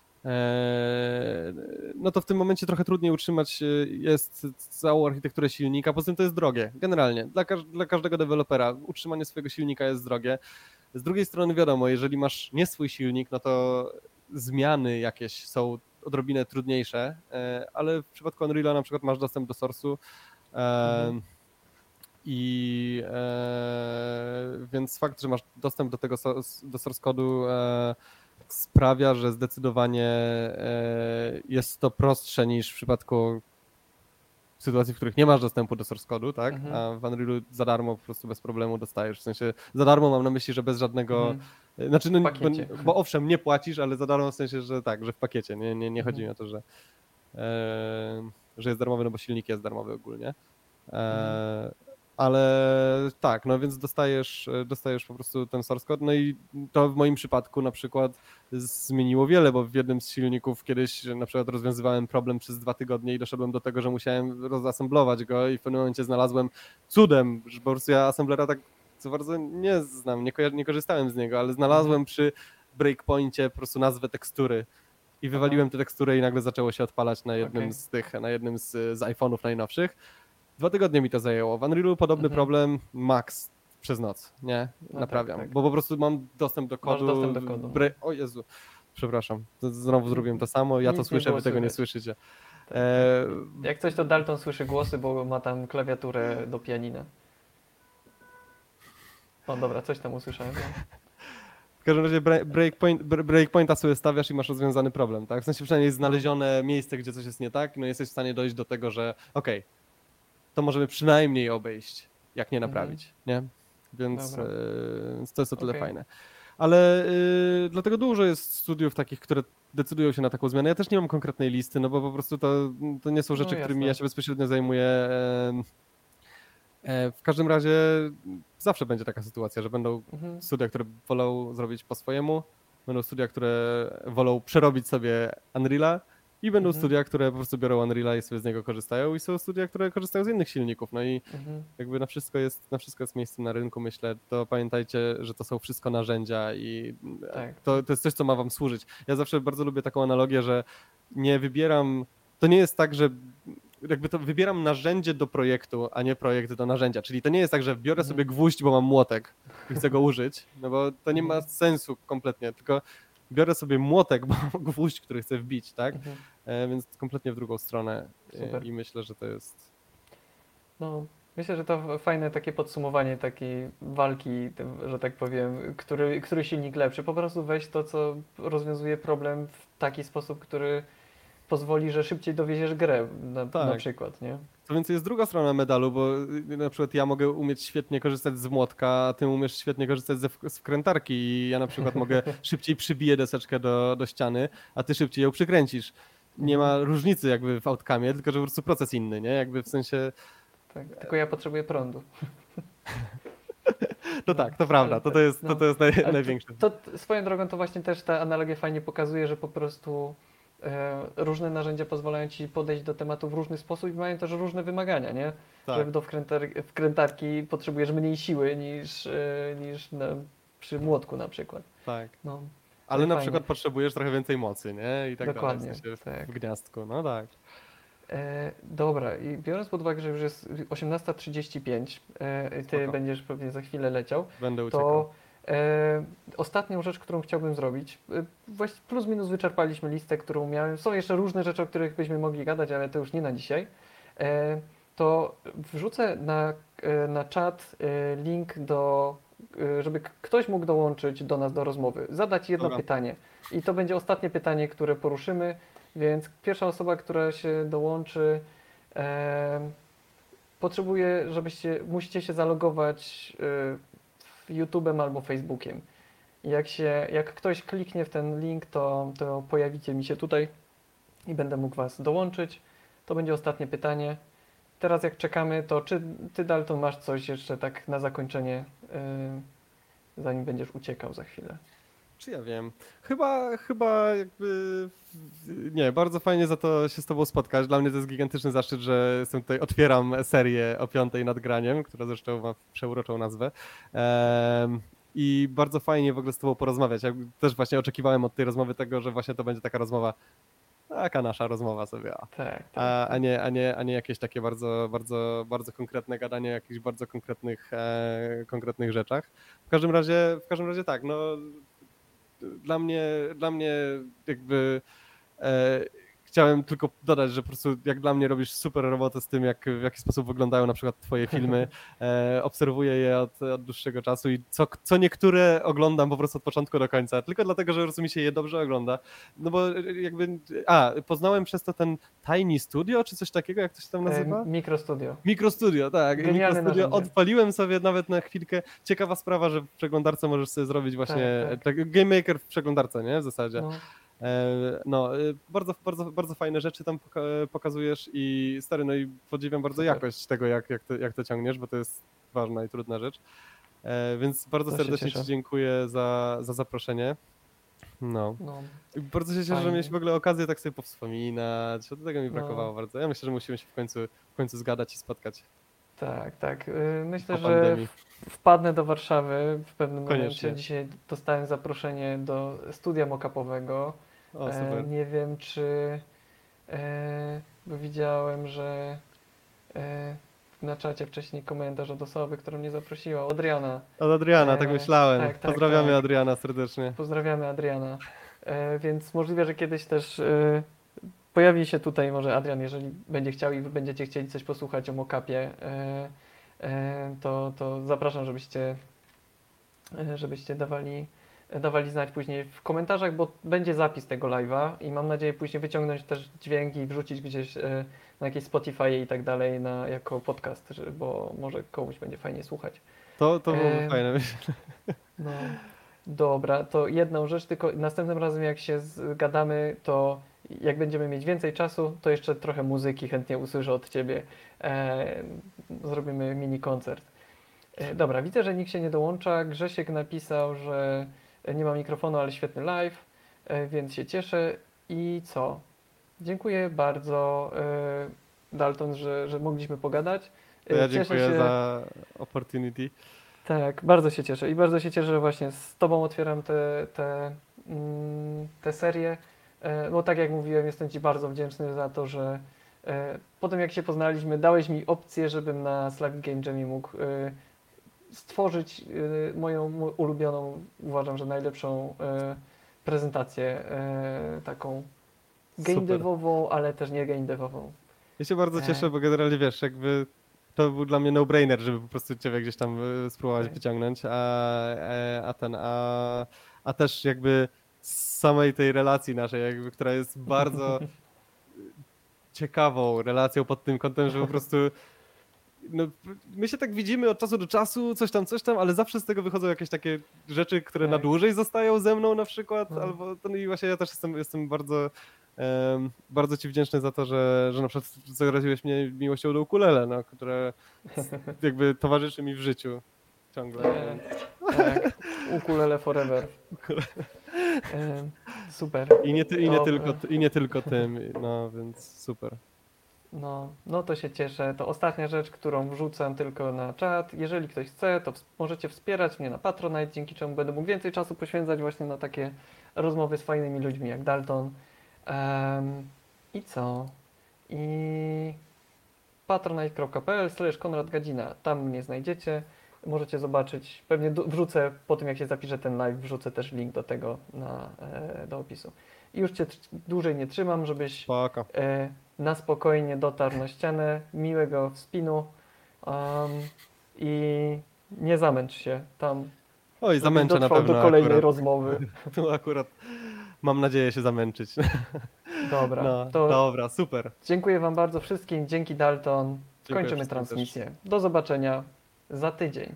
no to w tym momencie trochę trudniej utrzymać jest całą architekturę silnika, poza tym to jest drogie, generalnie, dla każdego dewelopera utrzymanie swojego silnika jest drogie. Z drugiej strony wiadomo, jeżeli masz nie swój silnik, no to zmiany jakieś są odrobinę trudniejsze, ale w przypadku Unreal'a na przykład masz dostęp do source'u, Mhm. i więc fakt, że masz dostęp do tego do source code'u sprawia, że zdecydowanie jest to prostsze niż w przypadku sytuacji, w których nie masz dostępu do source code'u, tak? Mhm. A w Unrealu za darmo po prostu bez problemu dostajesz. W sensie za darmo mam na myśli, że bez żadnego. Mhm. Znaczy, no, W pakiecie. bo owszem, nie płacisz, ale za darmo w sensie, że tak, że w pakiecie. Nie chodzi Mhm. mi o to, że jest darmowy, no bo silnik jest darmowy ogólnie. Mhm. Ale tak, no więc dostajesz po prostu ten source code, no i to w moim przypadku na przykład zmieniło wiele, bo w jednym z silników kiedyś na przykład rozwiązywałem problem przez 2 tygodnie i doszedłem do tego, że musiałem rozassemblować go i w pewnym momencie znalazłem cudem, że po prostu ja assemblera tak co bardzo nie znam, nie korzystałem z niego, ale znalazłem Mhm. przy breakpoincie po prostu nazwę tekstury i Aha. wywaliłem tę teksturę i nagle zaczęło się odpalać na jednym Okej. z tych, na jednym z iPhone'ów najnowszych. 2 tygodnie mi to zajęło. W Unrealu podobny Mhm. problem, max przez noc, nie? No tak, Naprawiam, tak. bo po prostu mam dostęp do Masz dostęp kodu. do kodu. No. O Jezu, przepraszam, znowu zrobiłem to samo, ja to Nic nie słyszę, było wy tego nie słychać. słyszycie. Tak, tak. E, Jak coś, to Dalton słyszy głosy, bo ma tam klawiaturę do pianina. O dobra, coś tam usłyszałem. No. W każdym razie breakpointa sobie stawiasz i masz rozwiązany problem, tak? W sensie przynajmniej jest znalezione miejsce, gdzie coś jest nie tak, no jesteś w stanie dojść do tego, że okej, to możemy przynajmniej obejść, jak nie naprawić, nie? Więc Dobra. to jest o tyle Okej. fajne. Ale dlatego dużo jest studiów takich, które decydują się na taką zmianę. Ja też nie mam konkretnej listy, no bo po prostu to nie są rzeczy, No którymi jasne. ja się bezpośrednio zajmuję. W każdym razie zawsze będzie taka sytuacja, że będą Mhm. studia, które wolą zrobić po swojemu, będą studia, które wolą przerobić sobie Unreala i będą Mhm. studia, które po prostu biorą Unreala i sobie z niego korzystają i są studia, które korzystają z innych silników. No i Mhm. jakby na wszystko jest miejsce na rynku, myślę, to pamiętajcie, że to są wszystko narzędzia i Tak. to jest coś, co ma wam służyć. Ja zawsze bardzo lubię taką analogię, że nie wybieram, to nie jest tak, że jakby to wybieram narzędzie do projektu, a nie projekt do narzędzia. Czyli to nie jest tak, że biorę Mhm. sobie gwóźdź, bo mam młotek i chcę go użyć, no bo to nie ma Mhm. sensu kompletnie, tylko biorę sobie młotek, bo mam gwóźdź, który chcę wbić, tak? Mhm. Więc kompletnie w drugą stronę Super. i myślę, że to jest... No, myślę, że to fajne takie podsumowanie takiej walki, że tak powiem, który silnik lepszy. Po prostu weź to, co rozwiązuje problem w taki sposób, który pozwoli, że szybciej dowieziesz grę, na Tak. przykład, nie? Co więcej, jest druga strona medalu, bo na przykład ja mogę umieć świetnie korzystać z młotka, a ty umiesz świetnie korzystać z wkrętarki i ja na przykład mogę szybciej przybiję deseczkę do ściany, a ty szybciej ją przykręcisz. Nie Mhm. ma różnicy jakby w outcome, tylko że po prostu proces inny, nie? Jakby w sensie, Tak, tylko ja potrzebuję prądu. to tak, to prawda, to jest, no. to jest Ale największe. swoją drogą to właśnie też ta analogia fajnie pokazuje, że po prostu różne narzędzia pozwalają ci podejść do tematu w różny sposób i mają też różne wymagania, nie? Tak, Że do wkrętarki potrzebujesz mniej siły niż przy młotku na przykład. tak. No, Ale na fajnie. przykład potrzebujesz trochę więcej mocy, nie? I tak dalej, w Dokładnie, sensie tak. w gniazdku, no tak. Dobra, i biorąc pod uwagę, że już jest 18:35, ty Spoko. będziesz pewnie za chwilę leciał, Będę uciekał. to ostatnią rzecz, którą chciałbym zrobić, właściwie plus minus wyczerpaliśmy listę, którą miałem. Są jeszcze różne rzeczy, o których byśmy mogli gadać, ale to już nie na dzisiaj. To wrzucę na czat link do żeby ktoś mógł dołączyć do nas do rozmowy, zadać jedno Dobra. pytanie. I to będzie ostatnie pytanie, które poruszymy, więc pierwsza osoba, która się dołączy, potrzebuje, musicie się zalogować YouTube'em albo Facebookiem. Jak ktoś kliknie w ten link, to pojawicie mi się tutaj i będę mógł Was dołączyć. To będzie ostatnie pytanie. Teraz jak czekamy, to czy Ty, Dalton, masz coś jeszcze tak na zakończenie, zanim będziesz uciekał za chwilę? Czy ja wiem? Chyba jakby. Nie, bardzo fajnie za to się z tobą spotkać. Dla mnie to jest gigantyczny zaszczyt, że otwieram serię o 5 nad graniem, która zresztą ma przeuroczą nazwę. I bardzo fajnie w ogóle z tobą porozmawiać. Ja też właśnie oczekiwałem od tej rozmowy tego, że właśnie to będzie taka rozmowa, taka nasza rozmowa sobie, Tak, tak, a tak. nie jakieś takie bardzo konkretne gadanie o jakichś bardzo konkretnych rzeczach. W każdym razie tak, no dla mnie jakby chciałem tylko dodać, że po prostu jak dla mnie robisz super robotę z tym, w jaki sposób wyglądają na przykład twoje filmy. Obserwuję je od dłuższego czasu i co niektóre oglądam po prostu od początku do końca, tylko dlatego, że po prostu mi się je dobrze ogląda. No bo jakby, poznałem przez to ten Tiny Studio, czy coś takiego, jak to się tam nazywa? Microstudio. Microstudio, tak. Genialne Microstudio narzędzie. odpaliłem sobie nawet na chwilkę. Ciekawa sprawa, że w przeglądarce możesz sobie zrobić właśnie Tak. Game Maker w przeglądarce, nie? W zasadzie. No, Bardzo fajne rzeczy tam pokazujesz i stary, no i podziwiam bardzo super. jakość tego, jak to ciągniesz, bo to jest ważna i trudna rzecz. Więc bardzo To się serdecznie cieszę. Ci dziękuję za zaproszenie. No. No, I bardzo się cieszę, że fajnie. mieliśmy w ogóle okazję tak sobie powspominać. Do tego mi No. brakowało bardzo. Ja myślę, że musimy się w końcu zgadać i spotkać Tak. Myślę, po że pandemii. wpadnę do Warszawy w pewnym Koniecznie. momencie. Dzisiaj dostałem zaproszenie do studia mock-upowego. O, super. Nie wiem, czy bo widziałem, że na czacie wcześniej komentarz od osoby, która mnie zaprosiła, od Adriana. Od Adriana, tak myślałem. Tak. Pozdrawiamy Adriana serdecznie. Pozdrawiamy Adriana. Więc możliwe, że kiedyś też pojawi się tutaj może Adrian, jeżeli będzie chciał i wy będziecie chcieli coś posłuchać o mock-upie, to zapraszam, żebyście dawali znać później w komentarzach, bo będzie zapis tego live'a i mam nadzieję później wyciągnąć też dźwięki i wrzucić gdzieś na jakieś Spotify i tak dalej jako podcast, bo może komuś będzie fajnie słuchać. To byłoby Em, fajne, myślę. No, dobra, to jedną rzecz, tylko następnym razem jak się zgadamy, to jak będziemy mieć więcej czasu, to jeszcze trochę muzyki chętnie usłyszę od Ciebie. Zrobimy mini koncert. Dobra, widzę, że nikt się nie dołącza. Grzesiek napisał, że nie ma mikrofonu, ale świetny live, więc się cieszę. I co? Dziękuję bardzo, Dalton, że mogliśmy pogadać. To ja Cieszę dziękuję się. za opportunity. Tak, bardzo się cieszę i bardzo się cieszę, że właśnie z Tobą otwieram tę serię, bo tak jak mówiłem, jestem Ci bardzo wdzięczny za to, że po tym jak się poznaliśmy, dałeś mi opcję, żebym na Slavic Game Jamie mógł stworzyć moją ulubioną, uważam, że najlepszą prezentację taką game Super. devową, ale też nie game devową. Ja się bardzo cieszę, bo generalnie wiesz, jakby to był dla mnie no-brainer, żeby po prostu ciebie gdzieś tam spróbować Tak. wyciągnąć, a też jakby z samej tej relacji naszej, jakby, która jest bardzo ciekawą relacją pod tym kątem, że po prostu no, my się tak widzimy od czasu do czasu, coś tam, ale zawsze z tego wychodzą jakieś takie rzeczy, które na Tak. dłużej zostają ze mną na przykład, No. albo i właśnie ja też jestem bardzo Ci wdzięczny za to, że na przykład zaraziłeś mnie miłością do ukulele, no, które jakby towarzyszy mi w życiu ciągle. Tak, ukulele forever. Super. I nie tylko tym, no więc super. No to się cieszę. To ostatnia rzecz, którą wrzucam tylko na czat. Jeżeli ktoś chce, to możecie wspierać mnie na Patronite, dzięki czemu będę mógł więcej czasu poświęcać właśnie na takie rozmowy z fajnymi ludźmi jak Dalton. I co? I patronite.pl/Konrad Gadzina. Tam mnie znajdziecie. Możecie zobaczyć. Pewnie wrzucę po tym, jak się zapisze ten live, wrzucę też link do tego do opisu. I już Cię dłużej nie trzymam, żebyś Spoko. na spokojnie dotarł na ścianę, miłego wspinu i nie zamęcz się tam. Oj, żebyś zamęczę na dotrwał pewno do kolejnej akurat. rozmowy. Tu akurat mam nadzieję się zamęczyć. Dobra, No, to dobra, super. dziękuję Wam bardzo wszystkim. Dzięki Dalton. Dziękuję Kończymy wszystkim też. transmisję. Do zobaczenia za tydzień.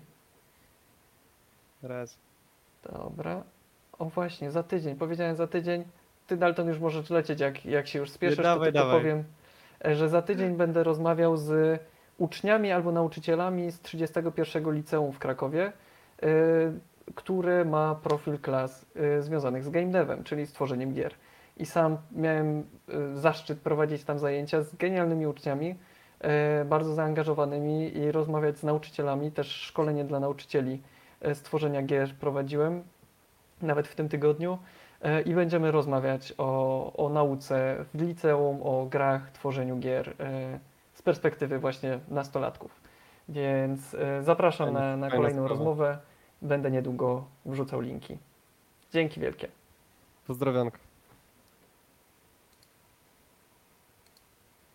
Raz. Dobra. O właśnie, za tydzień. Powiedziałem za tydzień. Ty, Dalton, już możesz lecieć, jak się już spieszysz, to dawaj, tylko dawaj. powiem, że za tydzień będę rozmawiał z uczniami albo nauczycielami z 31 Liceum w Krakowie, które ma profil klas związanych z game devem, czyli z tworzeniem gier. I sam miałem zaszczyt prowadzić tam zajęcia z genialnymi uczniami, bardzo zaangażowanymi i rozmawiać z nauczycielami, też szkolenie dla nauczycieli z tworzenia gier prowadziłem, nawet w tym tygodniu. I będziemy rozmawiać o nauce w liceum, o grach, tworzeniu gier z perspektywy właśnie nastolatków. Więc zapraszam na Fajna kolejną sprawa. rozmowę. Będę niedługo wrzucał linki. Dzięki wielkie. Pozdrowionko.